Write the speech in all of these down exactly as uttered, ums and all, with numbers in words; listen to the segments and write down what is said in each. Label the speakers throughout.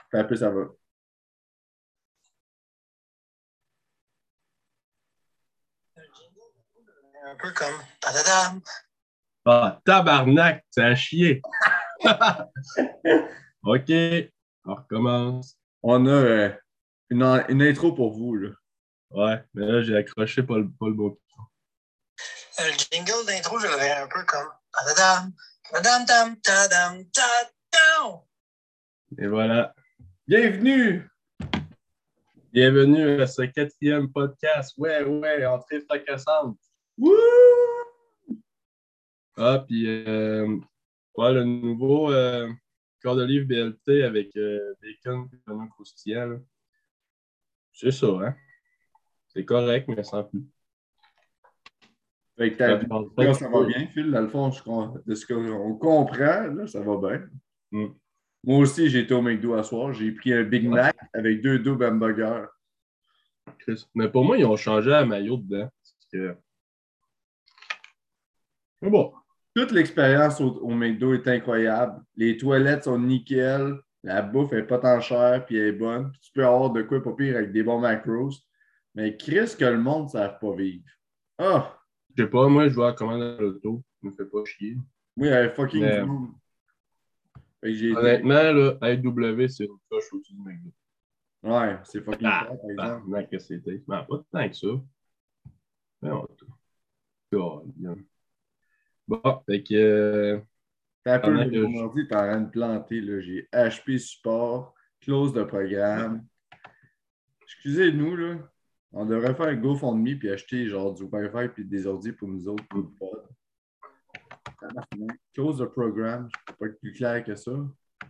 Speaker 1: Puis après, ça va.
Speaker 2: Un peu comme tadadam.
Speaker 3: Ah, tabarnak, c'est à chier. OK, on recommence.
Speaker 1: On a euh, une, en- une intro pour vous, là.
Speaker 3: Ouais, mais là, j'ai accroché pas le, pas le bon piton.
Speaker 2: Euh, Le jingle d'intro, je le verrais un peu comme tadadam, tadam, tam, tadam, tadam.
Speaker 3: Et voilà.
Speaker 1: Bienvenue!
Speaker 3: Bienvenue à ce quatrième podcast. Ouais, ouais, entrée fracassante.
Speaker 1: Wouh!
Speaker 3: Ah, puis, euh, ouais, le nouveau euh, corps de livre B L T avec euh, bacon et oignon croustillant, là. C'est ça, hein? C'est correct, mais sans plus.
Speaker 1: Fait que ta
Speaker 3: Ça
Speaker 1: vie,
Speaker 3: change
Speaker 1: là,
Speaker 3: pas
Speaker 1: ça va
Speaker 3: trop.
Speaker 1: bien, Phil. Dans le fond, je com- de ce qu'on comprend, là, ça va bien.
Speaker 3: Mm.
Speaker 1: Moi aussi, j'ai été au McDo à soir. J'ai pris un Big
Speaker 3: Ouais.
Speaker 1: Mac avec deux doubles hamburgers.
Speaker 3: Chris. Mais pour moi, ils ont changé la maillot dedans. Parce que... Mais bon.
Speaker 1: Toute l'expérience au, au McDo est incroyable. Les toilettes sont nickel. La bouffe est pas tant chère puis elle est bonne. Puis tu peux avoir de quoi pas pire avec des bons macros. Mais Chris, que le monde ne savent pas vivre. Ah!
Speaker 3: Je sais pas, moi, je vois la commande à l'auto. Ça me fait pas chier.
Speaker 1: Oui, il y avait fucking
Speaker 3: Mais-
Speaker 1: du monde. Fait que j'ai été.
Speaker 3: Honnêtement, là, A W, c'est une coche au-dessus du McDo.
Speaker 1: Ouais, c'est fucking
Speaker 3: Ah,
Speaker 1: cher, par
Speaker 3: bah,
Speaker 1: exemple.
Speaker 3: non, que c'était. Mais pas tant que ça. Mais on tout. Bon, fait que. euh,
Speaker 1: T'as un peu
Speaker 3: pendant
Speaker 1: le
Speaker 3: que
Speaker 1: mon
Speaker 3: je-
Speaker 1: ordi, t'es en train de planter. Là. J'ai H P support, close de programme. Excusez-nous, là. On devrait faire un GoFundMe puis acheter genre du Wi-Fi puis des ordi pour nous autres pour le pod. Tabarnak. Close de programme, je peux pas être plus clair que ça.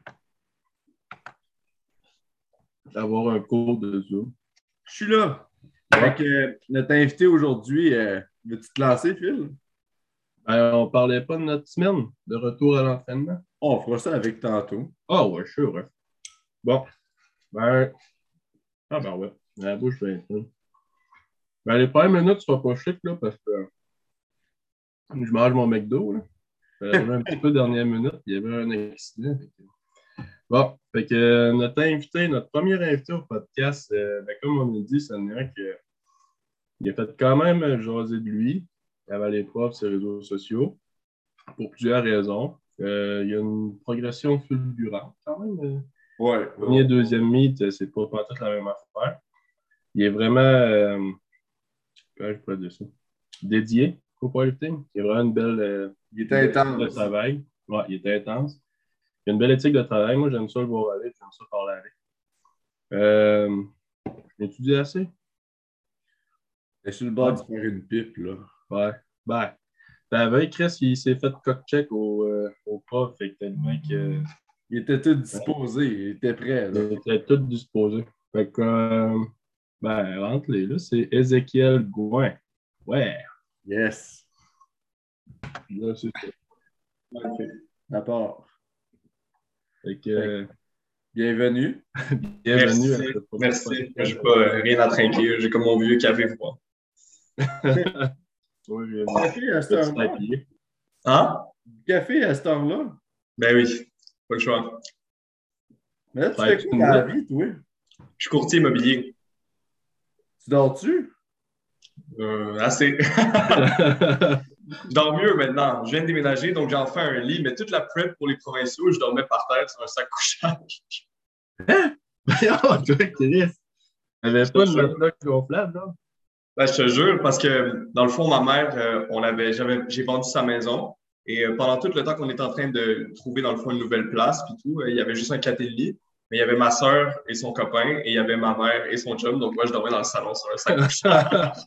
Speaker 3: d'avoir un cours de Zoom.
Speaker 1: Je suis là. Fait que euh, notre invité aujourd'hui, euh, veux-tu te lancer, Phil?
Speaker 3: Ben, on parlait pas de notre semaine de retour à l'entraînement.
Speaker 1: On fera ça avec tantôt.
Speaker 3: Ah ouais, je suis heureux. Bon. Ben. Ah ben ouais. La bouche bien pleine. Ben, les premières minutes, ce sera pas chic, là, parce que je mange mon McDo, là. Ça arrivé un petit peu dernière minute, il y avait un accident. Fait que- Bon, fait que euh, notre invité, notre premier invité au podcast, euh, ben, comme on a dit, ça n'est que il a fait quand même euh, jaser de lui avant les profs sur les réseaux sociaux pour plusieurs raisons. Euh, il y a une progression fulgurante quand même. euh.
Speaker 1: Ouais.
Speaker 3: Premier, deuxième meet, euh, c'est pas, pas toute la même affaire. Il est vraiment, euh, comment je pourrais dire ça, dédié au powerlifting. Il a vraiment une belle, euh,
Speaker 1: Il
Speaker 3: une
Speaker 1: était
Speaker 3: belle éthique de
Speaker 1: intense.
Speaker 3: travail. Ouais, il était intense. Il a une belle éthique de travail. Moi, j'aime ça le voir aller, j'aime ça parler avec. Euh, j'ai étudié assez.
Speaker 1: Il est sur le bord
Speaker 3: Ouais.
Speaker 1: de se faire une pipe, là.
Speaker 3: Ouais. Ben, la veille, Chris, il s'est fait cock-check au, euh, au prof, fait que tellement que,
Speaker 1: Il était tout disposé, il était prêt, là.
Speaker 3: il était tout disposé. Fait que, euh, ben, rentre-les, là, c'est Ézéchiel Gouin. Ouais,
Speaker 1: Yes.
Speaker 3: là, c'est ça.
Speaker 1: OK. À part.
Speaker 3: Fait que, euh,
Speaker 1: Bienvenue.
Speaker 3: bienvenue
Speaker 4: Merci,
Speaker 3: à ce premier
Speaker 4: merci.
Speaker 3: podcast.
Speaker 4: Moi, j'ai pas euh, rien à trinquer. J'ai comme mon vieux café froid.
Speaker 3: Ouais, j'ai
Speaker 1: Du café à cette
Speaker 3: petit
Speaker 1: heure-là?
Speaker 3: papier.
Speaker 4: Hein?
Speaker 1: Du café à cette heure-là?
Speaker 4: Ben oui, pas le choix.
Speaker 1: Mais là, tu
Speaker 3: Ça
Speaker 1: fais
Speaker 3: a-tu
Speaker 1: quoi
Speaker 3: une
Speaker 1: dans la
Speaker 3: minute?
Speaker 1: vie, toi?
Speaker 4: Je suis courtier immobilier.
Speaker 1: Tu dors-tu?
Speaker 4: Euh, assez. Je dors mieux maintenant. Je viens de déménager, donc j'en fais un lit, mais toute la prep pour les provinciaux, je dormais par terre sur un sac couchage.
Speaker 3: Oh, toi, Chris! T'avais
Speaker 4: Je
Speaker 3: pas
Speaker 4: te
Speaker 3: de
Speaker 4: jure.
Speaker 3: matelas gonflable, là?
Speaker 4: Ben, je te jure, parce que dans le fond, ma mère, euh, on avait, j'avais, j'ai vendu sa maison. Et euh, pendant tout le temps qu'on était en train de trouver, dans le fond, une nouvelle place, puis tout, euh, il y avait juste un quatre et demi. Mais il y avait ma soeur et son copain, et il y avait ma mère et son chum. Donc moi, je dormais dans le salon sur un sac couchage.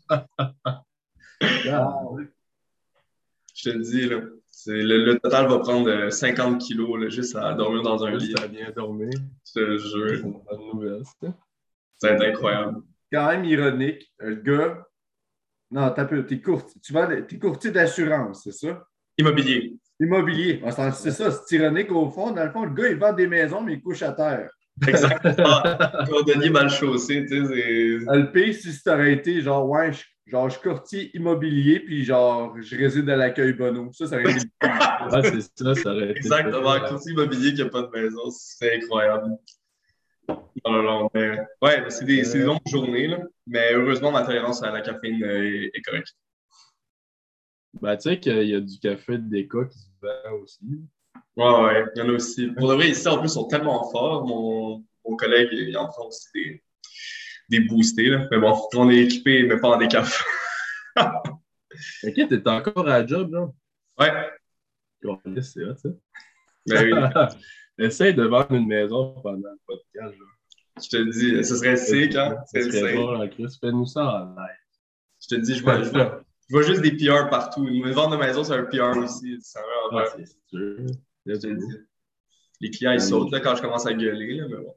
Speaker 1: Wow.
Speaker 4: Je te le dis, là. C'est, le, le total va prendre euh, cinquante kilos là, juste à dormir dans un lit.
Speaker 3: Juste à bien dormir.
Speaker 4: Je te
Speaker 3: C'est
Speaker 4: jure.
Speaker 3: une bonne nouvelle, ça.
Speaker 4: Ça va être incroyable.
Speaker 1: Quand même ironique, le gars. Non, t'as peu, t'es courtier. Tu vas, t'es courtier d'assurance, c'est ça?
Speaker 4: Immobilier.
Speaker 1: Immobilier. Ah, c'est c'est ça, c'est ironique au fond. Dans le fond, le gars, il vend des maisons, mais il couche à terre.
Speaker 4: Exactement. Cordonnier mal chaussé, tu sais, c'est...
Speaker 1: Ah, le pire, si ça aurait été genre, ouais, je, genre, je suis courtier immobilier, puis genre, je réside à l'accueil Bono. Ça, ça aurait été le pire.
Speaker 3: Ouais, c'est ça, ça aurait été.
Speaker 4: Exactement. Un courtier immobilier qui n'a pas de maison, c'est incroyable. Non, non, non. Mais, ouais, c'est des, c'est des
Speaker 3: Euh,
Speaker 4: longues journées, là. Mais heureusement, ma tolérance à la caféine euh, est, est correcte.
Speaker 3: ben, tu sais qu'il y a du café de déca qui se vend aussi.
Speaker 4: Ouais, ouais, il y en a aussi. Pour de vrai, ici, en plus, ils sont tellement forts. Mon, mon collègue, il en prend aussi des, des boostés, là. Mais bon, on est équipé, mais pas en décaf.
Speaker 3: Ok, t'es encore à la job, là?
Speaker 4: Ouais,
Speaker 3: Ouais, c'est hot, ça.
Speaker 4: mais oui,
Speaker 3: Essaye de vendre une maison pendant le podcast, là.
Speaker 4: je te le dis, ce serait sick, hein?
Speaker 3: Ça
Speaker 4: C'est
Speaker 3: serait
Speaker 4: insane.
Speaker 3: drôle en Chris. Fais-nous ça en
Speaker 4: Je te dis, je vois, je vois, je vois juste des P R partout. Une vente de maison, c'est un P R aussi. Ça va
Speaker 3: Ah,
Speaker 4: faire.
Speaker 3: c'est sûr.
Speaker 4: Je
Speaker 3: Let's
Speaker 4: te le
Speaker 3: go.
Speaker 4: dis. Les clients, ils
Speaker 3: Ah,
Speaker 4: sautent
Speaker 3: mais-
Speaker 4: là, quand je commence à gueuler, là, mais bon.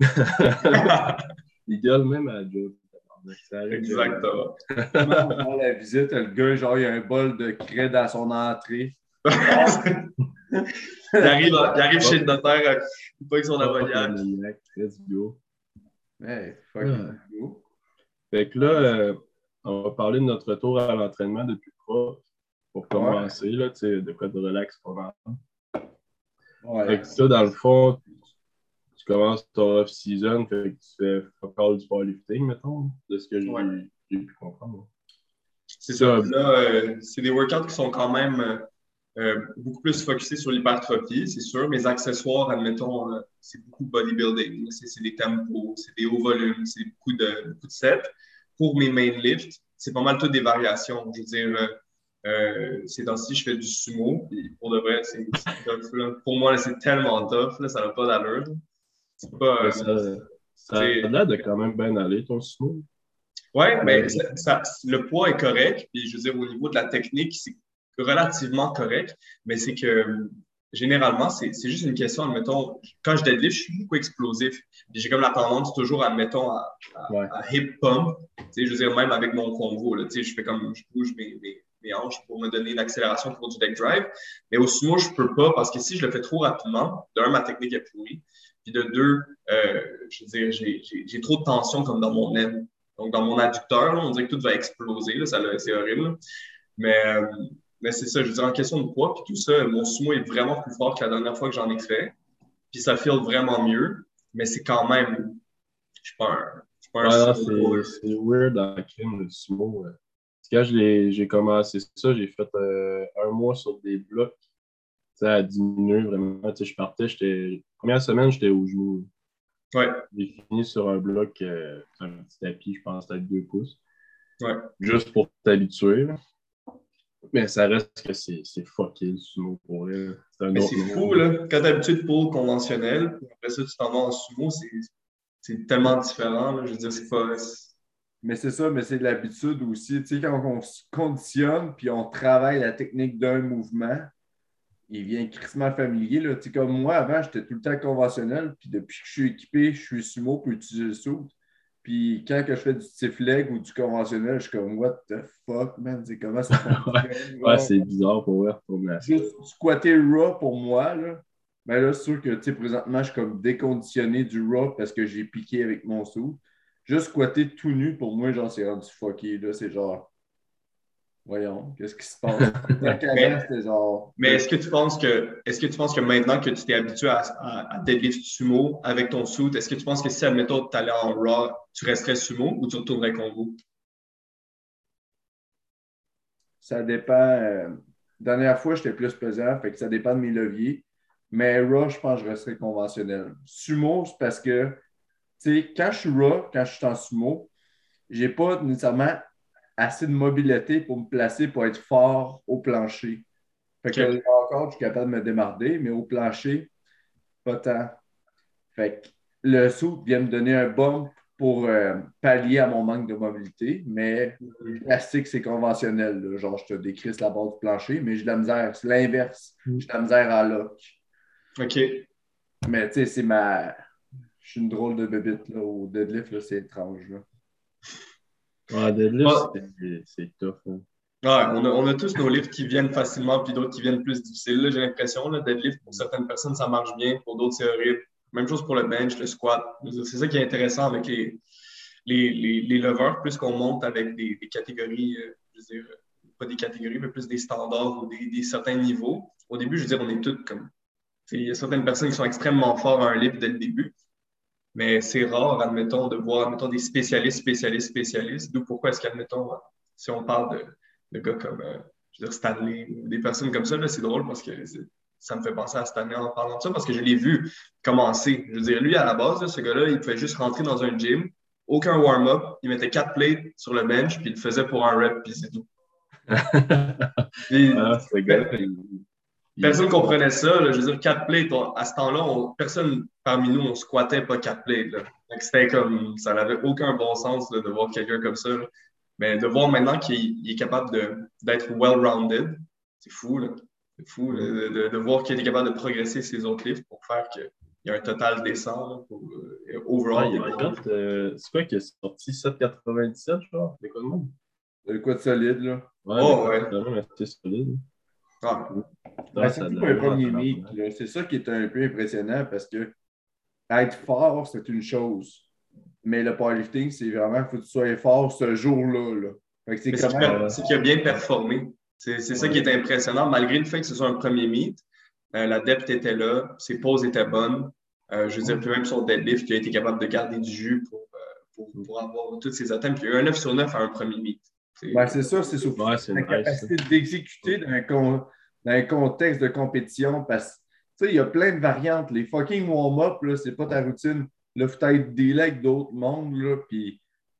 Speaker 3: Il gueule même à la job. Ça arrive que-
Speaker 4: Exactement.
Speaker 1: Comment on va à la visite, le gars, genre, il a un bol de craie dans son entrée.
Speaker 4: il arrive, il arrive chez le notaire, euh, il pogne son
Speaker 3: Fuck le
Speaker 4: ammoniaque.
Speaker 3: maniaque. Let's go.
Speaker 1: Hey, fuck
Speaker 3: Ah.
Speaker 1: you.
Speaker 3: Fait que là, euh, on va parler de notre retour à l'entraînement depuis prof pour commencer, là, tu sais, de quoi de relax pour l'enfant.
Speaker 1: Ouais.
Speaker 3: Fait que là, dans le fond, tu commences ton off-season, fait que tu fais fuck all du powerlifting, mettons, de ce que j'ai
Speaker 4: Ouais.
Speaker 3: j'ai pu comprendre.
Speaker 4: C'est ça. Là, euh, c'est des workouts qui sont quand même euh, euh, beaucoup plus focusés sur l'hypertrophie, c'est sûr. Mes accessoires, admettons, euh, c'est beaucoup bodybuilding. C'est, c'est des tempos, c'est des hauts volumes, c'est beaucoup de, beaucoup de sets. Pour mes main lifts, c'est pas mal toutes des variations. Je veux dire, euh, euh, ces temps-ci, je fais du sumo. Puis pour de vrai, c'est, c'est tough, là. Pour moi, là, c'est tellement tough. Là, ça n'a pas d'allure. Là. C'est pas.
Speaker 3: Ouais,
Speaker 4: Euh,
Speaker 3: ça, ça a
Speaker 4: c'est-
Speaker 3: l'air de quand même bien aller, ton sumo.
Speaker 4: Ouais, mais ça, ça- le poids est correct. Puis je veux dire, au niveau de la technique, c'est relativement correct. Mais c'est que euh, généralement, c'est c'est juste une question, admettons, quand je deadlift, je suis beaucoup explosif. Puis j'ai comme la tendance toujours, admettons, à, à,
Speaker 3: Ouais.
Speaker 4: à hip pump. Tu sais, je veux dire, même avec mon combo, là, tu sais, je fais comme, je bouge mes, mes, mes hanches pour me donner l'accélération pour du leg drive. Mais au sumo, je peux pas parce que si je le fais trop rapidement, d'un, ma technique est pourrie. Puis de deux, euh, je veux dire, j'ai- j'ai j'ai trop de tension comme dans mon aine. Donc, dans mon adducteur, là, on dirait que tout va exploser. Là, ça, là, c'est horrible. Là. Mais, euh, mais c'est ça, je veux dire, en question de poids, puis tout ça, mon sumo est vraiment plus fort que la dernière fois que j'en ai fait. Puis ça feel vraiment mieux. Mais c'est quand même, je suis pas un, je suis pas un
Speaker 3: Ouais, non,
Speaker 4: sumo.
Speaker 3: c'est c'est weird en crime, le sumo. euh. Quand je l'ai- j'ai commencé ça, j'ai fait euh, un mois sur des blocs. Ça a diminué vraiment. Tu sais, je partais, j'étais. Première semaine, j'étais au genou.
Speaker 4: Ouais,
Speaker 3: J'ai fini sur un bloc, euh, un petit tapis, je pense, avec deux pouces.
Speaker 4: ouais.
Speaker 3: Juste pour t'habituer. là. Mais ça reste que c'est c'est fucké le sumo pour vrai. là. C'est un
Speaker 4: Mais
Speaker 3: autre
Speaker 4: c'est
Speaker 3: niveau.
Speaker 4: fou, là. Quand t'es habitué de pull conventionnel, puis après ça, tu t'en vas en sumo, c'est c'est tellement différent. Là. Je veux dire, c'est pas. c'est-
Speaker 1: Mais c'est ça, mais c'est de l'habitude aussi. Tu sais, quand on se conditionne puis on travaille la technique d'un mouvement, il vient crissement familier. Là. Tu sais, comme moi, avant, j'étais tout le temps conventionnel. Puis depuis que je suis équipé, je suis sumo pour utiliser le saut. Puis quand que je fais du stiff leg ou du conventionnel, je suis comme, what the fuck, man? C'est comment ça fonctionne?
Speaker 3: Ouais, c'est bizarre pour vrai retourner à ça.
Speaker 1: Juste squatter raw pour moi, là. Mais là, c'est sûr que, tu sais, présentement, je suis comme déconditionné du raw parce que j'ai piqué avec mon saut. Juste squatter tout nu, pour moi, genre, c'est rendu fucké, là. C'est genre, voyons, qu'est-ce qui se passe?
Speaker 4: Mais-
Speaker 1: C'était genre...
Speaker 4: Mais est-ce que tu penses que est-ce que tu penses que maintenant que tu t'es habitué à, à, à deadlift sumo avec ton suit, est-ce que tu penses que si, admettons, tu allais en raw, tu resterais sumo ou tu retournerais combo?
Speaker 1: Ça dépend. Euh, dernière fois, j'étais plus pesant, fait que ça dépend de mes leviers. Mais raw, je pense que je resterai conventionnel. Sumo, c'est parce que, tu sais, quand je suis raw, quand je suis en sumo, j'ai pas nécessairement assez de mobilité pour me placer pour être fort au plancher. Fait que
Speaker 4: Ok.
Speaker 1: là, encore, je suis capable de me démarrer, mais au plancher, pas tant. Fait que le saut vient me donner un bump pour euh, pallier à mon manque de mobilité, mais plastique, c'est conventionnel. Là. Genre, je te décrisse la base du plancher, mais j'ai de la misère. C'est l'inverse. J'ai de la misère à lock.
Speaker 4: OK.
Speaker 1: Mais tu sais, c'est ma. Je suis une drôle de bébite là, au deadlift, là, c'est étrange. Là.
Speaker 3: Ouais, deadlift,
Speaker 4: Ouais.
Speaker 3: c'est- c'est tough. hein.
Speaker 4: Ouais, on a, on a tous nos lifts qui viennent facilement puis d'autres qui viennent plus difficiles. là, J'ai l'impression, là, deadlift, pour certaines personnes, ça marche bien, pour d'autres, c'est horrible. Même chose pour le bench, le squat. Je veux dire, C'est ça qui est intéressant avec les, les, les, les leveurs, plus qu'on monte avec des, des catégories, euh, je veux dire, pas des catégories, mais plus des standards ou des, des certains niveaux. Au début, je veux dire, on est tous comme. Il y a certaines personnes qui sont extrêmement forts à un lift dès le début. Mais c'est rare, admettons, de voir, admettons, des spécialistes, spécialistes, spécialistes. D'où pourquoi est-ce qu'admettons, si on parle de, de gars comme, euh, je veux dire, Stanley, ou des personnes comme ça, là, c'est drôle parce que ça me fait penser à Stanley en parlant de ça, parce que je l'ai vu commencer. Je veux dire, lui, à la base, là, ce gars-là, il pouvait juste rentrer dans un gym, aucun warm-up, il mettait quatre plates sur le bench, puis il le faisait pour un rep, puis c'est tout. Puis,
Speaker 3: Ah, ce gars, il-
Speaker 4: personne ne comprenait ça. Là. Je veux dire, quatre plates, on- à ce temps-là, on- personne parmi nous, on squattait pas quatre plates. Là. Donc, c'était comme, ça n'avait aucun bon sens là, de voir quelqu'un comme ça. Là. Mais de voir maintenant qu'il il est capable de- d'être well-rounded, c'est fou. Là. C'est fou là, de, de- de voir qu'il est capable de progresser ses autres livres pour faire qu'il y a un total décent là, pour euh,
Speaker 3: Ah,
Speaker 4: overall.
Speaker 3: il a fait, euh, c'est quoi qui est sorti sept quatre-vingt-dix-sept, genre? C'est quoi de même?
Speaker 1: De quoi de solide, là.
Speaker 3: Ouais,
Speaker 4: Oh,
Speaker 3: mais
Speaker 4: ouais.
Speaker 3: c'est quand même assez solide.
Speaker 4: Ah,
Speaker 1: Ben, surtout pour un premier meet, là. C'est ça qui est un peu impressionnant parce que être fort, c'est une chose. Mais le powerlifting, c'est vraiment, il faut que tu sois fort ce jour-là. Là. Fait que c'est
Speaker 4: mais c'est
Speaker 1: comment...
Speaker 4: qu'il a- c'est qu'il a bien performé. C'est c'est ça qui est impressionnant, malgré le fait que ce soit un premier meet. Euh, la depth était là, ses pauses étaient bonnes. Euh, je veux dire, puis même son deadlift, il a été capable de garder du jus pour, euh, pour, pour avoir toutes ses atteintes. Puis il y a eu un neuf sur neuf à un premier meet. C'est
Speaker 1: Ben, c'est ça, c'est surtout
Speaker 3: Ouais, c'est
Speaker 1: la
Speaker 3: nice,
Speaker 1: capacité d'exécuter dans un, con- dans un contexte de compétition parce que, tu sais, il y a plein de variantes. Les fucking warm-up, là, c'est pas ta routine. Là, faut être délai avec d'autres mondes, là, puis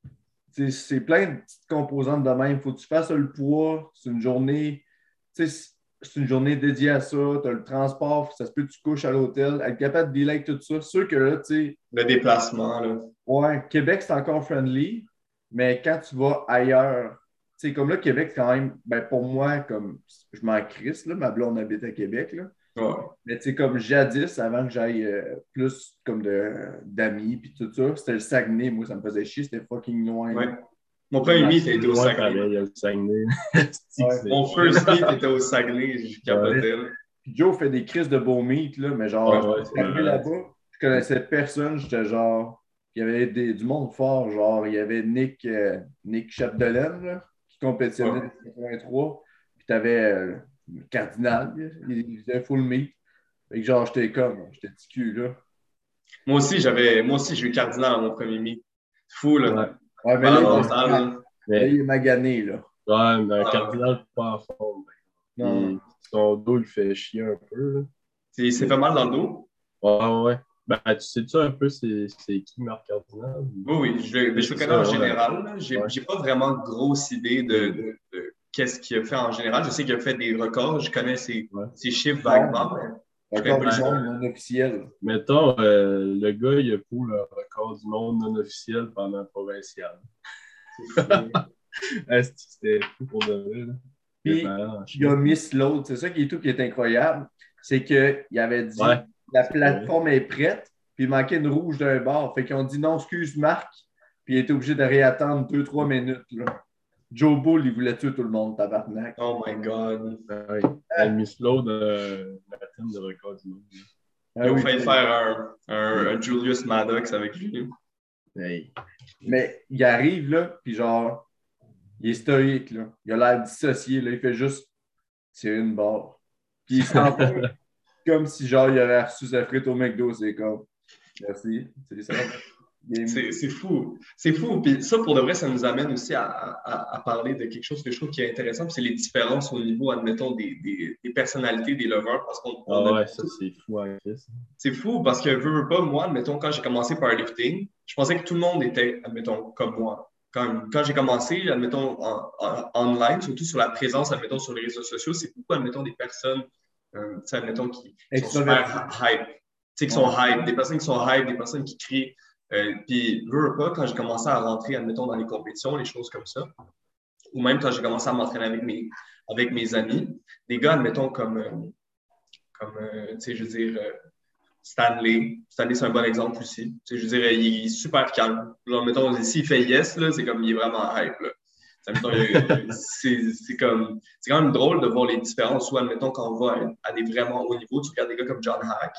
Speaker 1: tu sais, c'est plein de petites composantes de même. Faut que tu fasses le poids. C'est une journée, tu sais, c'est une journée dédiée à ça. Tu as le transport, ça se peut que tu couches à l'hôtel. Être capable de dealer avec tout ça. C'est sûr que là, tu sais,
Speaker 4: le déplacement. Là.
Speaker 1: ouais, Québec, c'est encore friendly, mais quand tu vas ailleurs, tu sais, comme là, Québec, quand même, ben pour moi, comme je m'en crisse, là, ma blonde habite à Québec, là.
Speaker 4: Ouais.
Speaker 1: Mais tu sais, comme jadis, avant que j'aille euh, plus comme de, d'amis puis tout ça, c'était le Saguenay. Moi, ça me faisait chier, c'était fucking loin.
Speaker 4: Ouais. Mon premier meet
Speaker 3: C'est
Speaker 4: était au
Speaker 3: loin
Speaker 4: Saguenay.
Speaker 3: pareil, il y a le Saguenay.
Speaker 1: Ouais.
Speaker 4: Mon first meet était au Saguenay, je capotais. là.
Speaker 1: Puis Joe fait des crises de beau meat, là, mais genre,
Speaker 3: Ouais, ouais,
Speaker 1: je suis
Speaker 3: c'est
Speaker 1: arrivé
Speaker 3: malade.
Speaker 1: là-bas, je connaissais personne, j'étais genre, il y avait des- du monde fort, genre, il y avait Nick, euh, Nick Chapdelaine, là, qui compétitionnait
Speaker 4: Ouais.
Speaker 1: en quatre-vingt-trois, puis t'avais euh, le Cardinal, il, il faisait full meat. Fait que genre, j'étais comme, j'étais petit cul, là.
Speaker 4: Moi aussi, j'avais, moi aussi, j'ai eu Cardinal à mon premier meet. Fou, là.
Speaker 3: Ouais.
Speaker 1: Ouais, mais
Speaker 4: Malade
Speaker 1: là,
Speaker 4: mental,
Speaker 1: là,
Speaker 4: là.
Speaker 1: là,
Speaker 3: Mais,
Speaker 1: il est magané, là.
Speaker 3: ouais, mais un
Speaker 4: Ah.
Speaker 3: cardinal pas en forme.
Speaker 1: Non, non.
Speaker 3: Puis son dos, il fait chier un peu. Là.
Speaker 4: Il s'est fait mal dans le dos?
Speaker 3: Ouais, ouais. Ben, tu sais-tu un peu c'est, c'est qui Marc Cardinal?
Speaker 4: Oui, oui, je, le- mais je le
Speaker 3: C'est
Speaker 4: connais en
Speaker 3: ça, ouais.
Speaker 4: général. là. J'ai
Speaker 3: Ouais.
Speaker 4: j'ai pas vraiment de grosse idée de, de- de qu'est-ce qu'il a fait en général. Je sais qu'il a fait des records, je connais ses,
Speaker 3: Ouais.
Speaker 4: ses chiffres vaguement. mais je connais
Speaker 1: Record
Speaker 4: pas
Speaker 1: du
Speaker 4: les-
Speaker 1: monde non officiel.
Speaker 3: Mettons, euh, le gars, il a pour le record du monde non officiel pendant le provincial.
Speaker 4: C'est fou.
Speaker 3: Est-ce que c'était fou pour de vrai? Là?
Speaker 1: Puis,
Speaker 3: Il est malade en
Speaker 1: il a
Speaker 3: chien.
Speaker 1: miss l'autre. C'est ça qui est tout qui est incroyable. C'est qu'il avait dit
Speaker 3: Ouais.
Speaker 1: la
Speaker 3: C'est
Speaker 1: plateforme est prête, puis il manquait une rouge d'un bord. Fait qu'ils ont dit non, excuse Marc, puis il était obligé de réattendre deux trois minutes. Là. Joe Bull, il voulait tuer tout le monde, tabarnak.
Speaker 4: Oh my God.
Speaker 3: Ah oui. La Miss Load, euh, la thème de record du monde.
Speaker 1: Ah
Speaker 4: Ils ont
Speaker 1: oui,
Speaker 4: failli
Speaker 1: c'est-
Speaker 4: faire un, un- un Julius Maddox avec lui.
Speaker 3: Hey.
Speaker 1: Mais il arrive là, puis genre, il est stoïque. Là. Il a l'air dissocié. Là. Il fait juste tirer une barre. Puis il s'en va comme si genre il aurait reçu sa frite au McDo. C'est comme merci. C'est ça. Bien-
Speaker 4: C'est c'est fou. C'est fou. Puis ça, pour de vrai, ça nous amène aussi à, à- à parler de quelque chose que je trouve qui est intéressant. Puis c'est les différences au niveau, admettons, des, des- des personnalités des lovers. Parce qu'on on
Speaker 3: Ah
Speaker 4: a-
Speaker 3: ouais, ça c'est fou hein, Chris.
Speaker 4: c'est fou parce que, veux, veux pas, moi, admettons, quand j'ai commencé powerlifting, je pensais que tout le monde était, admettons, comme moi. Quand, quand j'ai commencé, admettons, en, en- online, surtout sur la présence, admettons, sur les réseaux sociaux, c'est beaucoup, admettons, des personnes, euh, tu sais, admettons, qui, qui sont super hype. Tu sais, qui sont hype, des personnes qui sont hype, des personnes qui crient. Euh, puis, veux, veux pas, quand j'ai commencé à rentrer, admettons, dans les compétitions, les choses comme ça, ou même quand j'ai commencé à m'entraîner avec mes, avec mes amis, des gars, admettons, comme, euh, comme euh, tu sais, je veux dire, euh, Stanley. Stanley, c'est un bon exemple aussi. Tu sais, je veux dire, il est super calme. Genre, mettons, s'il fait yes, là, c'est comme, il est vraiment hype, là. Ça, mettons, il- c'est c'est comme, c'est quand même drôle de voir les différences. Soit, admettons, quand on va à, à des vraiment hauts niveaux, tu regardes des gars comme John Hack.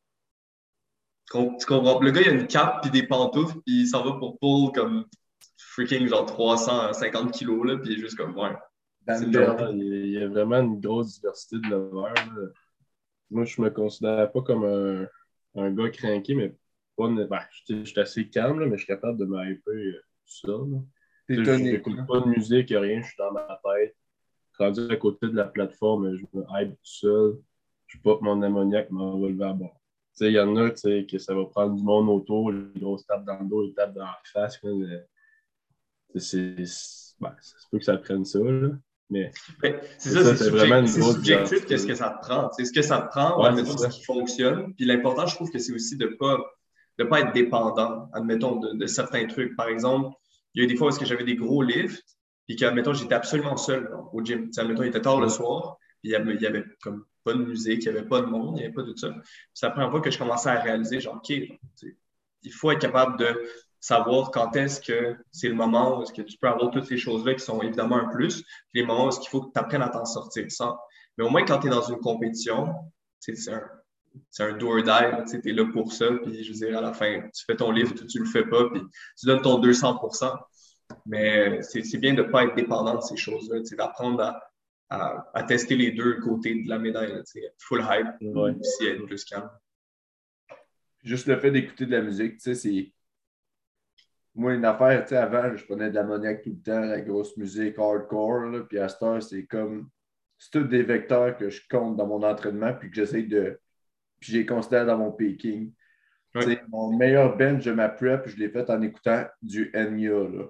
Speaker 4: Tu com- tu comprends? Le gars, il a une cape puis des pantoufles, puis il s'en va pour pull comme freaking genre trois cent cinquante kilos, là, puis il est juste comme, ouais.
Speaker 1: Dans
Speaker 4: C'est
Speaker 1: le
Speaker 4: le
Speaker 1: bel.
Speaker 3: Il y a- il y a vraiment une grosse diversité de lovers. Là. Moi, je me considère pas comme un, un gars craqué, mais pas. Ben, je suis assez calme, là, mais je suis capable de me hyper euh, tout seul. Je n'écoute pas de musique, rien, je suis dans ma tête. Rendu à côté de la plateforme, je me hype tout seul. Je pop mon ammoniac, m'en va lever à bord. Il y en a que ça va prendre du monde autour, les grosses tapes dans le dos, les tapes dans la face. C'est, ben, ça se peut que ça prenne ça, là. Mais
Speaker 4: c'est ça, ça c'est, c'est vraiment c'est subjectif qu'est-ce que ça te prend. C'est ce que ça te prend, ouais, admettons, ce qui fonctionne. Puis l'important, je trouve que c'est aussi de ne pas, de pas être dépendant, admettons, de, de certains trucs. Par exemple, il y a eu des fois où j'avais des gros lifts, puis que, admettons, j'étais absolument seul là, au gym. T'sais, admettons, il était tard le soir, puis il y avait, il y avait comme pas de musique, il n'y avait pas de monde, il n'y avait pas de tout ça. Puis c'est la première fois que je commençais à réaliser, genre, OK, il faut être capable de savoir quand est-ce que c'est le moment où est-ce que tu peux avoir toutes ces choses-là qui sont évidemment un plus, puis les moments où est-ce qu'il faut que tu apprennes à t'en sortir sans. Mais au moins, quand tu es dans une compétition, c'est un, c'est un do or die, tu es là pour ça, puis je veux dire, à la fin, tu fais ton livre, tu, tu le fais pas, puis tu donnes ton deux cents pour cent. Mais c'est, c'est bien de ne pas être dépendant de ces choses-là, d'apprendre à, à, à tester les deux côtés de la médaille, là, full hype, ouais. Puis être plus calme.
Speaker 1: Juste le fait d'écouter de la musique, tu sais, c'est. Moi, une affaire, tu sais, avant, je prenais de l'ammoniac tout le temps, la grosse musique hardcore, là, puis à cette heure, c'est comme. C'est tous des vecteurs que je compte dans mon entraînement, puis que j'essaie de. Puis j'ai considéré dans mon peaking. Ouais. Tu sais, mon meilleur bench de ma prep, je l'ai fait en écoutant du Enya, là.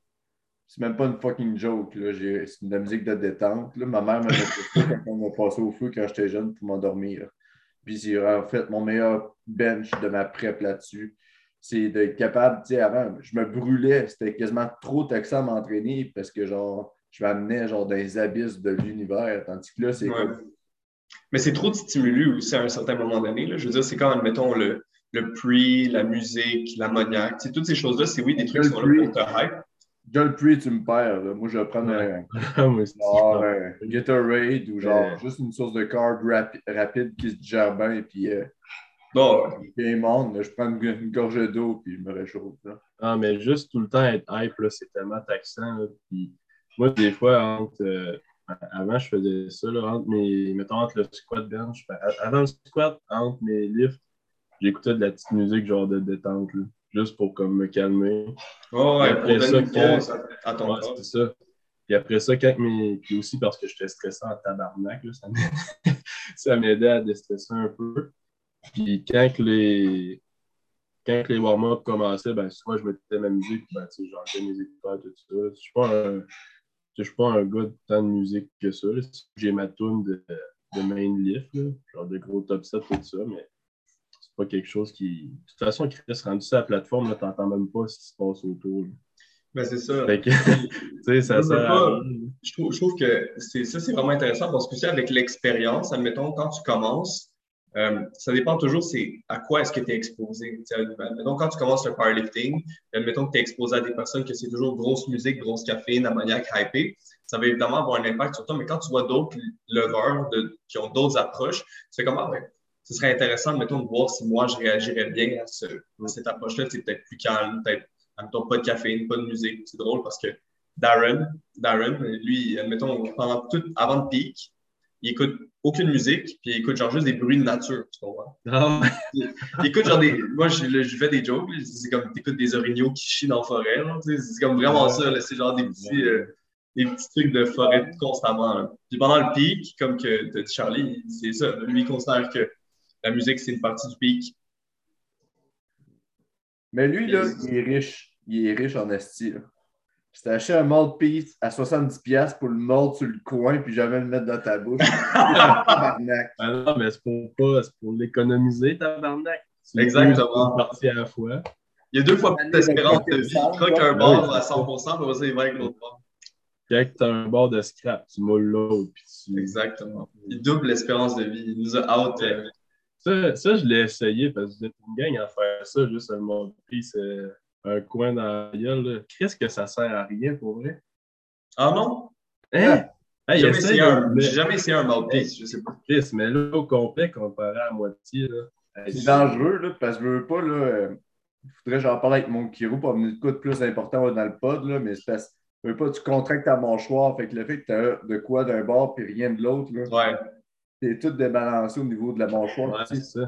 Speaker 1: C'est même pas une fucking joke, là. J'ai... C'est de la musique de détente, là. Ma mère m'a fait ça quand on m'a passé au feu quand j'étais jeune pour m'endormir. Puis c'est en fait mon meilleur bench de ma prep là-dessus. C'est d'être capable, tu sais, avant, je me brûlais, c'était quasiment trop taxant à m'entraîner parce que, genre, je m'amenais, genre, dans les abysses de l'univers, tandis que là, c'est
Speaker 4: ouais.
Speaker 1: comme...
Speaker 4: Mais c'est trop de stimuli aussi à un certain moment donné, là. Je veux dire, c'est quand, admettons, le, le pre, la musique, l'ammoniac, tu sais, toutes ces choses-là, c'est oui, des trucs qui sont là pour te hype.
Speaker 1: Déjà le pre, tu me perds, là. Moi, je vais prendre ouais. un, Moi aussi, genre, un Gatorade ou genre ouais. juste une source de carb rapi- rapide qui se digère bien et puis... Euh,
Speaker 4: Bon,
Speaker 1: bien monde, je prends une, une gorgée d'eau puis je me réchauffe. Là.
Speaker 3: Ah, mais juste tout le temps être hype, là, c'est tellement taxant. Là, puis moi, des fois, entre, euh, avant, je faisais ça, là, entre mes, mettons, entre le squat bench, avant le squat, entre mes lifts, j'écoutais de la petite musique genre de détente, là, juste pour comme me calmer.
Speaker 4: Oh, ouais, après pour ça, quand... à ton
Speaker 3: ouais, c'est ça. Puis après ça, quand mes... Puis aussi parce que j'étais stressé en tabarnak, là, ça, m'aidait... ça m'aidait à déstresser un peu. Puis quand les, quand les warm-up commençaient, ben, souvent je mettais ma musique, ben, tu sais, j'enlevais mes écouteurs, tout ça. Je suis pas un, je suis pas un gars de tant de musique que ça. Là. J'ai ma tune de, de main lift, là, genre de gros top set, tout ça, mais c'est pas quelque chose qui. De toute façon, Chris, rendu sur la plateforme, là, t'entends même pas ce qui se passe autour. Là.
Speaker 4: Ben, c'est ça.
Speaker 3: Fait que, tu sais, ça sert à rien.
Speaker 4: Je trouve, je trouve que c'est, ça, c'est vraiment intéressant parce que, tu sais, avec l'expérience, admettons, quand tu commences, Euh, ça dépend toujours c'est à quoi est-ce que tu es exposé. Admettons, quand tu commences le powerlifting, admettons que tu es exposé à des personnes que c'est toujours grosse musique, grosse caféine, ammoniac, hypé, ça va évidemment avoir un impact sur toi. Mais quand tu vois d'autres leveurs de, qui ont d'autres approches, c'est comme, ah, ben, ce serait intéressant, admettons, de voir si moi, je réagirais bien à, ce, à cette approche-là. C'est peut-être plus calme, peut-être, admettons, pas de caféine, pas de musique. C'est drôle parce que Darren, Darren, lui, admettons, pendant tout, avant le pic, il écoute aucune musique, puis il écoute genre juste des bruits de nature, tu comprends? Oh. Il, il écoute genre des... Moi, je, je fais des jokes, là, c'est comme t'écoutes des orignaux qui chient dans la forêt, là, c'est comme vraiment ça, là, c'est genre des petits, euh, des petits trucs de forêt constamment. Là. Puis pendant le pic, comme que t'as dit Charlie, c'est ça, lui, il considère que la musique, c'est une partie du pic.
Speaker 1: Mais lui, là, et... il est riche. Il est riche en esti, là. Si t'as acheté un mold piece à soixante-dix dollars pour le mold sur le coin puis jamais le mettre dans ta bouche, tabarnak.
Speaker 3: Ah non, mais c'est pour pas, c'est pour l'économiser, tabarnak. C'est
Speaker 4: exactement.
Speaker 3: Une partie à la fois.
Speaker 4: Il y a deux fois plus d'espérance de vie. Il croque un bord à cent pour cent, puis après, il va avec l'autre bord.
Speaker 3: Quand tu as un bord de scrap, tu moules l'autre. Puis tu...
Speaker 4: Exactement. Il double l'espérance de vie. Il nous a out. Euh...
Speaker 3: Ça, ça, je l'ai essayé parce que vous êtes une gang à faire ça, juste un mold piece. Euh... un coin dans la gueule. Qu'est-ce que ça sert à rien pour vrai?
Speaker 4: Ah non?
Speaker 3: Hein?
Speaker 4: Hey, j'ai, jamais essayé un, mais... j'ai jamais essayé un mouthpiece, je sais pas.
Speaker 3: Chris, mais là, au complet, comparé à la moitié, là.
Speaker 1: C'est hey, dangereux, là, parce que je veux pas, là. Euh, il faudrait que j'en parle avec mon chiro pour amener de quoi de plus important dans le pod, là, mais c'est parce que je veux pas, tu contractes ta mâchoire, fait que le fait que tu as de quoi d'un bord puis rien de l'autre, là.
Speaker 4: Ouais.
Speaker 1: C'est tout débalancé au niveau de la mâchoire.
Speaker 3: Ouais, c'est ça.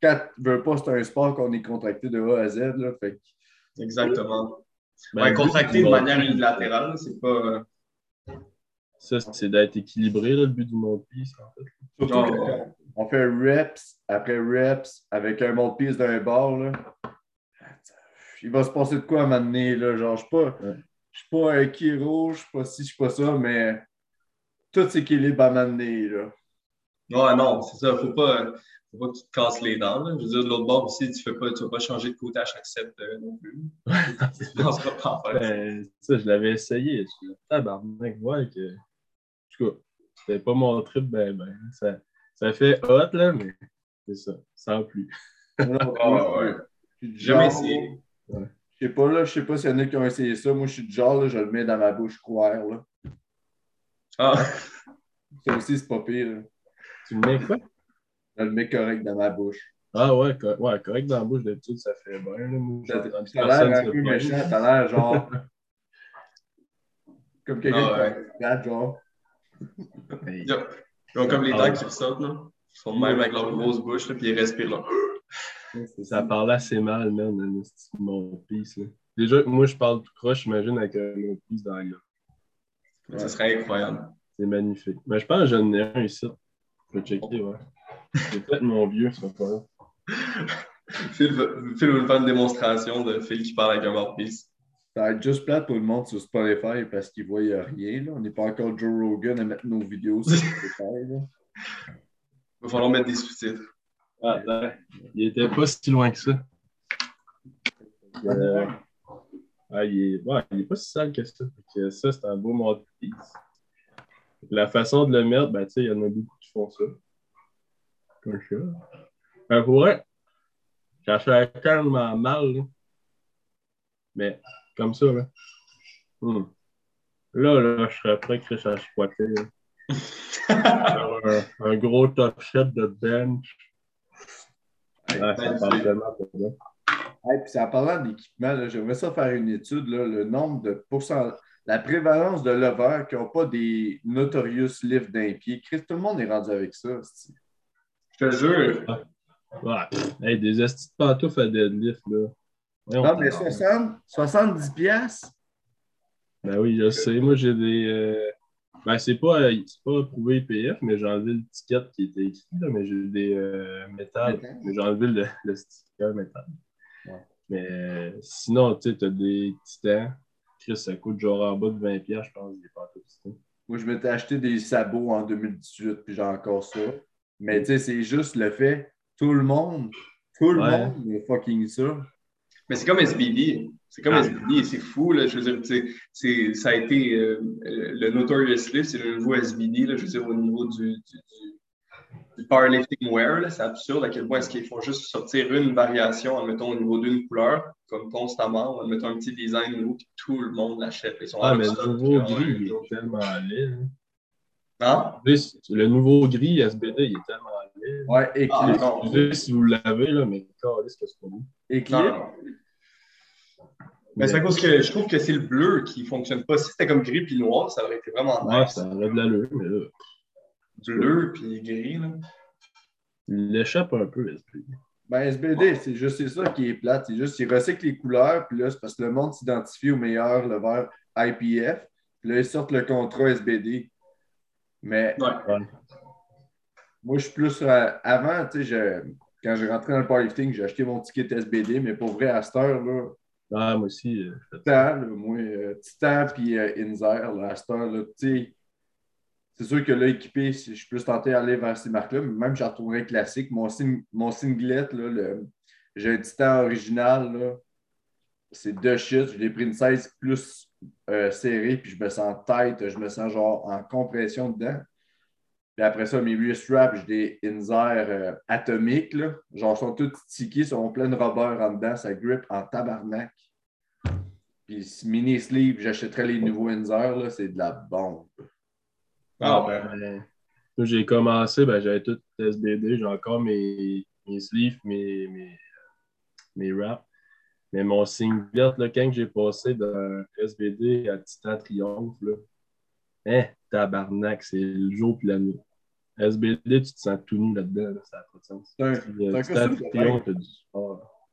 Speaker 1: quand tu veux pas, c'est un sport qu'on est contracté de A à Z. Là, fait que...
Speaker 4: Exactement.
Speaker 3: Ben,
Speaker 4: Ouais, contracté de
Speaker 3: bon,
Speaker 4: manière unilatérale, c'est pas.
Speaker 3: ça, c'est d'être équilibré, là, le but du monde-piece, en fait.
Speaker 1: Surtout
Speaker 4: Oh,
Speaker 1: quand
Speaker 4: ouais.
Speaker 1: on fait reps après reps avec un mode piste d'un bord, là, il va se passer de quoi à un moment donné, là, genre, je ne suis pas,
Speaker 3: Ouais.
Speaker 1: je suis pas un Kiro, je ne suis pas ci, je ne suis pas ça, mais tout s'équilibre à un moment donné, là.
Speaker 4: Ouais, non, c'est ça. Faut pas, faut pas que tu te casses les dents. Là. Je veux dire, de l'autre bord aussi, tu ne vas pas changer de côté à chaque set euh, non plus. Tu ne penseras pas en faire ça.
Speaker 3: Ben, ça, je l'avais essayé. Je suis tabarnak, ouais, que. En tout cas, c'était pas mon trip, ben, ben. Ça, ça fait hot, là, mais c'est ça, sans plus.
Speaker 1: Non,
Speaker 4: Ah,
Speaker 1: moi,
Speaker 4: ouais.
Speaker 1: je suis du
Speaker 4: Jamais
Speaker 1: genre,
Speaker 4: essayé.
Speaker 1: là, je sais pas, là, je sais pas s'il y en a qui ont essayé ça. Moi, je suis du genre, là, je le mets dans ma bouche croire, là.
Speaker 4: Ah,
Speaker 1: Ça aussi, c'est pas pire, là.
Speaker 3: Tu le mets quoi?
Speaker 1: Je le mets correct dans ma bouche.
Speaker 3: Ah ouais, co- ouais, correct dans la bouche, d'habitude, ça fait bien. Là. Moi, j'ai
Speaker 1: T'as
Speaker 3: entendu
Speaker 1: t'as
Speaker 3: personne
Speaker 1: l'air
Speaker 3: se
Speaker 1: un peu
Speaker 3: plaindre.
Speaker 1: méchant, t'as l'air genre comme quelqu'un
Speaker 4: ah
Speaker 1: qui
Speaker 4: ouais.
Speaker 1: parle genre.
Speaker 3: Hey,
Speaker 4: Ils ont, ils ont
Speaker 3: ça
Speaker 4: comme les dents
Speaker 3: parle,
Speaker 4: qui ressortent, là. Ils sont de même avec leur grosse bouche, là, puis ils respirent là.
Speaker 3: ça parle assez mal, man, un esti de mon piece. Là. Déjà, moi, je parle tout croche, j'imagine, avec un mon piece dans la gueule.
Speaker 4: Ça serait incroyable.
Speaker 3: C'est magnifique. Mais je pense que j'en ai un ici. Je vais checker, ouais. C'est peut-être mon vieux, ça va pas.
Speaker 4: Phil, va- Phil veut faire une démonstration de Phil qui parle avec un mouthpiece.
Speaker 1: Ça va être juste plate pour le monde sur Spotify parce qu'ils ne voient rien. Là. On n'est pas encore Joe Rogan à mettre nos vidéos sur Spotify. Là.
Speaker 4: Il va falloir mettre des sous-titres.
Speaker 3: Ah, attends. Il était pas si loin que ça. Euh, ah, il, est, ouais, il est pas si sale que ça. Fait que ça, c'est un beau mouthpiece. La façon de le mettre, ben, tu sais, il y en a beaucoup qui font ça. Comme ça. Ben, pour vrai, ça fait tellement mal, là. Mais, comme ça, là. Hmm. Là, là, je serais prêt que ça se squatter, là. un, un gros top shot de bench. Ah, ça parle tellement pour moi.
Speaker 1: Hey, puis en parlant d'équipement, là, j'aimerais ça faire une étude, là, le nombre de pourcent, la prévalence de lovers qui n'ont pas des notorious lifts d'un pied. Chris, tout le monde est rendu avec ça. c'est-
Speaker 4: Je te jure.
Speaker 3: Ah. Ouais. Hey, des estis de pantoufles à deadlift, là. Voyons,
Speaker 1: Non, mais
Speaker 3: tabarnak.
Speaker 1: soixante, soixante-dix piastres.
Speaker 3: Ben oui, je sais. Moi, j'ai des. Euh... Ben, c'est pas, c'est pas approuvé I P F, mais j'ai enlevé le ticket qui était écrit, là, mais j'ai des euh, métal.
Speaker 1: Métal.
Speaker 3: Mais j'ai enlevé le, le sticker métal.
Speaker 1: Ouais.
Speaker 3: Mais euh, sinon, tu sais, t'as des titans. Chris, ça coûte genre en bas de vingt piastres, je pense, des pantoufles titans.
Speaker 1: Moi, je m'étais acheté des sabots en deux mille dix-huit, puis j'ai encore ça. Mais tu sais, c'est juste le fait, tout le monde, tout le
Speaker 3: Ouais.
Speaker 1: monde est fucking ça.
Speaker 4: Mais c'est comme S B D. C'est comme
Speaker 3: Ah.
Speaker 4: S B D, c'est fou. Là. Je veux dire, tu sais, c'est- ça a été euh, euh, le Notorious Lift, c'est le nouveau S B D. Là, je veux dire, au niveau du, du, du- du powerlifting wear, là, c'est absurde à quel point est-ce qu'ils font juste sortir une variation, admettons, au niveau d'une couleur, comme constamment, en mettant un petit design nouveau, puis tout le monde l'achète. Ils sont
Speaker 3: Ah,
Speaker 4: en
Speaker 3: mais le
Speaker 4: stock,
Speaker 3: nouveau
Speaker 4: là,
Speaker 3: gris,
Speaker 4: ouais,
Speaker 3: il est tellement laid. Hein.
Speaker 4: Hein?
Speaker 3: Le nouveau gris S B D, il est tellement laid.
Speaker 1: Ouais,
Speaker 4: Ah,
Speaker 1: Eclipse.
Speaker 4: non.
Speaker 3: Je sais si vous l'avez, là, mais calisse que c'est pas beau.
Speaker 4: Non,
Speaker 1: Eclipse.
Speaker 4: non, non. Mais c'est à cause que je trouve que c'est le bleu qui ne fonctionne pas. Si c'était comme gris puis noir, ça aurait été vraiment
Speaker 3: Ouais,
Speaker 4: nice.
Speaker 3: ça aurait de l'allure, mais là,
Speaker 4: Bleu puis gris, là.
Speaker 3: il l'échappe un peu, S B D.
Speaker 1: Ben, S B D, c'est juste c'est ça qui est plate. C'est juste qu'ils recyclent les couleurs, puis là, c'est parce que le monde s'identifie au meilleur leveur I P F. Puis là, ils sortent le contrat S B D. Mais
Speaker 4: Ouais.
Speaker 3: Ouais.
Speaker 1: moi, je suis plus. euh, avant, tu sais, je- quand j'ai rentré dans le powerlifting, j'ai acheté mon ticket S B D, mais pour vrai, à cette heure, là,
Speaker 3: Ah, moi aussi, euh, je fais ça.
Speaker 1: Titan, là, moi, euh, Titan puis euh, Inzer, là, à cette heure, là, tu sais, c'est sûr que là, équipé, je suis plus tenté d'aller vers ces marques-là, mais même, j'en retrouverais classique. Mon, sing- mon singlet, là, le- j'ai un Titan original, là, c'est deux shit. Je l'ai pris une size plus euh, serrée, puis je me sens tête, je me sens genre en compression dedans. Puis après ça, mes wrist straps, j'ai des Inzer euh, atomiques, là. Genre, ils sont tous stickés, ils sont pleins de rubber en dedans, ça grip en tabarnak. Puis mini sleeve, j'achèterais les nouveaux Inzer, là, c'est de la bombe.
Speaker 3: Ah, ben, moi, j'ai commencé, ben, j'avais tout S B D, j'ai encore mes, mes sleeves, mes, mes, mes wraps. Mais mon singlet, là, quand j'ai passé d'un S B D à Titan Triomphe, là, hein, tabarnak, c'est le jour puis la nuit. S B D, tu te sens tout nu là-dedans, là, ça n'a pas de sens.
Speaker 1: C'est un,
Speaker 3: Puis, euh,
Speaker 1: c'est un
Speaker 3: petit
Speaker 1: costume de
Speaker 3: Trion,
Speaker 1: bain.
Speaker 3: t'as du sport.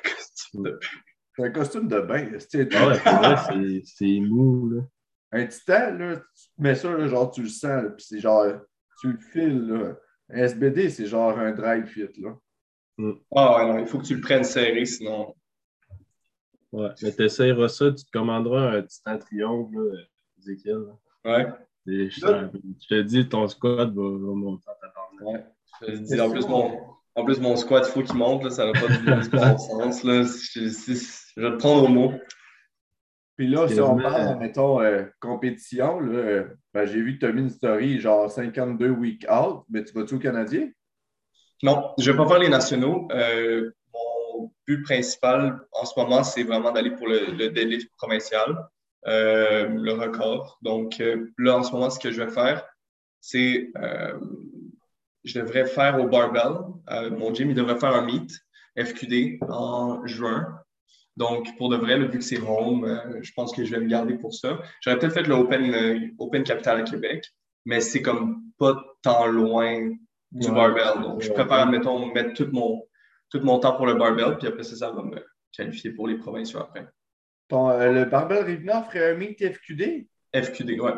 Speaker 1: C'est un costume de bain. C'est
Speaker 3: Ah ouais, pour vrai, c'est, c'est mou, là.
Speaker 1: un titan, là, tu te mets ça, là, genre, tu le sens, là, puis c'est genre, tu le files, là. Un S B D, c'est genre un dry fit, là.
Speaker 4: Ah ouais, non, il faut que tu le prennes serré, sinon.
Speaker 3: Ouais, mais t'essayeras ça, tu te commanderas un Titan Triomphe, là, Ezekiel.
Speaker 4: Ouais.
Speaker 3: Et je, je te dis, ton squat va, va monter en tabarnak.
Speaker 1: Ouais.
Speaker 4: Je te dis, en plus, mon, en plus, mon squat, il faut qu'il monte, là, ça n'a pas du, du bon sens. Là. Je, je, je vais te prendre au mot.
Speaker 1: Puis là,
Speaker 3: C'est
Speaker 1: si on
Speaker 3: quasiment-
Speaker 1: parle, mettons, euh, compétition, là, euh, ben, j'ai vu que tu as mis une story, genre cinquante-deux week out, mais tu vas-tu au Canadien?
Speaker 4: Non, je ne vais pas faire les nationaux. Euh, mon but principal en ce moment, c'est vraiment d'aller pour le, le deadlift provincial, euh, le record. Donc euh, là, en ce moment, ce que je vais faire, c'est euh, je devrais faire au barbell. Euh, mon gym, il devrait faire un meet F Q D en juin. Donc, pour de vrai, là, vu que c'est home, euh, je pense que je vais me garder pour ça. J'aurais peut-être fait le Open, euh, Open Capital à Québec, mais c'est comme pas tant loin du
Speaker 3: Ouais,
Speaker 4: barbell. Donc, je
Speaker 3: ouais,
Speaker 4: préfère,
Speaker 3: ouais.
Speaker 4: admettons, mettre tout mon, tout mon temps pour le barbell, puis après ça, ça va me qualifier pour les provinciaux après.
Speaker 1: Ton, euh, le Barbell Rive-Nord ferait un meet F Q D?
Speaker 4: F Q D, ouais.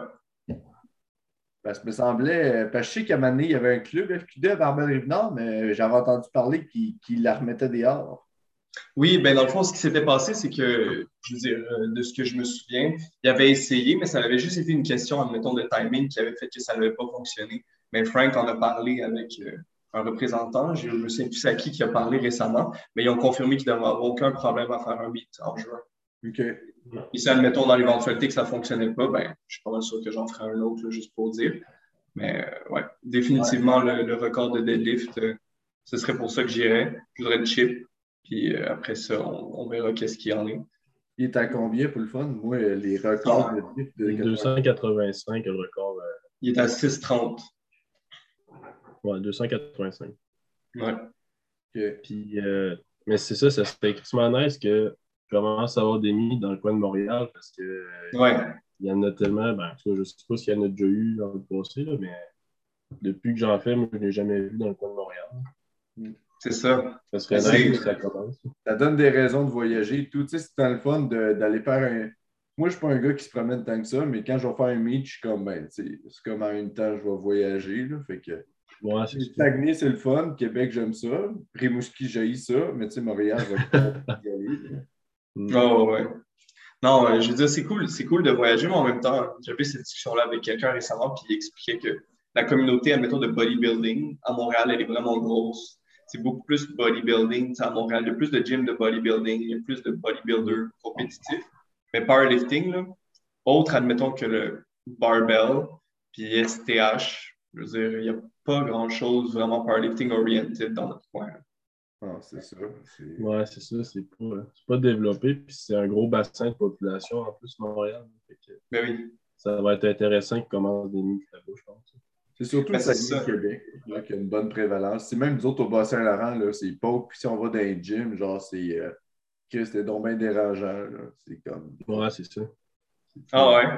Speaker 1: Parce que me semblait, euh, parce que je sais qu'à un moment donné, il y avait un club F Q D à Barbell Rive-Nord, mais j'avais entendu parler qu'il qu'il la remettait dehors.
Speaker 4: Oui, ben dans le fond, ce qui s'était passé, c'est que, je veux dire, euh, de ce que je me souviens, il avait essayé, mais ça avait juste été une question, admettons, de timing qui avait fait que ça n'avait pas fonctionné. Mais Frank en a parlé avec euh, un représentant, je me souviens plus c'est à qui qui a parlé récemment, mais ils ont confirmé qu'il n'y avait aucun problème à faire un meet en juin.
Speaker 1: OK.
Speaker 4: Et si, admettons, dans l'éventualité que ça ne fonctionnait pas, ben, je suis pas mal sûr que j'en ferai un autre, là, juste pour dire. Mais euh, ouais, définitivement, le, le record de deadlift, euh, ce serait pour ça que j'irais. Je voudrais le chip. Puis euh, après ça, on, on verra qu'est-ce qu'il y en est.
Speaker 1: Il est à combien pour le fun? Moi, euh, les records de drift de
Speaker 3: deux cent quatre-vingt-cinq, le record. euh,
Speaker 4: Il est à six trente.
Speaker 3: Ouais, deux cent quatre-vingt-cinq.
Speaker 4: Ouais.
Speaker 1: OK.
Speaker 3: Puis, euh, mais c'est ça, ça serait extrêmement nice que je commence à avoir des meets dans le coin de Montréal parce que euh,
Speaker 4: Ouais.
Speaker 3: il y en a tellement. Ben, en tout cas, je ne sais pas s'il y en a déjà eu dans le passé, là, mais depuis que j'en fais, moi, je ne l'ai jamais vu dans le coin de Montréal.
Speaker 4: C'est ça.
Speaker 3: Ça serait
Speaker 4: C'est-
Speaker 3: nice que ça commence.
Speaker 1: Ça donne des raisons de voyager et tout. Tu sais, c'est dans le fun de- d'aller faire un. Moi, je ne suis pas un gars qui se promène tant que ça, mais quand je vais faire un meet, je suis comme, ben, tu sais, c'est comme en même temps, je vais voyager. Là, fait que.
Speaker 3: Ouais, c'est ça.
Speaker 1: Saguenay, c'est le fun. Québec, j'aime ça. Rimouski, j'haïs ça. Mais tu sais, Montréal, je vais pas y aller. là.
Speaker 4: Oh, ouais. Non, euh, je veux dire, c'est cool, c'est cool de voyager, mais en même temps, j'ai eu cette discussion-là avec quelqu'un récemment, puis il expliquait que la communauté, admettons, de bodybuilding à Montréal, elle est vraiment grosse. C'est beaucoup plus bodybuilding. Tu sais, à Montréal, il y a plus de gyms de bodybuilding, il y a plus de bodybuilders compétitifs. Mais powerlifting, là, autre, admettons, que le barbell, puis S T H, je veux dire, il n'y a pas grand-chose vraiment powerlifting oriented dans notre coin.
Speaker 1: Ah, c'est ça. c'est-
Speaker 3: Ouais, c'est ça, c'est pas, c'est pas développé, puis c'est un gros bassin de population en plus, Montréal. Fait que
Speaker 4: Ben oui.
Speaker 3: ça va être intéressant qu'ils commencent des meets là-bas, je pense.
Speaker 1: C'est surtout
Speaker 4: Ben,
Speaker 1: le
Speaker 4: c'est
Speaker 1: Saguenay
Speaker 4: ça.
Speaker 1: Québec là, qui a une bonne prévalence. C'est même nous autres au Bas-Saint-Laurent, là, c'est pauvre. Puis si on va dans les gyms, genre, c'est. Euh, que c'était donc bien dérangeant. là. C'est comme.
Speaker 3: Ouais, c'est ça.
Speaker 4: Ah ouais.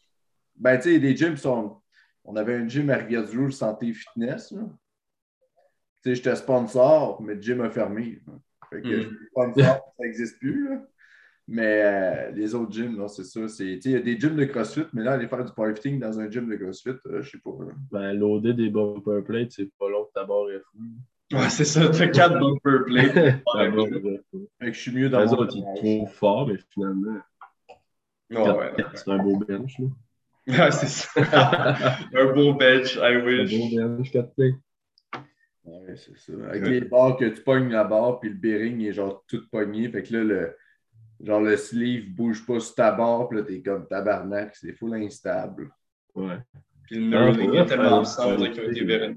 Speaker 1: Ben, tu sais, les gyms sont. On avait un gym à Rivière-du-Loup, Santé Fitness. là. Tu sais, j'étais sponsor, mais le gym a fermé. là. Fait que
Speaker 4: Mm.
Speaker 1: je suis sponsor, ça n'existe plus. là. Mais euh, les autres gyms, non, c'est ça. c'est- tu sais, Il y a des gyms de CrossFit, mais là, aller faire du powerlifting dans un gym de CrossFit, euh, je sais pas. là.
Speaker 3: Ben, loader des bumper plates, c'est pas long que ta barre est fou.
Speaker 4: Ouais, c'est ça. Tu as quatre bumper plates.
Speaker 3: Ta barre est fou.
Speaker 1: Fait que je suis mieux dans
Speaker 3: Les
Speaker 1: mon
Speaker 3: autres, ils te trouvent fort, mais finalement,
Speaker 4: Ouais, ouais.
Speaker 3: quatre- c'est un beau bench. Là.
Speaker 4: Ouais, c'est ça. Un beau bench, I
Speaker 3: Un beau
Speaker 4: wish.
Speaker 3: bench, quatre plates.
Speaker 1: Ouais, c'est ça. Avec les barres que tu pognes la barre, puis le bearing est genre tout pogné. Fait que là, le, genre le sleeve bouge pas sur ta barre, puis là, t'es comme tabarnak. C'est full instable.
Speaker 3: Ouais.
Speaker 4: Puis le
Speaker 3: Ah,
Speaker 4: knurling
Speaker 3: faudrait
Speaker 4: est tellement
Speaker 3: faire-
Speaker 4: absent, on dirait qu'il a été viré.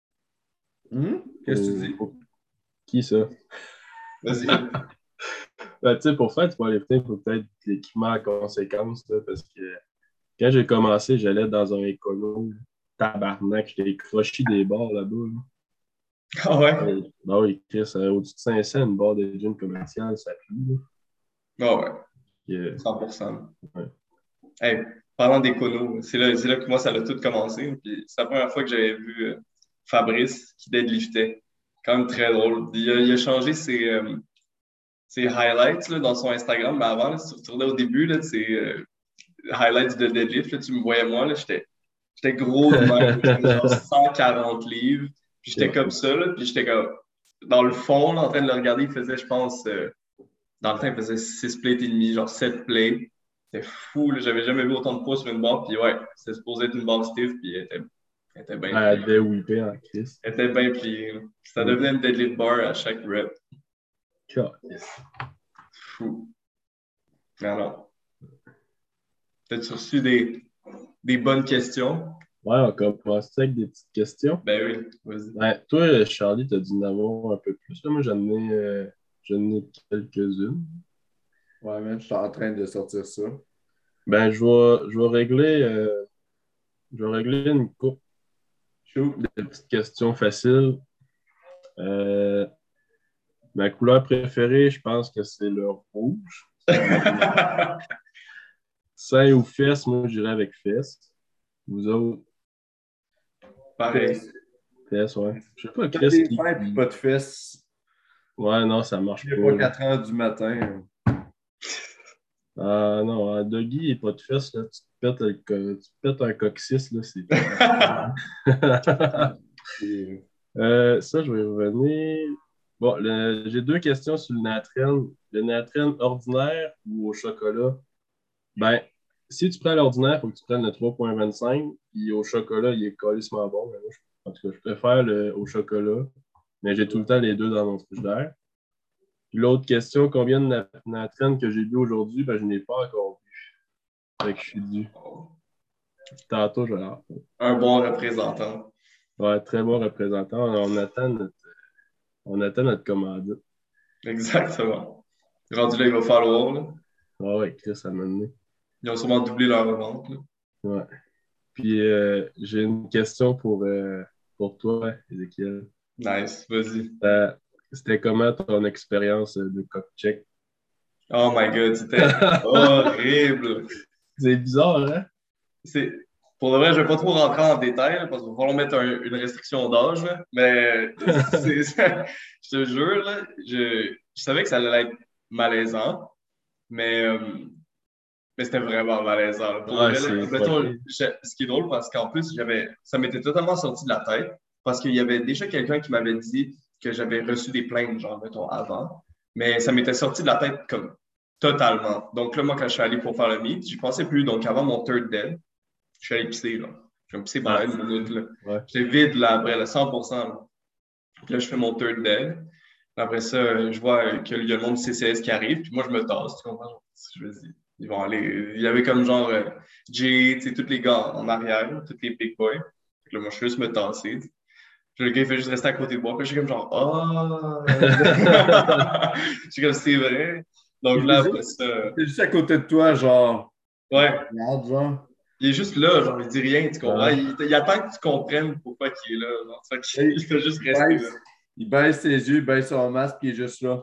Speaker 1: Hum? Qu'est-ce que tu dis?
Speaker 3: Faut- Qui ça?
Speaker 4: Vas-y.
Speaker 3: Ben, tu sais, pour faire du powerlifting, il faut peut-être l'équipement à conséquence, là, parce que quand j'ai commencé, j'allais dans un écolo, tabarnak, j'étais croché des barres là-bas. Là.
Speaker 4: Ah ouais?
Speaker 3: Ouais. Ben oui, Chris, euh, au-dessus de cinq cents, une barre de gym commercial, ça pue. Là.
Speaker 4: Ah ouais,
Speaker 3: Puis, euh,
Speaker 4: cent pour cent.
Speaker 3: Ouais.
Speaker 4: Hey, parlant d'écono, c'est là, c'est là que moi, ça a tout commencé. Puis c'est la première fois que j'avais vu euh, Fabrice qui deadliftait. Quand même très drôle. Il a, il a changé ses, euh, ses highlights là, dans son Instagram. Mais avant, là, si tu retournais au début, là, c'est euh, highlights de deadlift. Là, tu me voyais moi, là, j'étais, j'étais gros de même. J'étais genre cent quarante livres. Puis j'étais comme ça. Là, puis j'étais comme dans le fond, là, en train de le regarder. Il faisait, je pense, euh, dans le temps, il faisait six plates et demi, genre sept plates. C'était fou. Là, j'avais jamais vu autant de poids sur une barre. Puis ouais, c'était supposé être une barre stiff. Puis elle était Elle était bien
Speaker 3: Elle devait whipper en crise.
Speaker 4: Elle était bien pliée. Là. Ça devenait une deadlift bar à chaque rep.
Speaker 3: Yes.
Speaker 4: Fou. Non, non. T'as-tu reçu des, des bonnes questions?
Speaker 3: Ouais, on commence avec des petites questions.
Speaker 4: Ben oui, vas-y.
Speaker 3: Ben, toi, Charlie, t'as dû en avoir un peu plus. Là. Moi, j'en ai, euh, j'en ai quelques-unes.
Speaker 1: Ouais, man, je suis en train de sortir ça.
Speaker 3: Ben, je vais, je vais régler, euh, je vais régler une coupe de petites questions faciles. Euh, ma couleur préférée, je pense que c'est le rouge. Seins ou fesses, moi, j'irais avec fesses. Vous autres?
Speaker 4: Pareil.
Speaker 3: Fesses, ouais. Je sais pas,
Speaker 1: T'as
Speaker 3: qu'est-ce
Speaker 1: des
Speaker 3: qui...
Speaker 1: seins et pas de fesses.
Speaker 3: Ouais, non, ça marche
Speaker 1: Il
Speaker 3: pas.
Speaker 1: n'est pas quatre heures du matin.
Speaker 3: Ah non, un doggy et pas de fesses, là, tu te pètes, le co- tu te pètes un coccyx, là, c'est... euh, ça, je vais y revenir. Bon, le- j'ai deux questions sur le Natren. Le Natren ordinaire ou au chocolat? Ben, si tu prends l'ordinaire, il faut que tu prennes le trois virgule vingt-cinq, puis au chocolat, il est calissement bon. Mais moi, je- en tout cas, je préfère le, au chocolat, mais j'ai tout le temps les deux dans mon frigidaire. Puis l'autre question, combien de na- Natren que j'ai bu aujourd'hui? Ben, je n'ai pas encore bu. Fait que je suis dû. Tantôt, je vais avoir.
Speaker 4: Un bon représentant.
Speaker 3: Ouais, très bon représentant. On attend notre, on attend notre commandite.
Speaker 4: Exactement. Rendu là, il va falloir. Là.
Speaker 3: Ah ouais, Chris, ça m'a donné.
Speaker 4: Ils ont sûrement doublé leur vente. Là.
Speaker 3: Ouais. Puis euh, j'ai une question pour, euh, pour toi, Ézéchiel.
Speaker 4: Nice, vas-y.
Speaker 3: Euh, C'était comment ton expérience de cock check?
Speaker 4: Oh my god, c'était horrible.
Speaker 3: C'est bizarre, hein?
Speaker 4: C'est... Pour le vrai, je ne vais pas trop rentrer en détail là, parce qu'il va falloir mettre un- une restriction d'âge. Là, mais c'est, c'est- je te jure, là, je, je savais que ça allait être malaisant, mais, euh, mais c'était vraiment malaisant. Là. Pour
Speaker 3: Ouais,
Speaker 4: vrai,
Speaker 3: c'est
Speaker 4: là, mettons,
Speaker 3: fucké.
Speaker 4: je- ce qui est drôle, parce qu'en plus, j'avais, ça m'était totalement sorti de la tête parce qu'il y avait déjà quelqu'un qui m'avait dit que j'avais reçu des plaintes, genre, mettons, avant. Mais ça m'était sorti de la tête comme totalement. Donc là, moi, quand je suis allé pour faire le meet, j'y pensais plus. Donc avant mon third dead, je suis allé pisser, là. Je vais me pisser pendant
Speaker 3: Ah.
Speaker 4: une minute, là.
Speaker 3: Ouais.
Speaker 4: J'étais vide, là, après, là, cent pour cent. Là. Puis là, je fais mon third dead. Après ça, euh, je vois qu'il y a le monde du C C S qui arrive, puis moi, je me tasse, tu comprends? Je me dis, ils vont aller... Il y avait comme genre euh, Jay, tu sais, tous les gars en arrière, là, tous les big boys. Fait que là, moi, je suis juste me tasser. Puis le gars, il fait juste rester à côté de moi. Puis je suis comme genre, ah! Je suis comme, c'est vrai. Donc là, après ça...
Speaker 1: C'est juste à côté de toi, genre.
Speaker 4: Ouais.
Speaker 1: Regarde, genre.
Speaker 4: Il est juste là, genre, il dit rien, tu comprends?
Speaker 3: Ouais.
Speaker 4: Il, il attend que tu comprennes pourquoi il est là. Genre, fait qu'il- il fait juste
Speaker 1: Il
Speaker 4: rester
Speaker 1: baisse,
Speaker 4: là.
Speaker 1: il baisse ses yeux, il baisse son masque, puis il est juste là.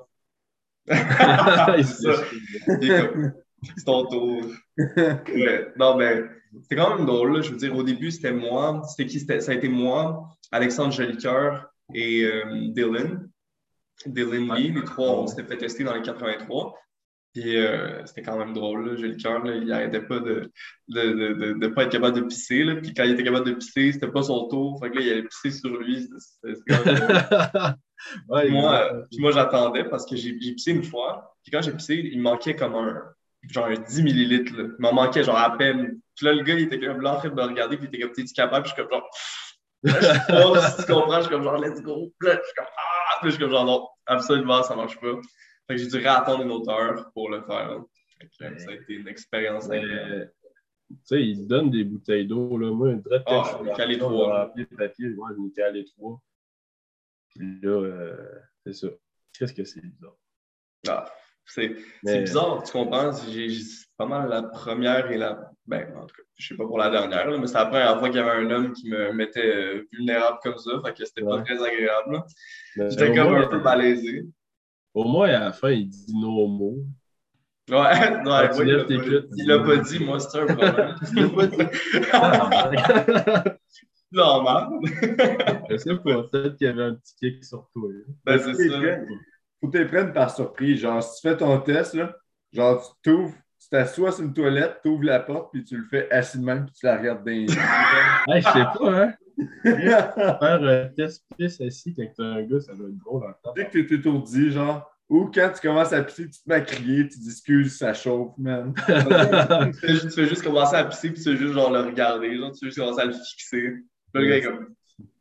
Speaker 4: C'est ça. Il est comme, c'est ton tour. Ouais. Non, mais c'était quand même drôle, là. Je veux dire, au début, c'était moi. C'était qui? C'était, ça a été moi, Alexandre Jolicoeur et euh, Dylan. Dylan Lee, les trois, on s'était fait tester dans les quatre-vingt-trois. Puis euh, c'était quand même drôle, là. Jolicoeur, là, il n'arrêtait pas de ne de, de, de, de pas être capable de pisser. Là. Puis quand il était capable de pisser, c'était pas son tour. Fait que là, il allait pisser sur lui. C'était, c'était quand même drôle.
Speaker 3: Ouais,
Speaker 4: Puis moi,
Speaker 3: il-
Speaker 4: euh, puis moi, j'attendais parce que j'ai, j'ai pissé une fois. Puis quand j'ai pissé, il me manquait comme un, genre un dix millilitres. Là. Il m'en manquait genre à peine. Puis là, le gars, il était comme là en train de me regarder. Puis il était comme, t'es-tu capable? Puis je suis comme genre, là, je force, tu comprends? Je suis comme genre, let's go. Puis là, je suis comme, ah! Puis là, je suis comme genre, non, absolument, ça marche pas. Fait que j'ai dû réattendre une autre heure pour le faire. Fait que, euh, ça a été une expérience agréable.
Speaker 3: Mais, tu sais, ils donnent des bouteilles d'eau, là. Moi, une drette
Speaker 4: Ah,
Speaker 3: quand
Speaker 4: je
Speaker 3: je
Speaker 4: l'ai calé
Speaker 3: suis
Speaker 4: trois, là.
Speaker 3: rempli de papier, moi, je n'ai calé trois. Puis là, euh, c'est ça. Qu'est-ce que c'est bizarre?
Speaker 4: Ah, c'est,
Speaker 3: Mais-
Speaker 4: c'est bizarre, tu comprends? J'ai, j'ai- c'est pas mal la première et la. Ben, en tout cas, je sais pas pour la dernière, là, mais c'est la première fois qu'il y avait un homme qui me mettait euh, vulnérable comme ça. Fait que c'était pas
Speaker 3: Ouais.
Speaker 4: très agréable. Là.
Speaker 3: Mais
Speaker 4: J'étais
Speaker 3: au
Speaker 4: comme
Speaker 3: moins,
Speaker 4: un peu malaisé.
Speaker 3: Au moins, à la fin, il dit nos mots.
Speaker 4: Ouais, ouais,
Speaker 3: Quand tu
Speaker 4: ouais, il
Speaker 3: lèves
Speaker 4: l'a
Speaker 3: tes
Speaker 4: pas-
Speaker 3: culottes,
Speaker 4: il l'a pas dit, moi, c'est un problème.
Speaker 3: Il l'a pas dit.
Speaker 4: Normal.
Speaker 3: Je sais pas, peut-être qu'il y avait un petit kick sur toi. Hein.
Speaker 4: Ben, c'est ça.
Speaker 1: Faut que tu les prennes par surprise. Genre, si tu fais ton test, là, genre, tu t'ouvres, tu t'assois sur une toilette, tu ouvres la porte, puis tu le fais assis de même, puis tu la regardes dans les yeux.
Speaker 3: Hey, je sais pas, hein? Faire un test pisse assis quand t'es un gars, ça doit être drôle en temps.
Speaker 1: Dès que tu es étourdi, genre, ou quand tu commences à pisser, tu te mets à crier, tu dis excuse, ça chauffe, man.
Speaker 4: tu, fais, tu fais juste commencer à pisser, puis tu fais juste genre le regarder, genre, tu fais juste commencer à le fixer. Puis le gars est comme.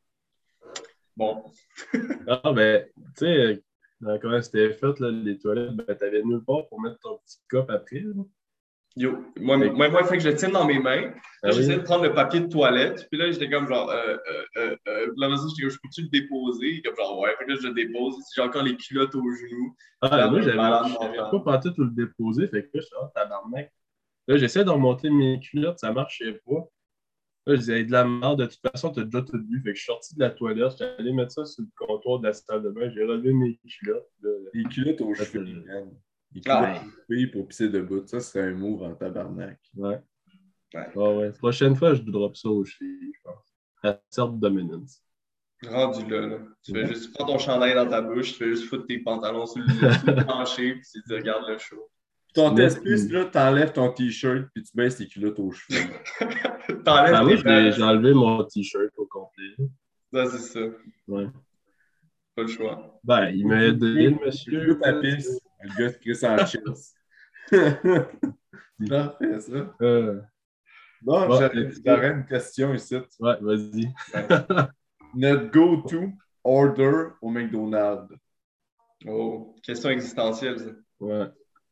Speaker 4: Bon.
Speaker 3: Ah, ben, tu sais, quand c'était fait, là, les toilettes, ben, t'avais nulle part pour mettre ton petit cup après. Là.
Speaker 4: Yo, moi, moi, moi, il faut que je le tienne dans mes mains. Là,
Speaker 3: ah
Speaker 4: j'essayais
Speaker 3: oui?
Speaker 4: de prendre le papier de toilette. Puis là, j'étais comme genre, euh, euh, euh, euh. Là, j'étais comme, je peux-tu le déposer? Comme genre, ouais. Fait que là, je le dépose. J'ai encore les culottes aux genoux.
Speaker 3: Ah,
Speaker 4: là,
Speaker 3: moi, j'avais
Speaker 4: malade,
Speaker 3: pas pensé tout le déposer. Fait que là, je suis ah, tabarnak. Là, j'essaie de remonter mes culottes, ça marchait pas. Là, je disais, de la merde, de toute façon, t'as déjà tout vu. Fait que je suis sorti de la toilette, j'étais allé mettre ça sur le comptoir de la salle de bain, j'ai relevé mes culottes. Là,
Speaker 1: les culottes aux
Speaker 3: ça,
Speaker 1: cheveux,
Speaker 3: euh...
Speaker 1: man. Les culottes
Speaker 4: Ah.
Speaker 1: aux cheveux pour pisser debout. Ça, c'est un move en tabarnak.
Speaker 3: Ouais.
Speaker 4: Ouais.
Speaker 3: Ah ouais. Prochaine fois, je drop ça aux chevilles, je pense. La sorte dominance.
Speaker 4: Rendu là, là. Tu fais juste, tu prends ton chandail dans ta bouche, tu fais juste foutre tes pantalons sur le, sur le plancher, puis tu te dis, regarde le show.
Speaker 1: Ton test piste, là, t'enlèves ton t-shirt, puis tu baisses tes culottes aux cheveux.
Speaker 4: T'enlèves
Speaker 3: ah,
Speaker 4: tes
Speaker 3: moi, j'ai enlevé mon t-shirt au complet.
Speaker 4: Ça, c'est ça.
Speaker 3: Ouais.
Speaker 4: Pas le choix.
Speaker 3: Ben, il m'a aidé, le monsieur.
Speaker 1: Le ta pisse. Le gars qui crée en chills. Parfait, ça.
Speaker 3: Euh...
Speaker 1: Bon,
Speaker 3: bon,
Speaker 1: j'aurais une question ici.
Speaker 3: Ouais, vas-y.
Speaker 1: Notre go-to order au McDonald's.
Speaker 4: Oh, question existentielle, ça.
Speaker 3: Ouais.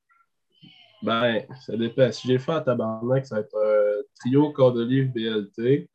Speaker 3: Ben, ça dépend. Si j'ai fait à tabarnak, ça va être un trio corps d'olive B L T,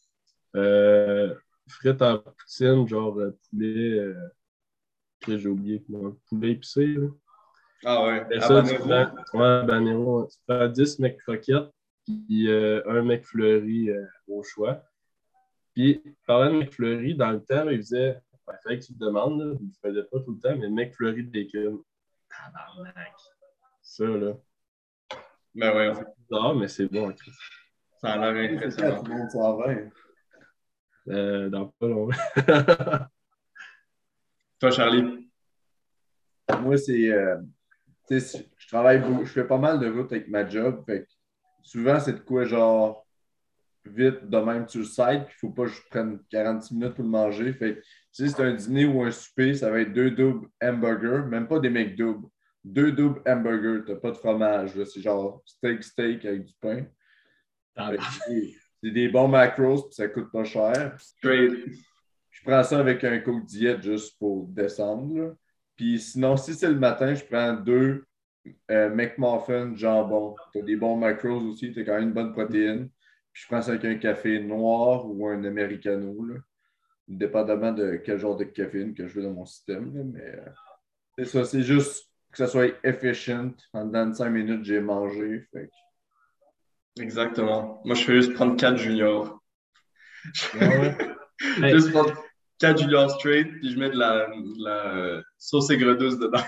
Speaker 3: euh, frites en poutine, genre euh, poulet, euh, que j'ai oublié, comment, poulet épicé. Là.
Speaker 4: Ah ouais,
Speaker 3: et ça, tu prends, ouais, habanero, tu prends dix mecs croquettes, puis euh, un mec fleuri euh, au choix. Puis, parlant de McFlurry, dans le temps, là, il faisait, il fallait que tu te demandes, là, il ne faisait pas tout le temps, mais McFlurry bacon. Tabarnak! Ça, là.
Speaker 4: Ben ouais.
Speaker 3: C'est bizarre, mais c'est bon. Okay.
Speaker 4: Ça a l'air impressionnant.
Speaker 1: Tout le monde s'en va.
Speaker 3: Euh, dans pas long.
Speaker 4: Toi, Charlie?
Speaker 1: Moi, c'est. Euh, tu sais, je travaille beaucoup. Je fais pas mal de routes avec ma job. Fait que souvent, c'est de quoi, genre, vite, de même, tu le sais, puis il faut pas que je prenne quarante-six minutes pour le manger. Fait que, si c'est un dîner ou un souper, ça va être deux doubles hamburgers, même pas des McDoubles. Deux doubles hamburgers, t'as pas de fromage. Là. C'est genre steak, steak avec du pain.
Speaker 3: Ah,
Speaker 1: c'est, c'est des bons macros, puis ça coûte pas cher.
Speaker 4: Straight.
Speaker 1: Je prends ça avec un Coke Diet juste pour descendre. Là. Puis sinon, si c'est le matin, je prends deux euh, McMuffin jambon. T'as des bons macros aussi, t'as quand même une bonne protéine. Puis je prends ça avec un café noir ou un americano, là. Dépendamment de quel genre de caféine que je veux dans mon système. Là. Mais euh, c'est ça, c'est juste que ça soit efficient. En dedans de cinq minutes, j'ai mangé. Fait que...
Speaker 4: Exactement. Moi, je fais juste prendre quatre juniors.
Speaker 3: Ouais, ouais.
Speaker 4: Juste prendre quatre juniors straight, puis je mets de la, de la sauce aigre douce dedans.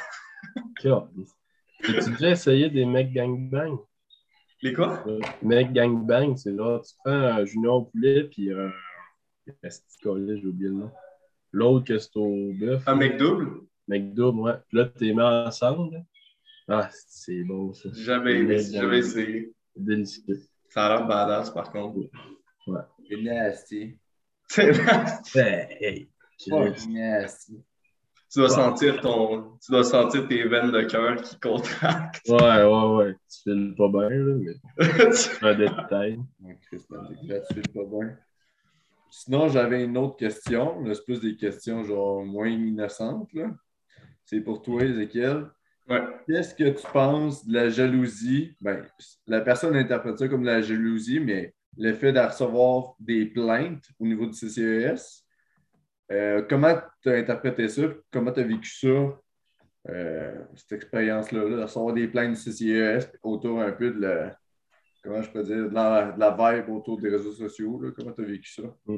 Speaker 3: As-tu déjà essayé des Mec Gangbang?
Speaker 4: Les quoi?
Speaker 3: Euh, Mec Gangbang, c'est là, tu prends un junior au poulet, puis un. Euh, j'ai oublié le nom. L'autre que c'est au bœuf.
Speaker 4: Un McDouble?
Speaker 3: McDouble, ouais. Puis là, tu les mets ensemble. Là. Ah, c'est bon, ça.
Speaker 4: Jamais aimé, jamais essayé.
Speaker 3: C'est délicieux.
Speaker 4: Ça a l'air badass, par contre.
Speaker 3: Ouais.
Speaker 1: C'est nasty.
Speaker 4: C'est nasty.
Speaker 3: Hey,
Speaker 1: Oh, nasty.
Speaker 4: Tu dois, sentir ton, tu dois sentir tes veines de cœur qui contractent.
Speaker 3: Ouais, ouais, ouais. Tu files pas bien, là, mais c'est un détail.
Speaker 1: Ouais, Christophe, tu files pas bien. Sinon, j'avais une autre question. Là, c'est plus des questions genre moins innocentes. Là. C'est pour toi, Ézéchiel.
Speaker 4: Ouais.
Speaker 1: Qu'est-ce que tu penses de la jalousie? Ben, la personne interprète ça comme de la jalousie, mais le fait de recevoir des plaintes au niveau du C C E S. Euh, comment tu as interprété ça? Comment tu as vécu ça? Euh, cette expérience-là, là, de recevoir des plaintes du C C E S autour un peu de la. Comment je peux dire? De la, de la vibe autour des réseaux sociaux. Là. Comment tu as vécu ça?
Speaker 3: Mm.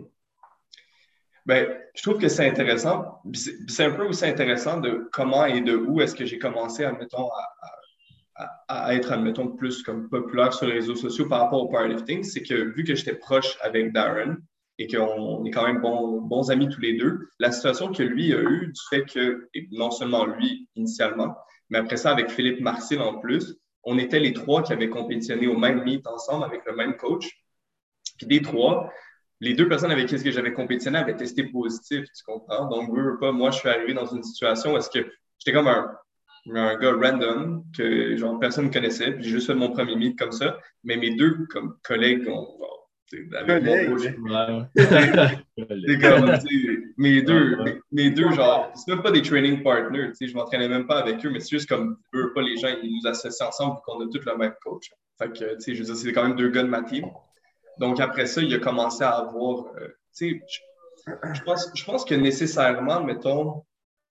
Speaker 4: Ben, je trouve que c'est intéressant. C'est, c'est un peu aussi intéressant de comment et de où est-ce que j'ai commencé, admettons, à, à, à être, admettons, plus comme populaire sur les réseaux sociaux par rapport au powerlifting. C'est que vu que j'étais proche avec Darren et qu'on est quand même bons, bons amis tous les deux. La situation que lui a eue, du fait que, et non seulement lui initialement, mais après ça, avec Philippe Marcil en plus, on était les trois qui avaient compétitionné au même meet ensemble avec le même coach. Puis des trois, les deux personnes avec qui j'avais compétitionné avaient testé positif, tu comprends? Donc, veux, veux pas, moi, je suis arrivé dans une situation où est-ce que j'étais comme un, un gars random que genre personne ne connaissait, puis j'ai juste fait mon premier meet comme ça, mais mes deux comme collègues ont genre, avec mon coach. C'est comme, mes deux, mes, mes deux, genre, c'est même pas des training partners, tu sais, je m'entraînais même pas avec eux, mais c'est juste comme, veux pas, les gens, ils nous associent ensemble pour qu'on a tous le même coach. Fait que, tu sais, je veux dire, c'est quand même deux gars de ma team. Donc, après ça, il a commencé à avoir, euh, tu sais, je, je, pense, je pense que nécessairement, mettons,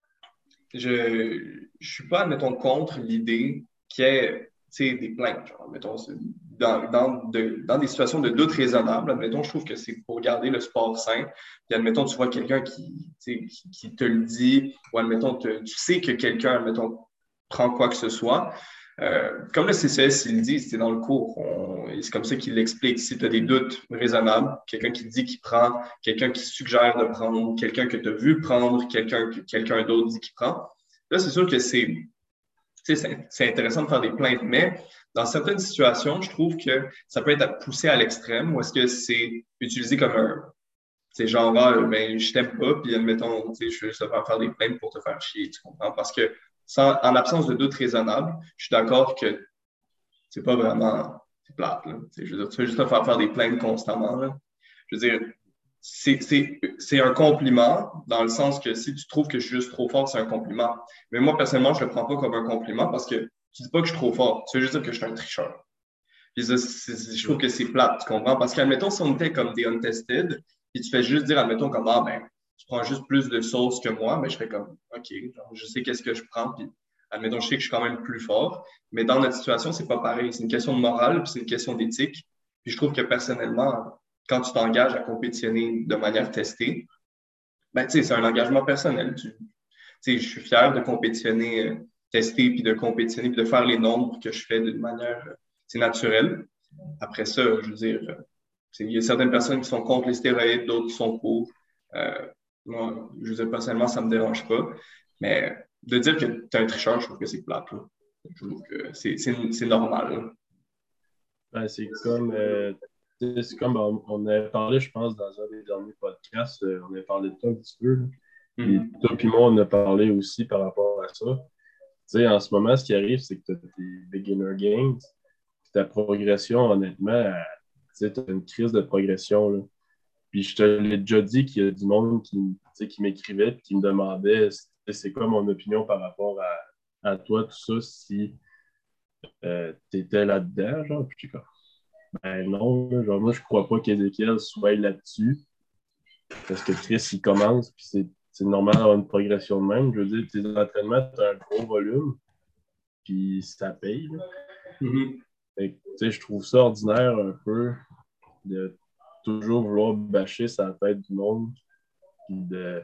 Speaker 4: je je suis pas, mettons, contre l'idée qu'il y ait, tu sais, des plaintes, genre, mettons, dans, dans, de, dans des situations de doute raisonnable, admettons, je trouve que c'est pour garder le sport sain. Puis, admettons, tu vois quelqu'un qui, qui, qui te le dit, ou admettons, te, tu sais que quelqu'un, admettons, prend quoi que ce soit. Euh, comme le C C S, il le dit, c'était dans le cours, on, c'est comme ça qu'il l'explique. Si tu as des doutes raisonnables, quelqu'un qui dit qu'il prend, quelqu'un qui suggère de prendre, quelqu'un que tu as vu prendre, quelqu'un que quelqu'un d'autre dit qu'il prend, là, c'est sûr que c'est, c'est, c'est intéressant de faire des plaintes, mais dans certaines situations, je trouve que ça peut être poussé à l'extrême, ou est-ce que c'est utilisé comme un, c'est genre, ah, ben, je t'aime pas, puis admettons, tu sais, je vais te faire faire des plaintes pour te faire chier, tu comprends? Parce que sans, en absence de doute raisonnable, je suis d'accord que c'est pas vraiment, c'est plate, là. Je veux dire, tu veux juste te faire faire des plaintes constamment, là. Je veux dire, c'est, c'est, c'est un compliment dans le sens que si tu trouves que je suis juste trop fort, c'est un compliment. Mais moi, personnellement, je le prends pas comme un compliment parce que tu dis pas que je suis trop fort. Tu veux juste dire que je suis un tricheur. Puis ça, c'est, c'est, je trouve que c'est plate, tu comprends? Parce qu'admettons, si on était comme des untested, puis tu fais juste dire, admettons, comme, ah, ben, tu prends juste plus de sauce que moi, mais je fais comme, OK, genre, je sais qu'est-ce que je prends, puis admettons, je sais que je suis quand même plus fort. Mais dans notre situation, c'est pas pareil. C'est une question de morale, puis c'est une question d'éthique. Puis je trouve que personnellement, quand tu t'engages à compétitionner de manière testée, ben, tu sais, c'est un engagement personnel. Tu sais, je suis fier de compétitionner, euh, tester, puis de compétitionner, puis de faire les nombres que je fais d'une manière, euh, c'est naturel. Après ça, je veux dire, euh, il y a certaines personnes qui sont contre les stéroïdes, d'autres qui sont pour. Euh, moi, je veux dire, personnellement, ça ne me dérange pas. Mais de dire que tu es un tricheur, je trouve que c'est plate, là. Je trouve que c'est, c'est, c'est normal,
Speaker 3: ben, c'est comme, euh, c'est comme on, on avait parlé, je pense, dans un des derniers podcasts, euh, on avait parlé de ça un petit peu. Là. Puis mm-hmm. Toi et moi, on a parlé aussi par rapport à ça. Tu sais, en ce moment, ce qui arrive, c'est que tu as des beginner games. Puis ta progression, honnêtement, tu as une crise de progression. Là. Puis je te l'ai déjà dit qu'il y a du monde qui, qui m'écrivait et qui me demandait c'est quoi mon opinion par rapport à, à toi, tout ça, si euh, tu étais là-dedans. Genre, puis je suis comme, ben non, genre, moi je crois pas qu'Ézéchiel soit là-dessus. Parce que Chris, il commence, puis c'est, c'est normal d'avoir une progression de même. Je veux dire, tes entraînements, tu as un gros volume, puis ça paye. Mm-hmm. Fait que, je trouve ça ordinaire un peu de toujours vouloir bâcher sa tête du monde. Puis de,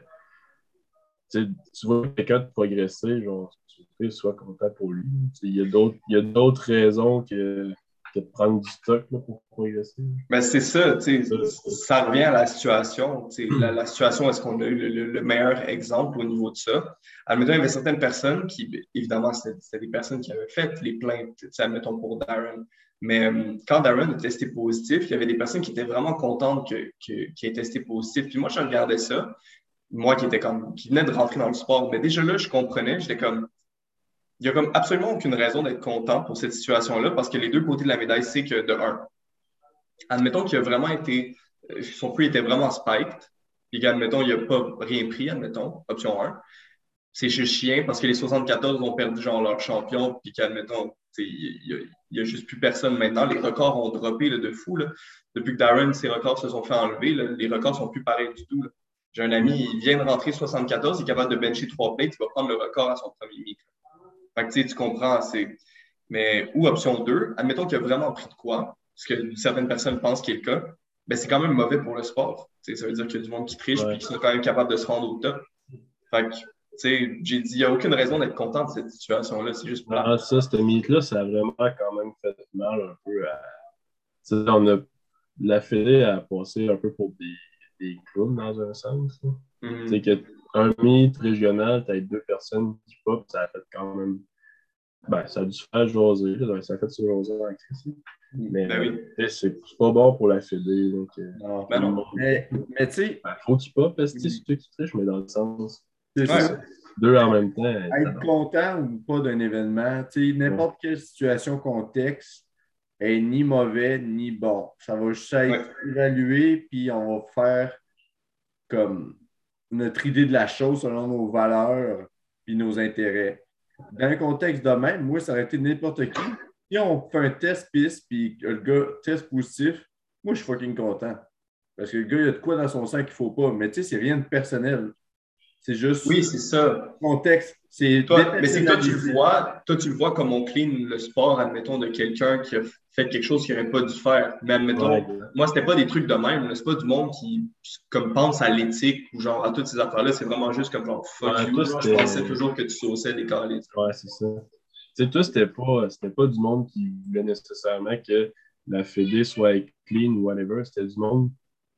Speaker 3: tu vois quelqu'un de progresser, genre, tu sois content pour lui. Il y a d'autres, il y a d'autres raisons que, que de prendre du stock là, pour progresser.
Speaker 4: Ben, c'est ça, tu sais, ça revient à la situation. La, la situation, est-ce qu'on a eu le, le, le meilleur exemple au niveau de ça? Admettons, il y avait certaines personnes qui, évidemment, c'était, c'était des personnes qui avaient fait les plaintes, admettons pour Darren. Mais euh, quand Darren a testé positif, il y avait des personnes qui étaient vraiment contentes que, que, qu'il ait testé positif. Puis moi, je regardais ça. Moi qui était comme qui venais de rentrer dans le sport, mais déjà là, je comprenais, j'étais comme il n'y a comme absolument aucune raison d'être content pour cette situation-là, parce que les deux côtés de la médaille, c'est que de un, admettons qu'il a vraiment été, son prix était vraiment spiked, puis qu'admettons, il n'a pas rien pris, admettons, option un. C'est juste chien parce que les soixante-quatorze ont perdu genre leur champion, puis qu'admettons, il n'y a, a juste plus personne maintenant. Les records ont droppé là, de fou. Là. Depuis que Darren, ses records se sont fait enlever, là, les records ne sont plus pareils du tout. Là. J'ai un ami, il vient de rentrer soixante-quatorze, il est capable de bencher trois plates, il va prendre le record à son premier meet. Fait que tu sais, tu comprends, c'est. Mais, ou option deux, admettons qu'il a vraiment pris de quoi, ce que certaines personnes pensent qu'il est le cas, ben c'est quand même mauvais pour le sport. T'sais, ça veut dire qu'il y a du monde qui triche et ouais. qui sont quand même capables de se rendre au top. Fait que, tu sais, j'ai dit, il n'y a aucune raison d'être content de cette situation-là, c'est juste plat.
Speaker 3: Ah, ça, cette meet-là, ça a vraiment quand même fait mal un peu à. T'sais, on a. La Fédé a passé un peu pour des. des clowns dans un sens.
Speaker 4: Mm-hmm.
Speaker 3: Tu sais, qu'un meet régional, tu as deux personnes qui pop, ça a fait quand même. Ben, ça a dû se faire jaser, là, ça a fait se jaser en Christ. Mais
Speaker 4: Ben oui.
Speaker 3: euh, c'est pas bon pour la Fédé. Donc, euh,
Speaker 1: Non.
Speaker 4: Ben non.
Speaker 1: Mais, mais tu sais,
Speaker 3: ben, faut qu'ils pop, parce que c'est ceux qui trichent, mais dans le sens.
Speaker 1: c'est
Speaker 4: Ouais.
Speaker 1: ça.
Speaker 3: Deux en même temps.
Speaker 1: Être content ou pas d'un événement, tu sais, n'importe quelle situation, contexte, est ni mauvais ni bon. Ça va juste être
Speaker 4: Ouais.
Speaker 1: évalué, puis on va faire comme notre idée de la chose selon nos valeurs puis nos intérêts. Dans un contexte de même, moi, ça aurait été n'importe qui. Si on fait un test piste, puis que le gars teste positif, moi, je suis fucking content. Parce que le gars, il y a de quoi dans son sang qu'il ne faut pas. Mais tu sais, c'est rien de personnel. C'est juste
Speaker 4: Oui, c'est ça.
Speaker 1: contexte. C'est
Speaker 4: Toi, mais c'est que toi, tu le
Speaker 1: dépersonnalisé.
Speaker 4: vois, toi, tu le vois comme on clean le sport, admettons, de quelqu'un qui a fait quelque chose qu'il n'aurait pas dû faire. Mais admettons,
Speaker 3: Ouais.
Speaker 4: moi, c'était pas des trucs de même. là. C'est pas du monde qui comme pense à l'éthique ou genre à toutes ces affaires-là. C'est vraiment juste comme genre fuck
Speaker 3: Ouais,
Speaker 4: you.
Speaker 3: toi,
Speaker 4: genre, je
Speaker 3: c'était-
Speaker 4: pensais toujours que tu saussais des calices.
Speaker 3: Ouais, c'est ça. Tu sais, toi, c'était pas, c'était pas du monde qui voulait nécessairement que la Fédé soit clean ou whatever. C'était du monde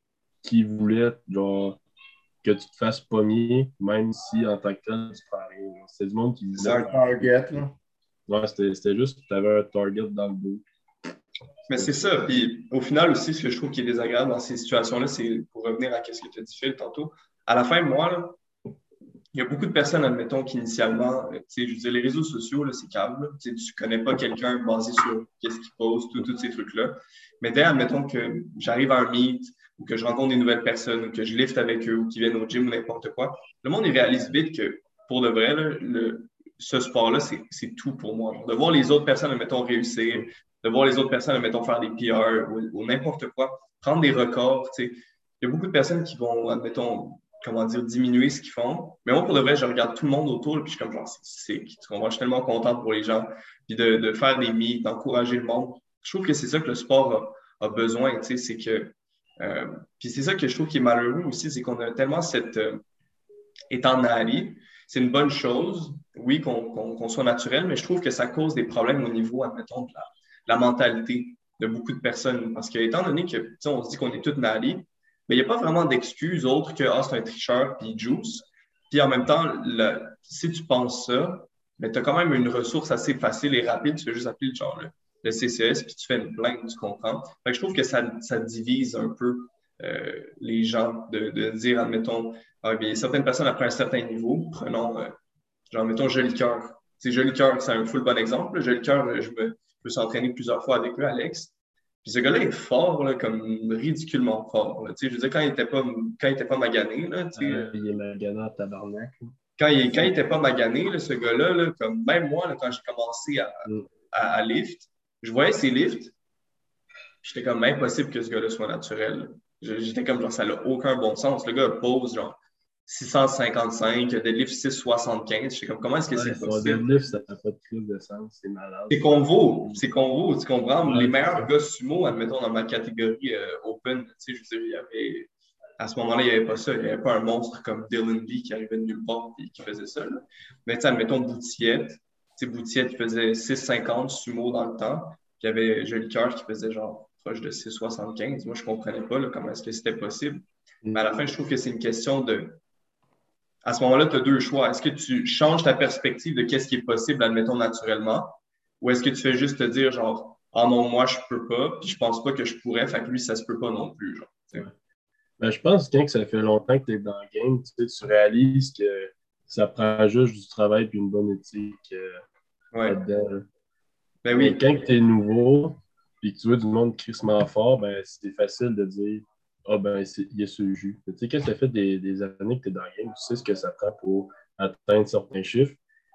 Speaker 3: qui voulait, genre, que tu te fasses pogner, même si en tant que tel, tu prends rien. genre. C'était du monde qui
Speaker 1: C'est un
Speaker 3: voulait.
Speaker 1: target, là.
Speaker 3: Ouais, c'était, c'était juste que tu avais un target dans le dos.
Speaker 4: Mais c'est ça. Puis au final aussi, ce que je trouve qui est désagréable dans ces situations-là, c'est pour revenir à ce que tu as dit, Phil, tantôt. À la fin, moi, là, il y a beaucoup de personnes, admettons, qu'initialement, tu sais, je veux dire, les réseaux sociaux, là, c'est câble. là. Tu sais, tu connais pas quelqu'un basé sur qu'est-ce qu'il poste, tous ces trucs-là. Mais dès, admettons, que j'arrive à un meet ou que je rencontre des nouvelles personnes ou que je lift avec eux ou qu'ils viennent au gym ou n'importe quoi, le monde, il réalise vite que, pour de vrai, là, le, ce sport-là, c'est, c'est tout pour moi. Genre, de voir les autres personnes, admettons, réussir, de voir les autres personnes, admettons, faire des P R ou, ou n'importe quoi, prendre des records, tu sais. Il y a beaucoup de personnes qui vont, admettons, comment dire, diminuer ce qu'ils font. Mais moi, pour de vrai, je regarde tout le monde autour, puis je suis comme genre, c'est sick. Tu comprends? Je suis tellement content pour les gens. Puis de, de faire des meets, d'encourager le monde. Je trouve que c'est ça que le sport a, a besoin, tu sais, c'est que... Euh, puis c'est ça que je trouve qui est malheureux aussi, c'est qu'on a tellement cette... Euh, étant nari, c'est une bonne chose, oui, qu'on, qu'on, qu'on soit naturel, mais je trouve que ça cause des problèmes au niveau, admettons, de la, la mentalité de beaucoup de personnes. Parce que, étant donné que, tu sais, on se dit qu'on est tous nari, mais il n'y a pas vraiment d'excuses autres que ah, c'est un tricheur puis il juice. Puis en même temps, le, si tu penses ça, mais tu as quand même une ressource assez facile et rapide. Tu fais juste appeler genre le, le C C S puis tu fais une plainte, tu comprends. Fait que je trouve que ça, ça divise un peu euh, les gens de, de dire, admettons, ah, bien, certaines personnes après un certain niveau, prenons, euh, genre, mettons, Joli Cœur. C'est Joli Cœur, c'est un full bon exemple. Joli Cœur, je me, je me suis entraîné plusieurs fois avec eux, Alex. Puis ce gars-là est fort, là, comme ridiculement fort. Là. Je veux dire, quand il n'était pas, quand il était pas magané, là,
Speaker 3: euh, il est magané en tabarnak. Là.
Speaker 4: Quand il quand n'était pas magané, là, ce gars-là, là, comme même moi, là, quand j'ai commencé à,
Speaker 3: mm.
Speaker 4: à, à lift, je voyais ses lifts, j'étais comme impossible que ce gars-là soit naturel. J'étais comme genre, ça n'a aucun bon sens. Le gars pose genre six cent cinquante-cinq, deadlift six cent soixante-quinze. J'étais comme, comment est-ce que
Speaker 3: Ouais,
Speaker 4: c'est
Speaker 3: son
Speaker 4: possible?
Speaker 3: deadlift, ça n'a pas de plus de sens, c'est malade.
Speaker 4: C'est qu'on vaut, c'est qu'on vaut, tu comprends?
Speaker 3: Ouais,
Speaker 4: les meilleurs gars sumo, admettons, dans ma catégorie euh, open, tu sais, je veux dire, il y avait, à ce moment-là, il n'y avait pas ça. Il n'y avait pas un monstre comme Dylan Lee qui arrivait de nulle part et qui faisait ça. Là. Mais tu sais, admettons, Boutiette, tu sais, Boutiette, qui faisait six cinquante sumo dans le temps, puis il y avait Joli Cœur qui faisait genre proche de six soixante-quinze. Moi, je ne comprenais pas là, comment est-ce que c'était possible. Mm. Mais à la fin, je trouve que c'est une question de... À ce moment-là, tu as deux choix. Est-ce que tu changes ta perspective de qu'est-ce qui est possible, admettons, naturellement, ou est-ce que tu fais juste te dire, genre, ah oh non, moi, je peux pas, puis je pense pas que je pourrais, fait que lui, ça se peut pas non plus, genre. Ouais.
Speaker 3: Ben, je pense que quand ça fait longtemps que tu es dans le game, tu, sais, tu réalises que ça prend juste du travail et une bonne éthique euh,
Speaker 4: ouais.
Speaker 3: là-dedans.
Speaker 4: Ben oui.
Speaker 3: Mais quand tu es nouveau et que tu veux du monde crissement fort, ben, c'est facile de dire ah oh, ben il y a ce jus. Tu sais, quand ça fait des, des années que tu es dans le game, tu sais ce que ça prend pour atteindre certains chiffres.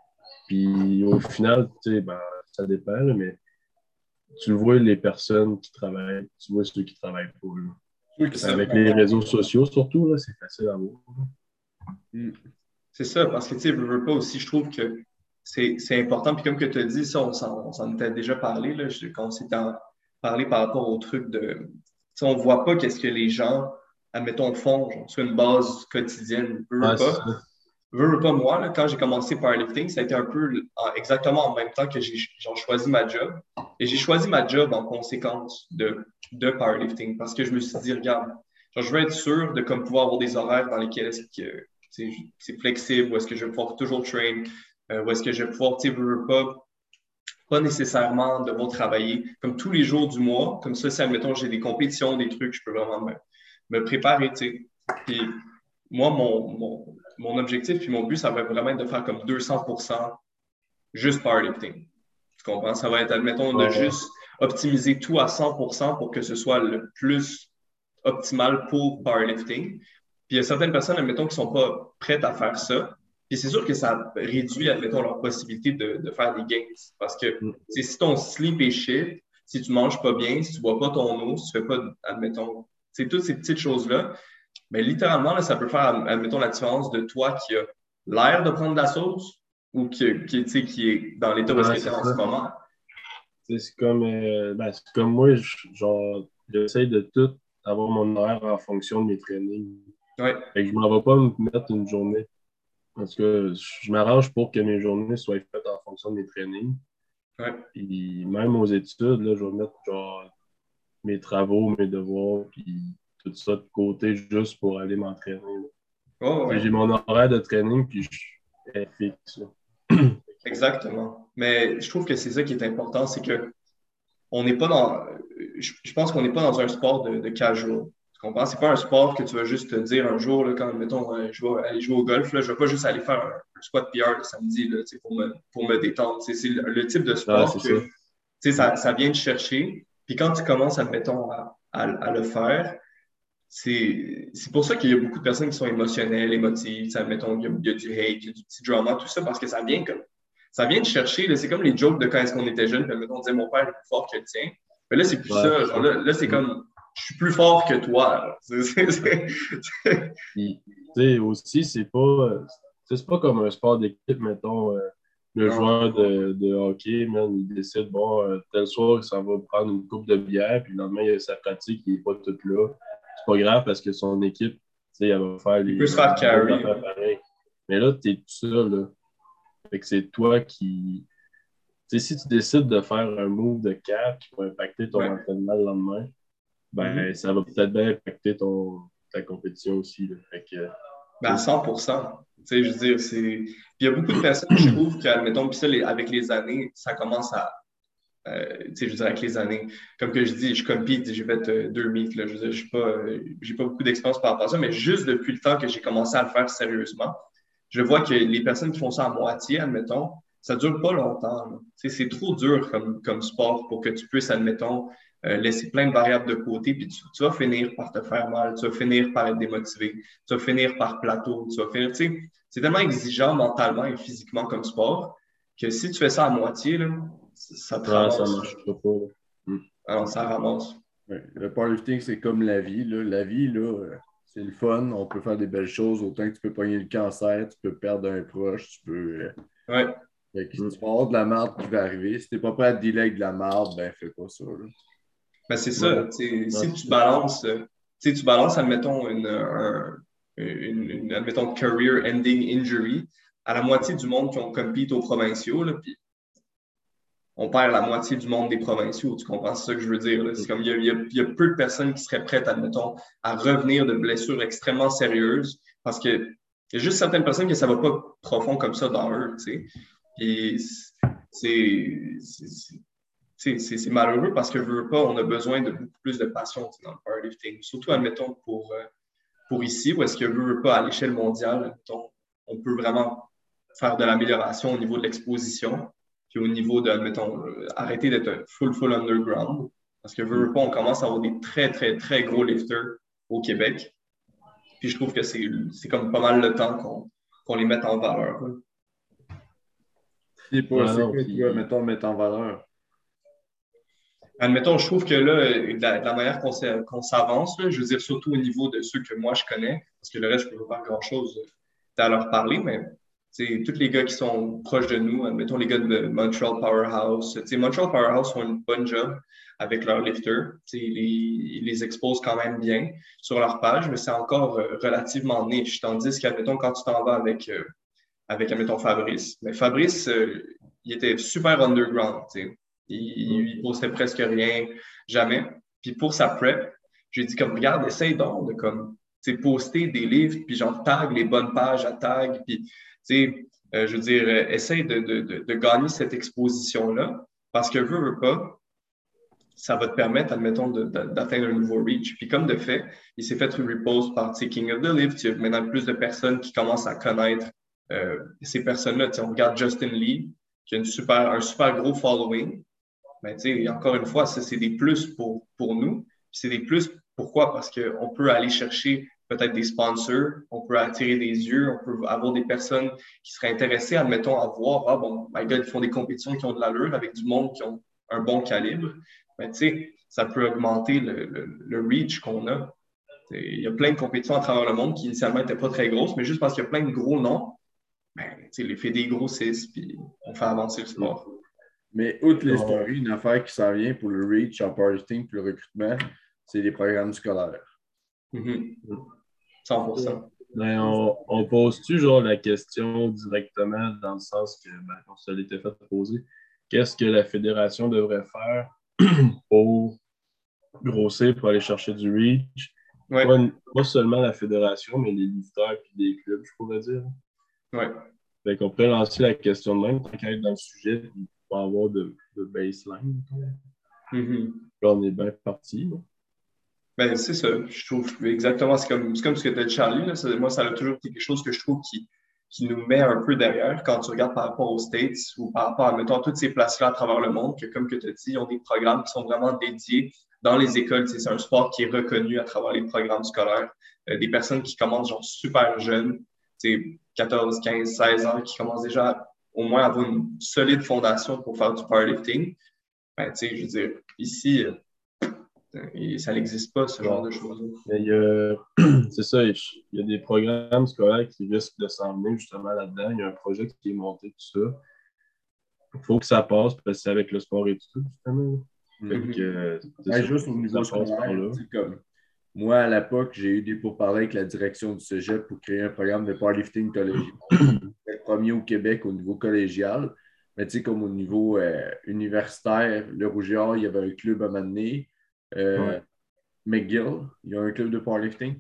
Speaker 3: Puis au final, tu sais, ben, ça dépend, là, mais tu vois les personnes qui travaillent, tu vois ceux qui travaillent pour eux. Avec les réseaux sociaux, surtout, là, c'est facile à voir.
Speaker 4: Mm. C'est ça, parce que tu sais, je veux pas aussi, je trouve que c'est, c'est important. Puis comme que tu as dit, ça, on s'en, on s'en était déjà parlé, là, quand on s'est parlé par rapport au truc de. Tu sais, on voit pas qu'est-ce que les gens, admettons, font, genre, sur une base quotidienne. Veux,
Speaker 3: ah,
Speaker 4: pas. Veux, veux pas, moi, là, quand j'ai commencé powerlifting, ça a été un peu exactement en même temps que j'ai genre, choisi ma job. Et j'ai choisi ma job en conséquence de, de powerlifting parce que je me suis dit, regarde, Genre, je veux être sûr de comme, pouvoir avoir des horaires dans lesquels est-ce que c'est, c'est flexible, où est-ce que je vais pouvoir toujours train, euh, où est-ce que je vais pouvoir, tu sais, veux, veux pas, pas nécessairement devoir travailler comme tous les jours du mois. Comme ça, si, admettons, j'ai des compétitions, des trucs, je peux vraiment me, me préparer, tu sais. Puis moi, mon, mon, mon objectif puis mon but, ça va vraiment être de faire comme deux cents pour cent juste powerlifting. Tu comprends? Ça va être, admettons, de juste optimiser tout à cent pour cent pour que ce soit le plus optimal pour powerlifting. Puis il y a certaines personnes, admettons, qui ne sont pas prêtes à faire ça. Puis c'est sûr que ça réduit, admettons, leur possibilité de, de faire des gains. Parce que si ton sleep est shit, si tu ne manges pas bien, si tu ne bois pas ton eau, si tu ne fais pas, admettons, c'est toutes ces petites choses-là, mais littéralement, là, ça peut faire, admettons, la différence de toi qui a l'air de prendre de la sauce ou qui, qui, qui est dans l'état où est-ce que tu es en ce moment.
Speaker 3: C'est comme, euh, ben, c'est comme moi, je, genre, j'essaie de tout avoir mon horaire en fonction de mes trainings.
Speaker 4: Ouais.
Speaker 3: Fait que je ne m'en vais pas me mettre une journée. Parce que je m'arrange pour que mes journées soient faites en fonction de mes trainings.
Speaker 4: Ouais.
Speaker 3: Puis même aux études, là, je vais mettre genre mes travaux, mes devoirs, puis tout ça de côté juste pour aller m'entraîner.
Speaker 4: Oh, ouais.
Speaker 3: J'ai mon horaire de training, puis je suis fixe.
Speaker 4: Exactement. Mais je trouve que c'est ça qui est important, c'est que on n'est pas dans. Je, je pense qu'on n'est pas dans un sport de, de casual. Tu comprends? C'est pas un sport que tu vas juste te dire un jour, là, quand, mettons, euh, je vais aller jouer au golf, là, je vais pas juste aller faire un, un squat P R le samedi là, pour, me, pour me détendre. C'est, c'est le, le type de sport
Speaker 3: ah,
Speaker 4: que ça. Ça, ça vient te chercher. Puis quand tu commences, admettons, à, à, à le faire, c'est, c'est pour ça qu'il y a beaucoup de personnes qui sont émotionnelles, émotives. Admettons, il y, a, il y a du hate, il y a du petit drama, tout ça, parce que ça vient comme. Ça vient te chercher, là, c'est comme les jokes de quand est-ce qu'on était jeune, puis mettons, on disait mon père est plus fort que le tien. Mais là, c'est plus ouais, ça. Genre, là, là, c'est comme je suis plus fort que toi. C'est, c'est, c'est...
Speaker 3: Tu sais, aussi, c'est pas, c'est pas comme un sport d'équipe, mettons. Euh, le non. joueur de, de hockey, man, il décide, bon, euh, tel soir, ça va prendre une coupe de bière, puis le lendemain, il a sa pratique, il n'est pas tout là. C'est pas grave parce que son équipe, tu sais, elle va faire les.
Speaker 4: Il peut se faire carry.
Speaker 3: Mais là, tu es tout seul, là. Fait que c'est toi qui. Tu sais, si tu décides de faire un move de cap qui va impacter ton ouais. entraînement le lendemain, ben, mm-hmm. ça va peut-être bien impacter ton, ta compétition aussi. Là. Fait que,
Speaker 4: ben, à cent pour cent. Tu sais, je veux dire, c'est. Puis il y a beaucoup de personnes, je trouve, qu'admettons, puis ça, les, avec les années, ça commence à. Euh, tu sais, je veux dire, avec les années, comme que je dis, je compete, j'ai fait euh, deux meets, là, je veux dire, je n'ai pas, euh, j'ai pas beaucoup d'expérience par rapport à ça, mais juste depuis le temps que j'ai commencé à le faire sérieusement, je vois que les personnes qui font ça à moitié, admettons, ça ne dure pas longtemps. Tu sais, c'est trop dur comme, comme sport pour que tu puisses, admettons, euh, laisser plein de variables de côté, puis tu, tu vas finir par te faire mal, tu vas finir par être démotivé, tu vas finir par plateau, tu vas finir, tu sais, c'est tellement exigeant mentalement et physiquement comme sport que si tu fais ça à moitié, là, ça te
Speaker 3: ouais,
Speaker 4: ramasse.
Speaker 3: Ça marche pas.
Speaker 4: Mm. Alors, ça ramasse.
Speaker 1: Ouais, le powerlifting, c'est comme la vie. Là. La vie, là, c'est le fun. On peut faire des belles choses. Autant que tu peux pogner le cancer, tu peux perdre un proche, tu peux.
Speaker 4: Ouais.
Speaker 1: Fait que, mm. Tu vas avoir de la merde qui va arriver. Si tu n'es pas prêt à te dealer avec de la merde, ben fais pas ça. Là.
Speaker 4: Ben, c'est ça. Ouais. Si ouais. tu balances, tu tu balances, admettons, une, un, une, une admettons, career-ending injury à la moitié du monde qui ont compete aux provinciaux, là, puis on perd la moitié du monde des provinciaux. Tu comprends? C'est ça que je veux dire. Là. C'est comme il y, a, il, y a, il y a peu de personnes qui seraient prêtes, admettons, à revenir de blessures extrêmement sérieuses parce qu'il y a juste certaines personnes que ça ne va pas profond comme ça dans eux. Tu sais. Et c'est, c'est, c'est, c'est, c'est malheureux parce que, je veux pas, on a besoin de beaucoup plus de passion dans le powerlifting. Surtout, admettons, pour, pour ici, où est-ce que, je veux pas, à l'échelle mondiale, admettons, on peut vraiment faire de l'amélioration au niveau de l'exposition. Puis au niveau de, mettons, euh, arrêter d'être full, full underground. Parce que, veux, veux pas, on commence à avoir des très, très, très gros lifters au Québec. Puis je trouve que c'est, c'est comme pas mal le temps qu'on, qu'on les mette en valeur.
Speaker 1: C'est pas, c'est quoi, tu vas, mettons, mettre en valeur?
Speaker 4: Admettons, je trouve que là, de la, de la manière qu'on, qu'on s'avance, là, je veux dire, surtout au niveau de ceux que moi je connais, parce que le reste, je peux pas faire grand-chose à leur parler, mais c'est tous les gars qui sont proches de nous, admettons les gars de Montreal Powerhouse. T'sais, Montreal Powerhouse font une bonne job avec leurs lifters. Ils les, ils les exposent quand même bien sur leur page, mais c'est encore euh, relativement niche. Tandis qu'admettons, quand tu t'en vas avec, euh, avec admettons, Fabrice, mais Fabrice, euh, il était super underground. T'sais. Il, il postait presque rien, jamais. Puis pour sa prep, j'ai dit comme, regarde, essaye donc de comme, tu sais, poster des livres, puis genre tag les bonnes pages à tag, puis, tu sais, euh, je veux dire, euh, essaye de, de, de, de gagner cette exposition-là, parce que veux, veux pas, ça va te permettre, admettons, de, de, d'atteindre un nouveau reach. Puis comme de fait, il s'est fait repost par King of the Lift. Il y a maintenant plus de personnes qui commencent à connaître euh, ces personnes-là. T'sais, on regarde Justin Lee, qui a une super, un super gros following. Mais encore une fois, ça, c'est des plus pour, pour nous. Puis c'est des plus, pourquoi? Parce qu'on peut aller chercher peut-être des sponsors, on peut attirer des yeux, on peut avoir des personnes qui seraient intéressées, admettons, à voir, ah bon, my God, ils font des compétitions qui ont de l'allure avec du monde qui ont un bon calibre. Mais tu sais, ça peut augmenter le, le, le reach qu'on a. Il y a plein de compétitions à travers le monde qui initialement n'étaient pas très grosses, mais juste parce qu'il y a plein de gros noms, ben, l'effet des grossissent, puis on fait avancer le sport.
Speaker 1: Mais outre les stories, une affaire qui s'en vient pour le reach en powerlifting pour le recrutement, c'est les programmes scolaires.
Speaker 4: Mm-hmm. cent pour cent.
Speaker 3: Ben, on, on pose-tu genre la question directement dans le sens que, ben, on se l'était fait poser, qu'est-ce que la fédération devrait faire pour grossir, pour aller chercher du reach?
Speaker 4: Ouais.
Speaker 3: Pas, pas seulement la fédération, mais les lifters et les clubs, je pourrais dire.
Speaker 4: Ouais.
Speaker 3: Fait qu'on pourrait lancer la question de même, tant qu'à être dans le sujet, puis pas avoir de, de baseline.
Speaker 4: Mm-hmm.
Speaker 3: Là, on est bien parti. Là.
Speaker 4: Ben, c'est ça. Je trouve exactement, c'est comme, c'est comme ce que tu as dit, Charlie. Là. Ça, moi, ça a toujours été quelque chose que je trouve qui, qui nous met un peu derrière quand tu regardes par rapport aux States ou par rapport à, mettons, toutes ces places-là à travers le monde, que comme que tu as dit, ils ont des programmes qui sont vraiment dédiés dans les écoles. C'est un sport qui est reconnu à travers les programmes scolaires. Euh, des personnes qui commencent genre super jeunes, quatorze, quinze, seize ans, qui commencent déjà à, au moins à avoir une solide fondation pour faire du powerlifting. Ben, tu sais, je veux dire, ici, euh, ça n'existe pas, ce genre de choses.
Speaker 3: Mais il y a, c'est ça, il y a des programmes scolaires qui risquent de s'en venir justement là-dedans. Il y a un projet qui est monté, tout ça. Il faut que ça passe, parce que c'est avec le sport et tout, justement.
Speaker 1: Mm-hmm.
Speaker 3: Fait que,
Speaker 1: ouais, ça, juste au niveau scolaire, c'est comme... Moi, à l'époque, j'ai eu des pourparlers avec la direction du cégep pour créer un programme de powerlifting collégial. C'était le premier au Québec au niveau collégial. Mais tu sais, comme au niveau euh, universitaire, le Rouge-et-Or, il y avait un club à m'amener. Euh, ouais. McGill, il y a un club de powerlifting.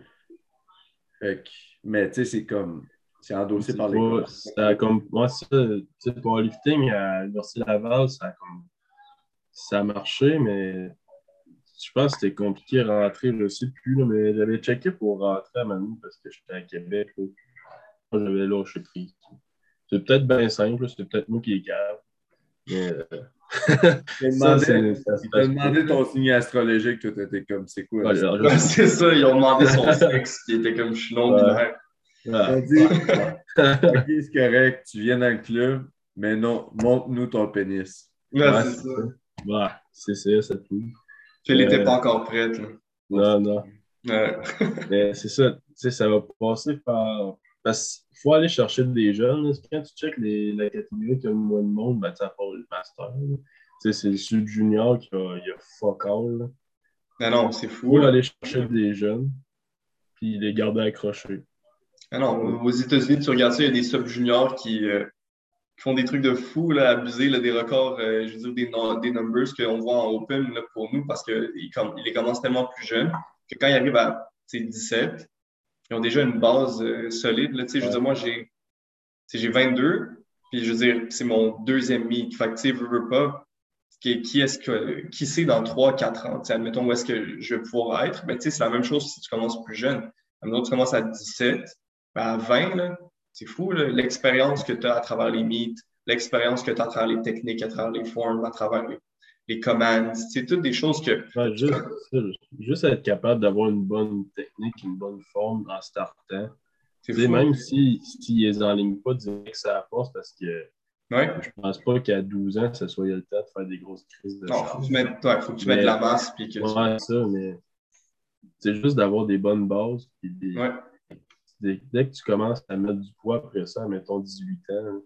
Speaker 1: Fait que, mais tu sais, c'est comme... C'est endossé
Speaker 3: c'est
Speaker 1: par les
Speaker 3: pas, ça a comme, moi, ça, tu sais, powerlifting à l'Université Laval, ça a comme... Ça a marché, mais... Je pense que c'était compliqué à rentrer, je ne sais plus, là, mais j'avais checké pour rentrer à Manu parce que j'étais à Québec. Là. Moi, j'avais lâché prise. C'est peut-être bien simple, c'est peut-être moi qui est cave. Mais. Euh...
Speaker 1: Ils t'ont demandé ton signe astrologique, toi, t'étais comme, c'est quoi?
Speaker 4: Ouais, alors, je... C'est ça, ils ont demandé son sexe, qui était comme, je suis non-binaire.
Speaker 1: Ouais. Ils ont dit, ok, c'est correct, tu viens dans le club, mais non, montre-nous ton pénis.
Speaker 4: Ouais, ouais, c'est ça. ça.
Speaker 3: Ouais, c'est ça, c'est tout.
Speaker 4: Elle n'était euh, pas encore prête. Là.
Speaker 3: Non, non.
Speaker 4: Ouais.
Speaker 3: Mais c'est ça, tu sais, ça va passer par... Parce qu'il faut aller chercher des jeunes. Là. Quand tu checkes les, la catégorie qui a le moins de monde, ben, tu as pas le master. Tu sais, c'est le sud junior qui a, il a fuck all. Là.
Speaker 4: Ah non, c'est fou.
Speaker 3: Il faut aller chercher des jeunes, puis les garder accrochés.
Speaker 4: Ah non, aux États-Unis, tu regardes ça, il y a des sub-juniors qui... Euh... qui font des trucs de fou, là, abusés, là, des records, euh, je veux dire, des, no- des numbers qu'on voit en open là, pour nous parce qu'ils com- les commencent tellement plus jeunes que quand ils arrivent à dix-sept, ils ont déjà une base euh, solide. Là, je veux dire, moi, j'ai, j'ai vingt-deux, puis je veux dire, c'est mon deuxième meet. Fait que, tu sais, veux, veux pas, qui, qui est-ce que, qui sait dans trois quatre ans, admettons où est-ce que je vais pouvoir être, ben, c'est la même chose si tu commences plus jeune. Admettons, tu commences à dix-sept, ben, à vingt, là, c'est fou, là, l'expérience que tu as à travers les meets, l'expérience que tu as à travers les techniques, à travers les formes, à travers les, les commands. C'est toutes des choses que...
Speaker 3: Ouais, juste, juste être capable d'avoir une bonne technique, une bonne forme en startant. C'est même s'ils si, si les enlignent pas, dire que ça apporte parce que
Speaker 4: ouais.
Speaker 3: je pense pas qu'à douze ans, ça soit le temps de faire des grosses crises de
Speaker 4: non, il faut que tu mettes, ouais, faut que tu mais, mettes la masse. Puis que
Speaker 3: ouais,
Speaker 4: tu...
Speaker 3: ça, mais c'est juste d'avoir des bonnes bases. Puis des,
Speaker 4: ouais.
Speaker 3: Dès, dès que tu commences à mettre du poids après ça, mettons dix-huit ans,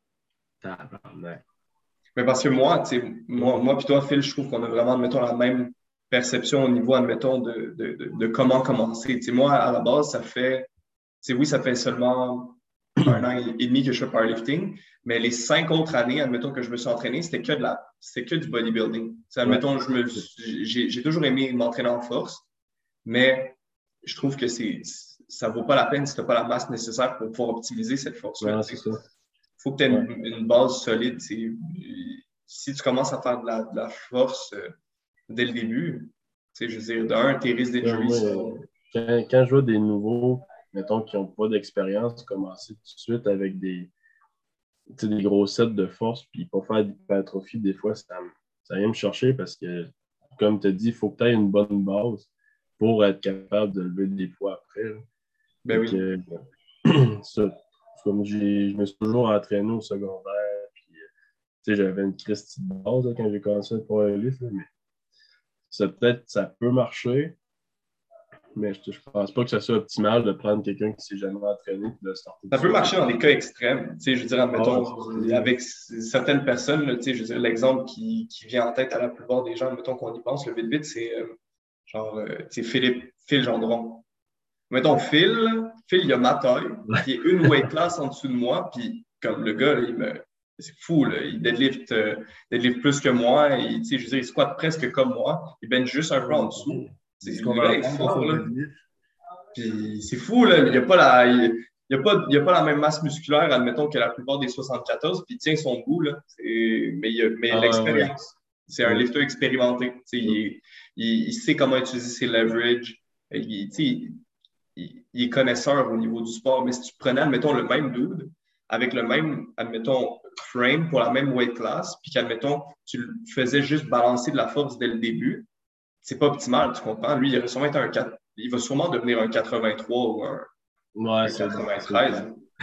Speaker 3: tabarnak.
Speaker 4: Mais parce que moi, tu sais, moi, moi puis toi, Phil, je trouve qu'on a vraiment, admettons, la même perception au niveau, admettons, de, de, de, de comment commencer. Tu sais, moi, à la base, ça fait, tu sais, oui, ça fait seulement un an et demi que je fais powerlifting, mais les cinq autres années, admettons, que je me suis entraîné, c'était que de la, c'était que du bodybuilding. Tu sais, admettons, je me, j'ai, j'ai toujours aimé m'entraîner en force. mais je trouve que c'est, ça ne vaut pas la peine si tu n'as pas la masse nécessaire pour pouvoir optimiser cette force-là.
Speaker 3: Ouais,
Speaker 4: Il faut que tu aies
Speaker 3: ouais.
Speaker 4: une, une base solide. T'sais. Si tu commences à faire de la, de la force euh, dès le début, je veux dire, d'un, tes risques d'injury
Speaker 3: ouais,
Speaker 4: sont...
Speaker 3: Quand, quand je vois des nouveaux, mettons, qui n'ont pas d'expérience, commencer tout de suite avec des, des gros sets de force, puis pour faire de l'hypertrophie, des fois, ça, ça vient me chercher parce que, comme tu as dit, il faut que tu aies une bonne base pour être capable de lever des poids après. Là.
Speaker 4: Ben oui.
Speaker 3: Que, ça, comme j'ai, je me suis toujours entraîné au secondaire, puis j'avais une Christie de base là, quand j'ai commencé à être powerlift, mais ça peut-être ça peut marcher, mais je, je pense pas que ça soit optimal de prendre quelqu'un qui s'est jamais entraîné et de starter.
Speaker 4: Ça peut marcher dans des cas extrêmes. Je veux dire, admettons,
Speaker 3: oh,
Speaker 4: avec certaines personnes, là, je veux dire, l'exemple qui, qui vient en tête à la plupart des gens, mettons qu'on y pense, le vite-vite, c'est euh, genre, euh, Philippe, Phil Gendron. Mettons, Phil, Phil, il a ma taille, puis il est une weight class en dessous de moi, puis comme le gars, là, il me... c'est fou, là, il deadlift, euh, deadlift plus que moi, et, je veux dire, il squatte presque comme moi, il bench juste un peu en dessous. C'est, le gars est fort, là. Puis c'est fou, là, il n'y a pas la... Il, il n'y a, pas, il a pas la même masse musculaire, admettons, que la plupart des soixante-quatorze, puis il tient son goût, là. C'est, mais il a, mais
Speaker 3: ah,
Speaker 4: l'expérience.
Speaker 3: Ouais.
Speaker 4: C'est un lifter expérimenté. Il, il, il sait comment utiliser ses leverages. Il, il, il, il est connaisseur au niveau du sport. Mais si tu prenais, admettons, le même dude, avec le même, admettons, frame pour la même weight class, puis qu'admettons, tu le faisais juste balancer de la force dès le début, c'est pas optimal, tu comprends? Lui, il aurait sûrement été un quatre, il va sûrement devenir un quatre-vingt-trois ou un,
Speaker 3: ouais,
Speaker 4: un
Speaker 3: c'est
Speaker 4: quatre-vingt-treize.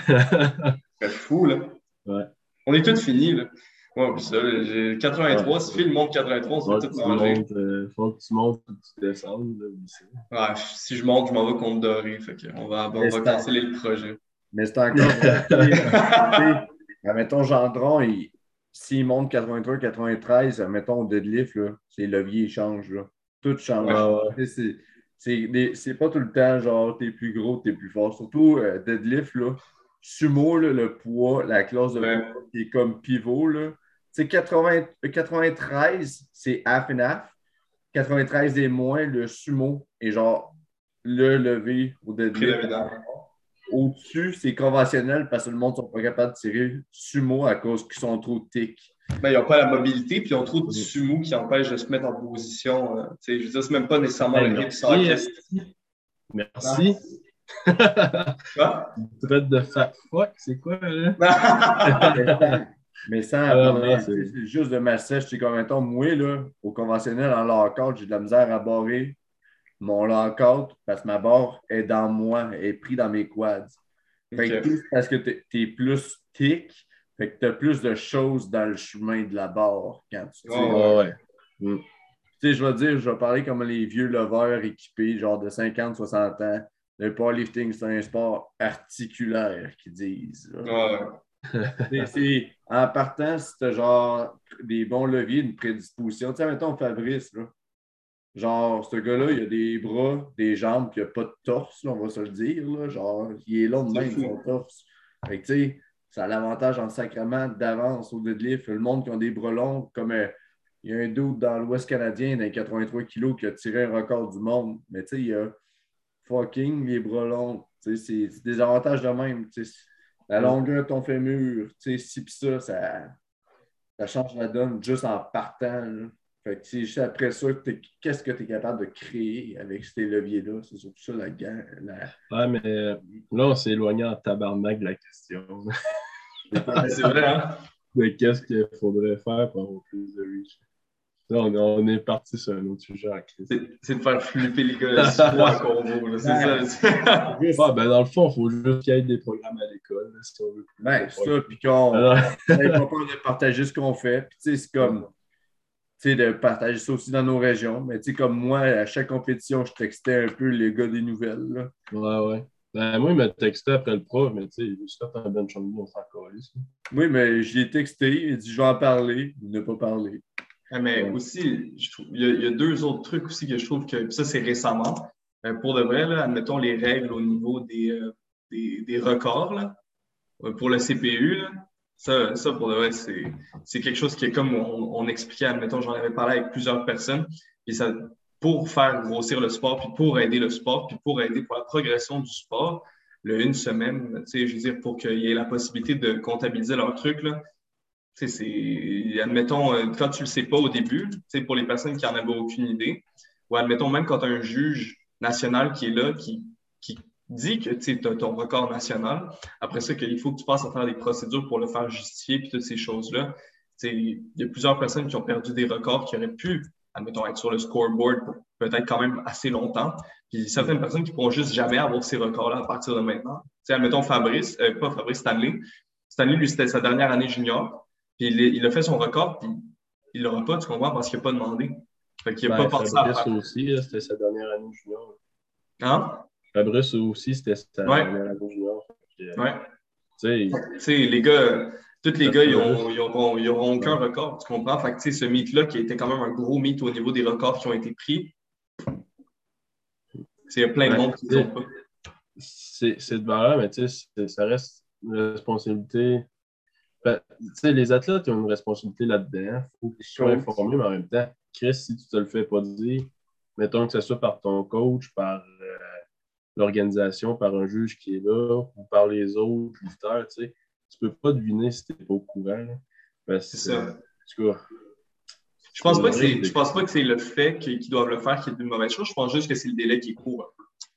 Speaker 4: C'est fou, là.
Speaker 3: Ouais.
Speaker 4: On est tous finis, là. Ouais, puis ça, j'ai quatre-vingt-trois, ouais. Si Phil monte quatre-vingt-trois, on se fait tout manger.
Speaker 3: Il euh, faut que tu montes ou que tu descendes. Là,
Speaker 4: ouais, si je monte, je m'en vais contre Doré. Fait que on va, on va canceller le projet.
Speaker 1: Mais c'est encore... mettons, Gendron, il... s'il monte quatre-vingt-trois quatre-vingt-treize, mettons, au deadlift, là, ses leviers changent. Là. Tout change.
Speaker 3: Ouais, ouais.
Speaker 1: C'est, c'est, des... c'est pas tout le temps, genre, t'es plus gros, t'es plus fort. Surtout, euh, deadlift, là, sumo, là, le poids, la classe de ouais. poids qui est comme pivot, là. Tu sais, quatre-vingt-treize, c'est half and half. quatre-vingt-treize et moins, le sumo est genre le levé au deadlift. Au-dessus, c'est conventionnel parce que le monde ne sont pas capables de tirer sumo à cause qu'ils sont trop tic.
Speaker 4: Ben, ils n'ont pas la mobilité, puis ils ont trop de sumo qui empêchent de se mettre en position. Euh, je veux dire, c'est même pas nécessairement ben, le hip socket.
Speaker 3: Merci.
Speaker 4: Quoi?
Speaker 3: Tu traites de fat fuck, c'est quoi, là?
Speaker 1: Mais sans ah, non, c'est... c'est juste de ma sèche. C'est comme, mettons, moi, là, au conventionnel, en lockout, j'ai de la misère à barrer mon lockout parce que ma barre est dans moi, elle est prise dans mes quads. Fait que okay. Parce que tu es plus tic, fait que tu as plus de choses dans le chemin de la barre quand tu tires.
Speaker 3: Oh, ouais.
Speaker 1: Mm. Tu sais, je vais dire, je vais parler comme les vieux leveurs équipés, genre de cinquante soixante ans. Le powerlifting, c'est un sport articulaire, qu'ils disent.
Speaker 4: Ouais.
Speaker 1: c'est, c'est, en partant, si tu as genre des bons leviers, une prédisposition. Tu sais, mettons Fabrice, là. Genre, ce gars-là, il a des bras, des jambes, puis il n'a pas de torse, là, on va se le dire. Là. Genre, il est long de même, son torse. Fait que, tu sais, ça a l'avantage en sacrement d'avance au deadlift. Le monde qui a des bras longs, comme euh, il y a un dude dans l'Ouest canadien, dans les quatre-vingt-trois kilos, qui a tiré un record du monde. Mais, tu sais, il y a fucking les bras longs. Tu sais, c'est, c'est des avantages de même. Tu sais, la longueur de ton fémur, tu sais, si pis ça, ça, ça change la donne juste en partant, là. Fait que c'est juste après ça, qu'est-ce que tu es capable de créer avec ces leviers-là? C'est surtout ça la gamme. La...
Speaker 3: Ouais, mais là, on s'est éloigné en tabarnak de la question.
Speaker 4: C'est vrai, hein?
Speaker 3: De qu'est-ce qu'il faudrait faire pour avoir plus de reach. Là, on, on est parti sur un autre sujet.
Speaker 4: C'est, c'est de faire flipper les gars six mois à combo. Là, c'est ça.
Speaker 3: Ah, ben, dans le fond, il faut juste qu'il y ait des programmes à l'école. Là, si on veut plus
Speaker 1: ben, c'est ça. Puis qu'on n'ait pas peur de partager ce qu'on fait. Puis, tu sais, c'est comme. De partager ça aussi dans nos régions. Mais tu sais, comme moi, à chaque compétition, je textais un peu les gars des nouvelles. Là.
Speaker 3: Ouais, ouais. Ben, moi, il m'a texté après le prof, mais tu sais, juste fait un bench on me, on s'en calisse.
Speaker 1: Oui, mais je l'ai texté, il a dit je vais en parler, il n'a pas parlé.
Speaker 4: Ah, mais ouais. Aussi, je trouve, il, y a, il y a deux autres trucs aussi que je trouve que ça, c'est récemment. Euh, pour de vrai, là, admettons les règles au niveau des, euh, des, des records là, pour le C P U. Là. Ça, ça, pour de vrai, c'est, c'est quelque chose qui est comme on, on expliquait, admettons, j'en avais parlé avec plusieurs personnes, et ça, pour faire grossir le sport, puis pour aider le sport, puis pour aider pour la progression du sport, le une semaine, tu sais, je veux dire, pour qu'il y ait la possibilité de comptabiliser leur truc, là, tu sais, c'est, admettons, euh, quand tu le sais pas au début, tu sais, pour les personnes qui en avaient aucune idée, ou admettons même quand tu as un juge national qui est là, qui, qui dit que tu as ton record national, après ça, qu'il faut que tu passes à faire des procédures pour le faire justifier, puis toutes ces choses-là. Tu sais, il y a plusieurs personnes qui ont perdu des records qui auraient pu, admettons, être sur le scoreboard pour peut-être quand même assez longtemps. Puis certaines personnes qui pourront juste jamais avoir ces records-là à partir de maintenant. Tu sais, admettons Fabrice, euh, pas Fabrice, Stanley. Stanley, lui, c'était sa dernière année junior. Puis il, il a fait son record, puis il l'aura pas, tu comprends, parce qu'il n'a pas demandé. Fait qu'il n'a
Speaker 3: Ben,
Speaker 4: pas pensé à
Speaker 3: Fabrice
Speaker 4: faire.
Speaker 3: aussi, là, c'était sa dernière année junior.
Speaker 4: Hein?
Speaker 3: Fabrice aussi, c'était sa
Speaker 4: Ouais.
Speaker 3: dernière année junior. Fait que,
Speaker 4: Ouais.
Speaker 3: Tu sais,
Speaker 4: Tu sais, les gars, tous les
Speaker 3: Ça
Speaker 4: gars, ils
Speaker 3: fait
Speaker 4: n'auront
Speaker 3: juste.
Speaker 4: ils auront, ils auront aucun
Speaker 3: Ouais.
Speaker 4: record, tu comprends? Fait que, tu sais, ce mythe-là, qui était quand même un gros mythe au niveau des records qui ont été pris, c'est il y a plein de
Speaker 3: Ouais,
Speaker 4: monde qui
Speaker 3: tu
Speaker 4: ne
Speaker 3: sais,
Speaker 4: sont pas.
Speaker 3: c'est c'est de valeur, mais tu sais, c'est- ça reste une responsabilité. Ben, tu sais, les athlètes ont une responsabilité là-dedans. Il faut qu'ils soient
Speaker 1: Coach.
Speaker 3: informés, mais en même temps, Chris, si tu te le fais pas dire, mettons que ce soit par ton coach, par euh, l'organisation, par un juge qui est là, ou par les autres lutteurs, tu sais, tu peux pas deviner si tu n'es pas au courant. Là.
Speaker 4: C'est
Speaker 3: Parce que,
Speaker 4: ça.
Speaker 3: en tout cas,
Speaker 4: Je
Speaker 3: c'est
Speaker 4: pense pas que
Speaker 3: horrible.
Speaker 4: c'est, je pense pas que c'est le fait qu'ils qu'ils doivent le faire qui est une mauvaise chose. Je pense juste que c'est le délai qui est court.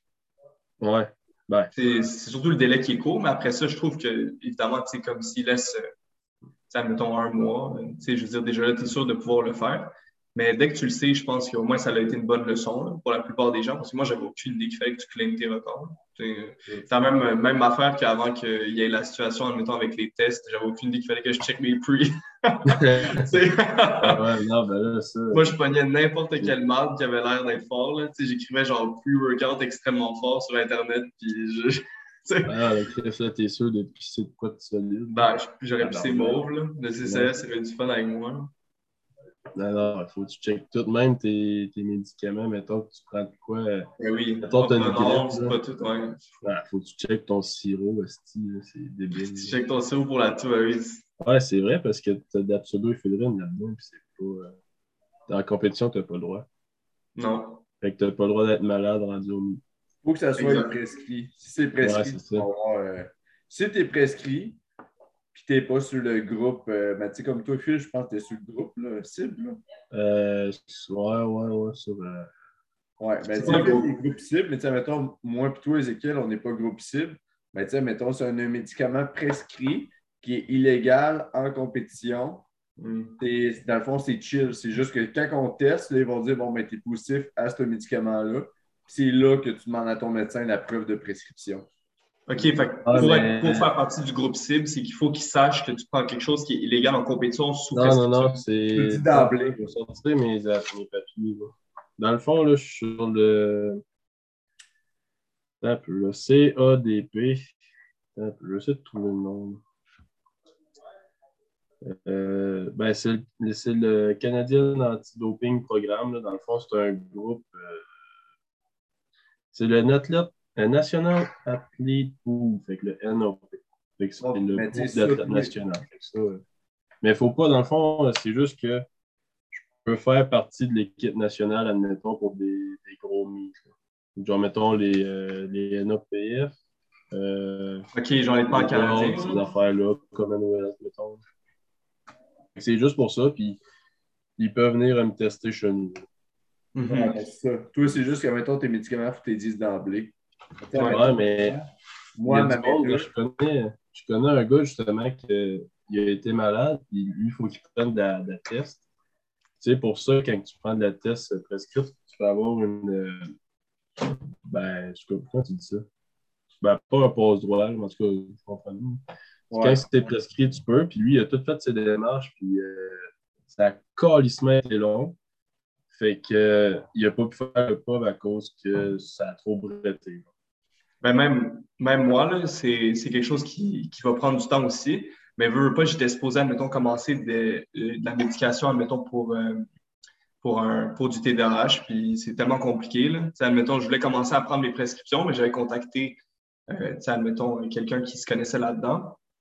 Speaker 3: Ouais. Ben,
Speaker 4: C'est c'est surtout le délai qui est court, mais après ça, je trouve que, évidemment, tu sais, comme s'ils laissent, euh, tu sais, admettons, un mois, euh, tu sais, je veux dire, déjà là, tu es sûr de pouvoir le faire. Mais dès que tu le sais, je pense qu'au moins, ça a été une bonne leçon là, pour la plupart des gens, parce que moi, j'avais aucune idée qu'il fallait que tu claimes tes records. Tu sais, C'est la même, même affaire qu'avant qu'il y ait la situation, admettons, avec les tests. J'avais aucune idée qu'il fallait que je check mes pre. Tu sais.
Speaker 3: ah ouais, non, ben là, ça.
Speaker 4: Moi, je pognais n'importe quelle marque qui avait l'air d'être fort. Là. Tu sais, j'écrivais genre pre-workout extrêmement fort sur Internet. Puis je, tu sais,
Speaker 3: Ah, le Chris, là, t'es sûr de pisser de quoi de solide?
Speaker 4: ben, j'aurais pissé
Speaker 3: Tabarnak.
Speaker 4: mauve. Là. Mais c'est ça, ça fait du fun avec moi. Là.
Speaker 3: Non, non, il faut que tu checkes tout, même tes, tes médicaments. Mettons que tu prends de quoi. euh,
Speaker 4: Mais oui,
Speaker 3: Mettons
Speaker 4: pas
Speaker 3: que t'as une
Speaker 4: prononce,
Speaker 3: grippe.
Speaker 4: pas
Speaker 3: Là.
Speaker 4: tout. Ouais.
Speaker 3: Ah, faut que tu checkes ton sirop, esti, là, c'est débile.
Speaker 4: Tu checkes ton sirop pour la toux. Ben oui.
Speaker 3: Ouais, c'est vrai parce que t'as de la pseudo-éphédrine là-dedans, puis c'est pas. Euh, dans la compétition, t'as pas le droit.
Speaker 4: Non.
Speaker 3: Fait que t'as pas le droit d'être malade rendu au milieu.
Speaker 1: Il faut que ça soit
Speaker 4: Exact.
Speaker 1: prescrit. Si c'est
Speaker 3: Ouais,
Speaker 1: prescrit,
Speaker 3: c'est
Speaker 1: tu vas
Speaker 3: ça.
Speaker 1: avoir, euh, si tu es prescrit, puis tu n'es pas sur le groupe, euh, ben, tu sais, comme toi, Phil, je pense que tu es sur le groupe là, cible. Là.
Speaker 3: Euh, ouais, ouais, ouais, sur. Euh...
Speaker 1: Ouais, ben,
Speaker 4: C'est
Speaker 1: tu
Speaker 4: quoi
Speaker 1: sais,
Speaker 4: le
Speaker 1: Phil,
Speaker 4: groupe?
Speaker 1: t'es groupe cible, mais tu sais, mettons, moi et toi, Ézéchiel, on n'est pas groupe cible. Ben, tu sais, mettons, c'est un médicament prescrit qui est illégal en compétition.
Speaker 4: Hmm.
Speaker 1: T'es- dans le fond, c'est chill. C'est juste que quand on teste, là, ils vont dire bon, ben, tu es positif à ce médicament-là. C'est là que tu demandes à ton médecin la preuve de prescription.
Speaker 4: OK, fait que
Speaker 3: Ah,
Speaker 4: pour,
Speaker 3: mais...
Speaker 4: être, pour faire partie du groupe cible, c'est qu'il faut qu'ils sachent que tu prends quelque chose qui est illégal en compétition sous
Speaker 3: Non, non,
Speaker 4: prescription.
Speaker 3: non,
Speaker 1: Tu
Speaker 3: c'est.
Speaker 1: le dis d'emblée.
Speaker 3: Je vais sortir mes, mes papiers. Là. Dans le fond, là, je suis sur le. Attends un peu, là. C A D P. Attends un peu, je vais essayer de trouver le nom. Euh, ben, c'est le, c'est le Canadian Anti-Doping Programme. Là. Dans le fond, c'est un groupe. Euh, c'est le Nathlete- euh, National Athlete Pool, fait que le N A P. Fait que c'est
Speaker 1: Bon,
Speaker 3: le
Speaker 1: mais tu sais,
Speaker 3: groupe
Speaker 1: ça,
Speaker 3: d'athlètes
Speaker 1: oui.
Speaker 3: nationaux. Fait que ça, euh, mais il ne faut pas, dans le fond, c'est juste que je peux faire partie de l'équipe nationale, admettons, pour des, des gros meets. Là. Genre, mettons, les, euh, les N A P F. Euh,
Speaker 4: OK, j'en ai pas en canadien.
Speaker 3: World, ces affaires-là, Commonwealth, mettons. C'est juste pour ça, puis ils peuvent venir me tester chez nous.
Speaker 4: Mhm.
Speaker 1: Ouais, ben, c'est ça. Toi, c'est juste que, mettons, tes médicaments, il faut que tu les dises d'emblée. Attends,
Speaker 4: Ouais.
Speaker 1: mettons,
Speaker 3: Ouais, mais
Speaker 1: moi,
Speaker 3: il y a
Speaker 1: ma
Speaker 3: du monde, là,
Speaker 1: méthode,
Speaker 3: je connais, je connais un gars, justement, qui a été malade, puis lui, il faut qu'il prenne de la, de la test. Tu sais, pour ça, quand tu prends de la test prescrite, tu peux avoir une... euh, ben, je sais pas pourquoi tu dis ça. Ben, pas un passe-droit, mais en tout cas, je comprends.
Speaker 1: ouais.
Speaker 3: Quand c'est prescrit, tu peux. Puis lui, il a tout fait ses démarches, puis euh, ça a calissement été long. Fait qu'il euh, n'a pas pu faire le pub à cause que ça a trop bretté.
Speaker 4: Ben même, même moi, là, c'est, c'est quelque chose qui, qui va prendre du temps aussi. Mais veux, veux pas, j'étais supposé, admettons, commencer de, de la médication, admettons, pour, euh, pour, un, pour du T D A H. Puis c'est tellement compliqué. Là. T'sais, admettons, je voulais commencer à prendre mes prescriptions, mais j'avais contacté, euh, admettons, quelqu'un qui se connaissait là-dedans.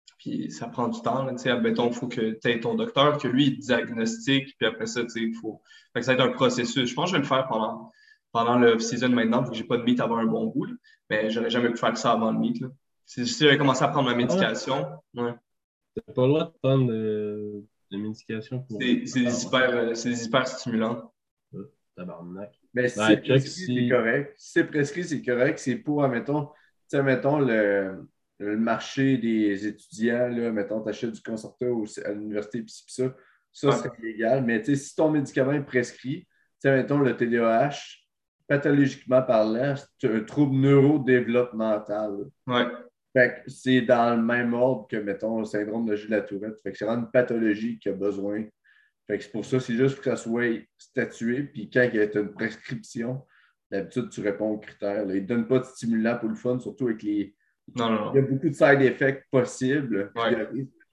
Speaker 4: Puis ça prend du temps. Là, admettons, il faut que tu aies ton docteur, que lui, il te diagnostique, puis après ça, il faut. Fait que ça va être un processus. Je pense que je vais le faire pendant, pendant le season maintenant, vu que j'ai pas de meet avant un bon bout. Là. Mais j'aurais jamais pu faire ça avant le meet. Là. Si, si j'avais commencé à prendre ma médication, ouais.
Speaker 3: T'as pas le droit de prendre de, de médication pour.
Speaker 4: C'est, c'est, des hyper, euh, c'est des hyper stimulants.
Speaker 3: Ouais, tabarnak.
Speaker 1: Mais si
Speaker 3: Ben,
Speaker 1: c'est
Speaker 3: check
Speaker 1: prescrit,
Speaker 3: si-
Speaker 1: c'est correct. Si c'est prescrit, c'est correct. C'est pour, admettons, tu sais, mettons, le, le marché des étudiants, là, mettons, tu achètes du concerto au- à l'université, puis ci, puis ça, ça
Speaker 4: Ouais.
Speaker 1: serait légal. Mais tu sais, si ton médicament est prescrit, tu sais, mettons, le T D A H, pathologiquement parlant, c'est un trouble neurodéveloppemental.
Speaker 4: Ouais.
Speaker 1: Fait que c'est dans le même ordre que, mettons, le syndrome de Gilles-La-Tourette. Fait que c'est vraiment une pathologie qui a besoin. Fait que c'est pour ça, c'est juste pour que ça soit statué. Puis quand il y a une prescription, d'habitude, tu réponds aux critères. Là. Ils ne donnent pas de stimulant pour le fun, surtout avec les.
Speaker 4: Non, non,
Speaker 1: Il y a
Speaker 4: non.
Speaker 1: beaucoup de side effects possibles.
Speaker 4: Ouais.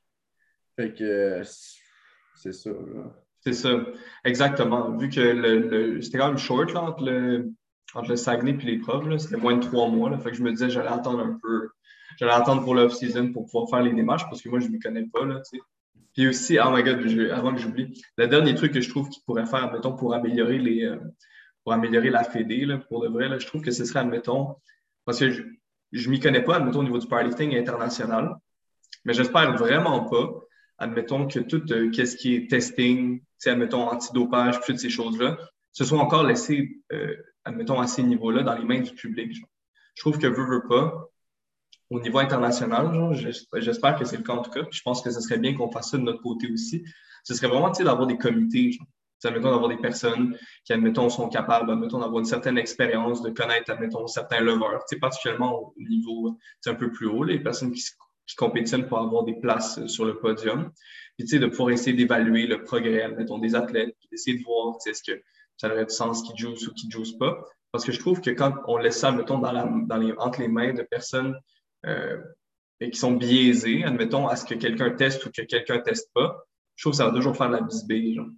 Speaker 1: Fait que euh, c'est ça. Là.
Speaker 4: C'est ça. Exactement. Vu que le, le- c'était quand même short là, entre, le, entre le Saguenay et l'épreuve, là, c'était moins de trois mois. Là, fait que je me disais j'allais attendre un peu. J'allais attendre pour l'off-season pour pouvoir faire les démarches parce que moi, je ne m'y connais pas. Là, tu sais. Puis aussi, oh my God, je- avant que j'oublie, le dernier truc que je trouve qu'il pourrait faire, admettons, pour améliorer les euh, pour améliorer la Fédé, là, pour de vrai, là, je trouve que ce serait, admettons, parce que je ne m'y connais pas, admettons, au niveau du powerlifting international, mais j'espère vraiment pas, admettons, que tout euh, ce qui est testing, tu sais, admettons, antidopage, toutes ces choses-là, se soit encore laissé, euh, admettons, à ces niveaux-là, dans les mains du public. Genre. Je trouve que veut, veut pas, au niveau international, genre, j'espère que c'est le cas en tout cas. Puis je pense que ce serait bien qu'on fasse ça de notre côté aussi. Ce serait vraiment d'avoir des comités, genre. Admettons, d'avoir des personnes qui, admettons, sont capables, admettons, d'avoir une certaine expérience, de connaître, admettons, certains leveurs, particulièrement au niveau un peu plus haut, les personnes qui, qui compétitionnent pour avoir des places sur le podium. Puis, de pouvoir essayer d'évaluer le progrès, admettons, des athlètes, puis d'essayer de voir, est-ce que ça aurait du sens qu'ils jouent ou qu'ils ne jouent pas. Parce que je trouve que quand on laisse ça, admettons, dans la, dans les, entre les mains de personnes Euh, et qui sont biaisés, admettons, à ce que quelqu'un teste ou que quelqu'un ne teste pas, je trouve que ça va toujours faire de la bisbille. Genre.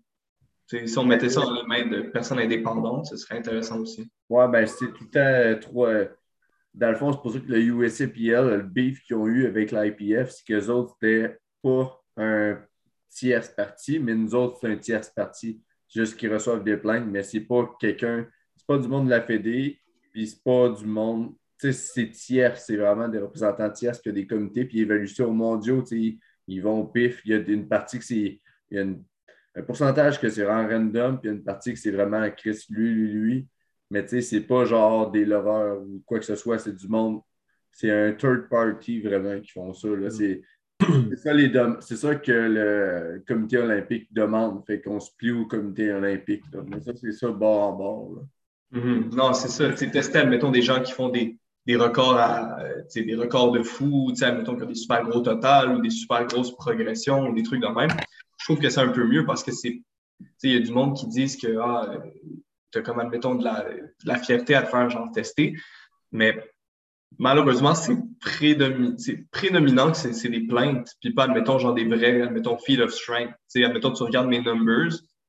Speaker 4: Si on mettait ça dans les mains de personnes indépendantes, ce serait intéressant aussi.
Speaker 1: Ouais, ben c'est tout le temps euh, trop. Euh, dans le fond, c'est pour ça que le U S A P L, le beef qu'ils ont eu avec l'I P F, c'est qu'eux autres, c'était pas un tierce parti, mais nous autres, c'est un tierce parti. C'est juste qu'ils reçoivent des plaintes, mais c'est pas quelqu'un, c'est pas du monde de la Fédé, puis c'est pas du monde. Tu sais, c'est tiers, c'est vraiment des représentants tiers que des comités, puis ils évaluent ça aux mondiaux, tu sais, ils vont au pif. Il y a une partie que c'est. Il y a une, un pourcentage que c'est vraiment random, puis il y a une partie que c'est vraiment Chris, lui, lui, lui. Mais tu sais, c'est pas genre des lovers ou quoi que ce soit, c'est du monde. C'est un third party vraiment qui font ça. Là. C'est, c'est, ça les dem- c'est ça que le comité olympique demande. Fait qu'on se plie au comité olympique. Là. Mais ça, c'est ça bord en bord. Là.
Speaker 4: Mm-hmm. Non, c'est ça. Tu tester, admettons, des gens qui font des, des records à, des records de fou, admettons, qui ont des super gros totals ou des super grosses progressions ou des trucs de même. Je trouve que c'est un peu mieux parce que c'est. Il y a du monde qui disent que ah, tu as comme, admettons, de la, de la fierté à te faire genre tester. Mais malheureusement, c'est, prédomin, c'est prédominant que c'est, c'est des plaintes, puis pas, admettons, genre des vrais, admettons, feet of strength. T'sais, admettons, tu regardes mes numbers,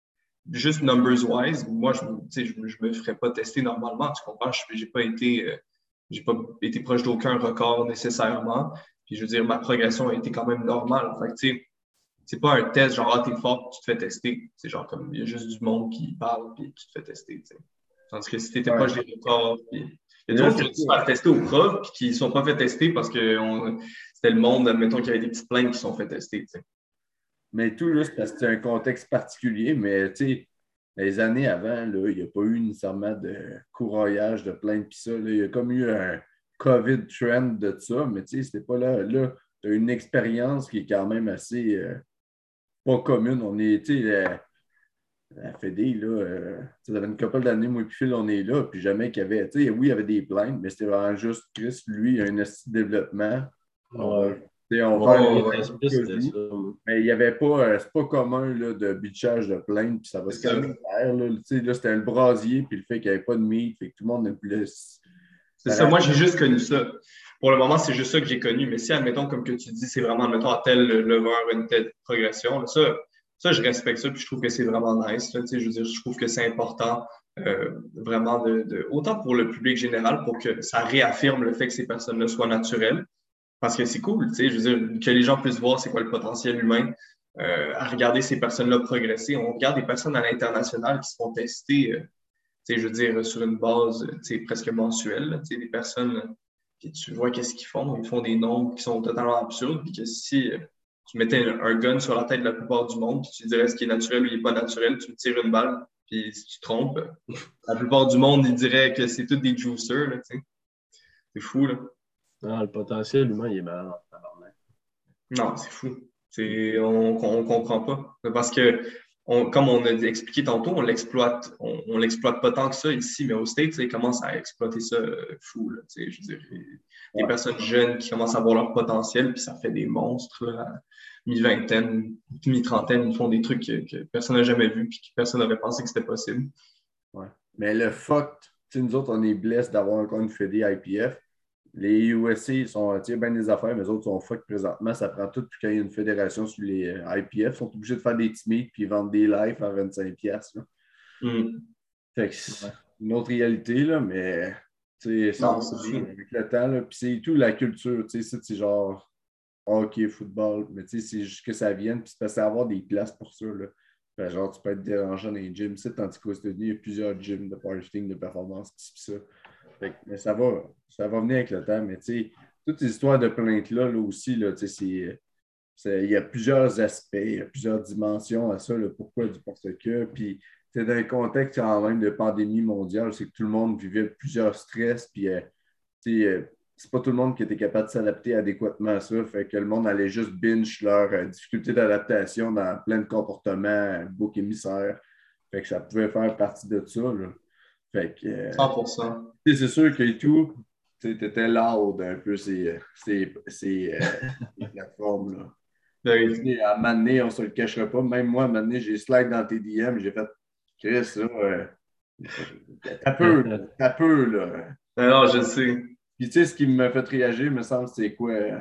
Speaker 4: juste numbers-wise, moi, je ne je me ferais pas tester normalement, tu comprends? Je n'ai pas été, euh, j'ai pas été proche d'aucun record nécessairement. Puis je veux dire, ma progression a été quand même normale. Fait que, tu sais, c'est pas un test genre, ah, t'es fort, tu te fais tester. C'est genre comme, il y a juste du monde qui parle, puis tu te fais tester, tu sais. Tandis que si t'étais
Speaker 1: Ouais.
Speaker 4: proche des records, puis il y a des gens qui ont dû se faire tester au prof, puis qui ne sont pas fait tester parce que on, c'était le monde, admettons, qu'il y avait des petites plaintes qui sont fait tester, tu sais.
Speaker 1: Mais tout, là, c'est parce que c'est un contexte particulier, mais tu sais, les années avant, là, il n'y a pas eu nécessairement de courroyage, de plainte, puis ça. Là, il y a comme eu un COVID trend de ça, mais tu sais, c'était pas là. Là, tu as une expérience qui est quand même assez euh, pas commune. On est, tu sais, la, la Fédé, là, euh, ça fait une couple d'années, moi et puis Phil, on est là, puis jamais qu'il y avait, tu sais, oui, il y avait des plaintes, mais c'était vraiment juste Chris, lui, il a un petit développement.
Speaker 3: Ouais.
Speaker 1: Et on
Speaker 3: Ouais,
Speaker 1: va
Speaker 3: ouais, ouais, c'était ça.
Speaker 1: mais il n'y avait pas, euh, c'est pas commun là, de bitchage de plainte, puis ça va se
Speaker 4: C'est ça.
Speaker 1: calmer faire. Là, Tu sais, là, c'était le brasier, puis le fait qu'il n'y avait pas de meat, fait que tout le monde ne plus.
Speaker 4: C'est ça, moi j'ai juste connu ça. Pour le moment, c'est juste ça que j'ai connu. Mais si, admettons, comme que tu dis, c'est vraiment, admettons, à tel lever, une telle progression, là, ça, ça, je respecte ça, puis je trouve que c'est vraiment nice. Là, tu sais, je veux dire, je trouve que c'est important, euh, vraiment, de, de, autant pour le public général, pour que ça réaffirme le fait que ces personnes-là soient naturelles. parce que c'est cool, tu sais, je veux dire, que les gens puissent voir c'est quoi le potentiel humain, euh, à regarder ces personnes-là progresser. On regarde des personnes à l'international qui se font tester, euh, tu sais, je veux dire, sur une base, tu sais, presque mensuelle, là, tu sais, des personnes que tu vois qu'est-ce qu'ils font, ils font des nombres qui sont totalement absurdes, puis que si euh, tu mettais un, un gun sur la tête de la plupart du monde, puis tu dirais ce qui est naturel ou il n'est pas naturel, tu me tires une balle, puis si tu te trompes, la plupart du monde, ils diraient que c'est tous des juicers, là, tu sais. C'est fou, là.
Speaker 3: Non, le potentiel humain, il est malade en tabarnak.
Speaker 4: Non, c'est fou. C'est, on ne comprend pas. Parce que, on, comme on a expliqué tantôt, on l'exploite. On, on l'exploite pas tant que ça ici, mais aux States, ils commencent à exploiter ça euh, fou. Là, je veux dire, des
Speaker 1: Ouais.
Speaker 4: personnes jeunes qui commencent à voir leur potentiel, puis ça fait des monstres. Là, à mi-vingtaine, mi-trentaine, ils font des trucs que, que personne n'a jamais vu, puis que personne n'avait pensé que c'était possible.
Speaker 1: Ouais. Mais le fuck, tu sais, nous autres, on est blessés d'avoir encore une fédé I P F. Les U S A, ils sont, tu sais, bien des affaires, mais les autres sont fuck présentement. Ça prend tout, puis quand il y a une fédération sur les euh, I P F, ils sont obligés de faire des teammates puis vendre des lives à vingt-cinq piastres.
Speaker 4: Mm.
Speaker 1: Fait que c'est une autre réalité, là, mais tu sais, ça
Speaker 4: Non,
Speaker 1: va
Speaker 4: c'est
Speaker 1: bien
Speaker 4: fou.
Speaker 1: avec le temps, là. Puis c'est tout la culture, tu sais, c'est genre hockey, football, mais tu sais, c'est juste que ça vienne, puis c'est parce que ça va avoir des places pour ça, là. Fait, genre, tu peux être dérangeant dans les gyms, tandis qu'aux États-Unis, il y a plusieurs gyms de powerlifting, de performance, pis ça. Fait que, mais ça va, ça va venir avec le temps, mais tu sais, toutes ces histoires de plaintes-là, là aussi, là, tu sais, c'est, c'est, il y a plusieurs aspects, il y a plusieurs dimensions à ça, le pourquoi du parce que, puis c'est dans un contexte quand même de pandémie mondiale, c'est que tout le monde vivait plusieurs stress, puis euh, tu sais, euh, c'est pas tout le monde qui était capable de s'adapter adéquatement à ça. Fait que le monde allait juste binge leur euh, difficulté d'adaptation dans plein de comportements, euh, bouc émissaire. Fait que ça pouvait faire partie de ça, là. Fait que, euh,
Speaker 4: cent pour cent.
Speaker 1: tu sais, c'est sûr que et tout, tu étais loud un peu ces, ces, ces, euh, ces plateformes-là.
Speaker 4: Ben
Speaker 1: Tu
Speaker 4: oui.
Speaker 1: sais, à un moment donné, on ne se le cachera pas. Même moi, à un moment donné, j'ai slide dans tes D M, j'ai fait Chris, là, euh, t'as peu, là, t'as peu, là.
Speaker 4: Ben non, je sais.
Speaker 1: Puis tu sais, ce qui m'a fait réagir, me semble, c'est quoi? euh,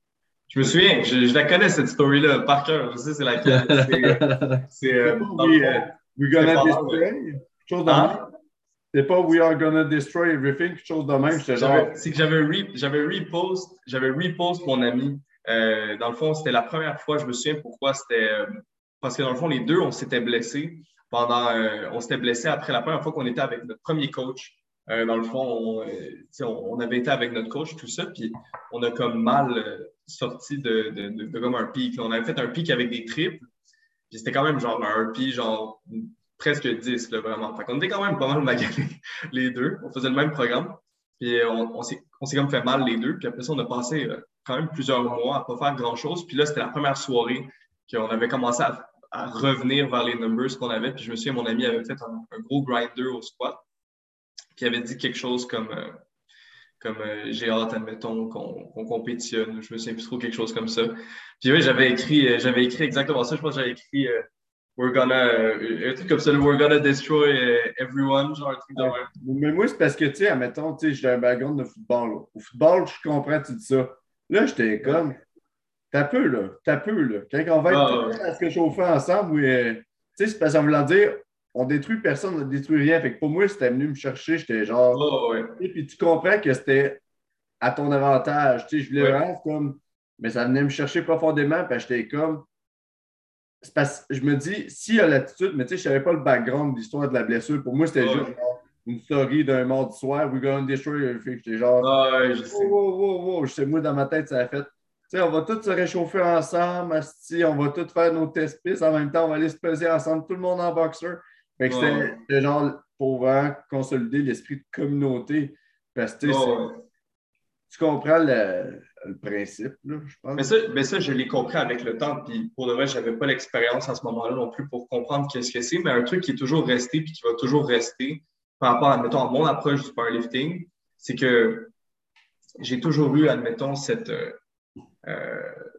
Speaker 4: Je me souviens, je, je la connais cette story-là par cœur. Je sais c'est laquelle. C'est, c'est
Speaker 1: C'est
Speaker 4: euh,
Speaker 1: pas
Speaker 4: dans le
Speaker 1: we, euh,
Speaker 4: fond,
Speaker 1: we
Speaker 4: c'était
Speaker 1: gonna
Speaker 4: pendant le.
Speaker 1: destroy, quelque chose de même.
Speaker 4: Hein?
Speaker 1: C'est pas we are gonna destroy everything, quelque chose de même. J'étais genre.
Speaker 4: J'avais, c'est que j'avais, re, j'avais repost, j'avais repost mon ami. Euh, dans le fond, c'était la première fois, je me souviens pourquoi c'était. Euh, parce que dans le fond, les deux, on s'était blessés pendant. Euh, on s'était blessés après la première fois qu'on était avec notre premier coach. Euh, dans le fond, on, euh, on, on avait été avec notre coach, tout ça, puis on a comme mal euh, sorti de, de, de, de comme un pic. On avait fait un pic avec des triples, puis c'était quand même genre un pic, genre presque dix, là, vraiment. Fait qu'on était quand même pas mal maganés, les deux. On faisait le même programme. Puis on, on s'est on s'est comme fait mal les deux. Puis après ça, on a passé euh, quand même plusieurs mois à pas faire grand-chose. Puis là, c'était la première soirée qu'on avait commencé à, à revenir vers les numbers qu'on avait. Puis je me souviens, mon ami avait fait un, un gros grinder au squat. Puis il avait dit quelque chose comme, euh, comme euh, j'ai hâte, admettons, qu'on qu'on compétitionne. Je me souviens plus trop quelque chose comme ça. Puis oui, j'avais écrit, euh, j'avais écrit exactement ça. Je pense que j'avais écrit euh, We're gonna, euh, un truc comme ça, We're gonna destroy uh, everyone, genre un truc de
Speaker 1: Ouais.
Speaker 4: même.
Speaker 1: Mais moi, c'est parce que, tu sais, admettons, tu sais, j'ai un background de football. Là. Au football, je comprends, tu dis ça. Là, j'étais comme, t'as peu, là, t'as peu, là. Quand on va être
Speaker 4: Ah,
Speaker 1: tout à se réchauffer ensemble, oui, euh, tu sais, c'est parce qu'on voulant dire, on détruit personne, on ne détruit rien. Fait que pour moi, c'était venu me chercher, j'étais genre,
Speaker 4: oh, ouais.
Speaker 1: et puis tu comprends que c'était à ton avantage. Tu sais, je voulais
Speaker 4: Ouais.
Speaker 1: vraiment comme, mais ça venait me chercher profondément, puis j'étais comme, c'est parce que je me dis, s'il y a l'attitude, mais tu sais, je ne savais pas le background de l'histoire de la blessure. Pour moi, c'était
Speaker 4: Ouais.
Speaker 1: juste genre, une story d'un mardi soir, we're gonna destroy everything. J'étais genre,
Speaker 4: Ah, ouais, je sais.
Speaker 1: wow, wow, wow, wow. Je sais, moi, dans ma tête, ça a fait, tu sais, on va tous se réchauffer ensemble, asti, on va tous faire nos test pistes en même temps, on va aller se peser ensemble, tout le monde en boxeur. Fait que
Speaker 4: Ouais.
Speaker 1: c'était c'était genre pour vraiment consolider l'esprit de communauté. Parce que, tu sais,
Speaker 4: Oh,
Speaker 1: c'est-
Speaker 4: ouais.
Speaker 1: tu comprends le, le principe, là, je pense.
Speaker 4: Mais ça, mais ça, je l'ai compris avec le temps. Puis pour de vrai, je n'avais pas l'expérience à ce moment-là non plus pour comprendre qu'est-ce que c'est. Mais un truc qui est toujours resté puis qui va toujours rester par rapport, admettons, à mon approche du powerlifting, c'est que j'ai toujours eu, admettons, cette. Euh, euh,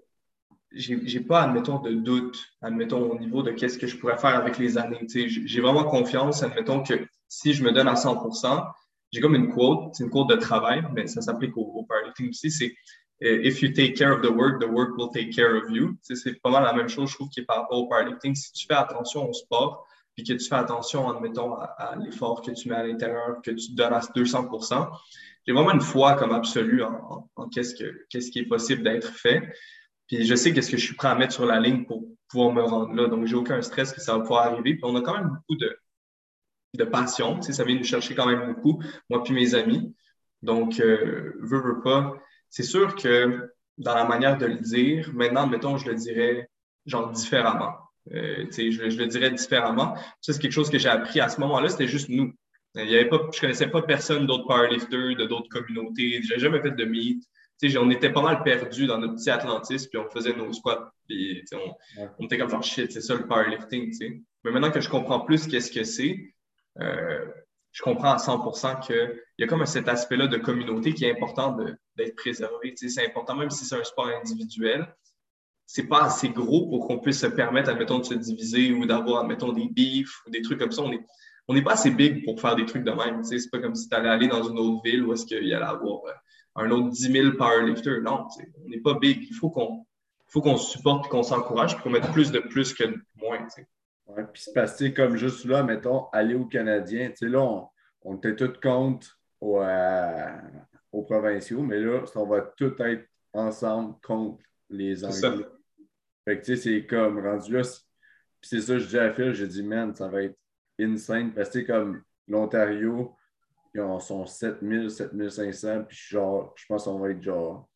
Speaker 4: j'ai, j'ai pas, admettons, de doute, admettons, au niveau de qu'est-ce que je pourrais faire avec les années. Tu sais, j'ai j'ai vraiment confiance, admettons, que si je me donne à cent pour cent, j'ai comme une quote, c'est une quote de travail, mais ça s'applique au, au powerlifting aussi, c'est euh, If you take care of the work, the work will take care of you. Tu sais, c'est pas mal la même chose, je trouve, qui est par rapport au powerlifting. Si tu fais attention au sport, puis que tu fais attention, admettons, à, à l'effort que tu mets à l'intérieur, que tu te donnes à deux cents pour cent. J'ai vraiment une foi comme absolue en, en, en qu'est-ce, que, qu'est-ce qui est possible d'être fait. Puis je sais qu'est-ce que je suis prêt à mettre sur la ligne pour pouvoir me rendre là. Donc, j'ai aucun stress que ça va pouvoir arriver. Puis on a quand même beaucoup de, de passion. Tu sais, ça vient nous chercher quand même beaucoup, moi puis mes amis. Donc, euh, veux, veux pas. C'est sûr que dans la manière de le dire, maintenant, mettons, je le dirais genre différemment. Euh, tu sais, je, je le dirais différemment. Ça, c'est quelque chose que j'ai appris à ce moment-là, c'était juste nous. Il y avait pas, je connaissais pas personne d'autres powerlifters, de d'autres communautés. J'ai jamais fait de meet. Tu sais, on était pas mal perdus dans notre petit Atlantis, puis on faisait nos squats, puis tu sais, on,
Speaker 1: Ouais.
Speaker 4: on était comme genre shit, c'est ça le powerlifting, tu sais. Mais maintenant que je comprends plus qu'est-ce que c'est, euh, je comprends à cent pour cent qu'il y a comme cet aspect-là de communauté qui est important de, d'être préservé. Tu sais, c'est important, même si c'est un sport individuel, c'est pas assez gros pour qu'on puisse se permettre, admettons, de se diviser ou d'avoir, admettons, des beefs ou des trucs comme ça. On est, on n'est pas assez big pour faire des trucs de même. Tu sais, c'est pas comme si tu allais aller dans une autre ville où est-ce qu'il y allait avoir euh, un autre dix mille powerlifters. Non, tu sais, on n'est pas big. Il faut qu'on, faut qu'on se supporte et qu'on s'encourage puis qu'on mette plus de plus que de moins. Tu sais.
Speaker 1: Ouais, puis c'est parce que, comme juste là, mettons, aller aux Canadiens, tu sais, là, on, on était tous contre au, à- aux provinciaux, mais là, on va tous être ensemble contre les
Speaker 4: C'est ça.
Speaker 1: Anglais. Fait que, tu sais, c'est comme rendu là. c'est- Puis c'est ça, je dis à Phil, j'ai dit, man, ça va être insane. Parce que, tu sais, comme l'Ontario, ils en sont sept mille, sept mille cinq cents, puis genre, je pense qu'on va être genre,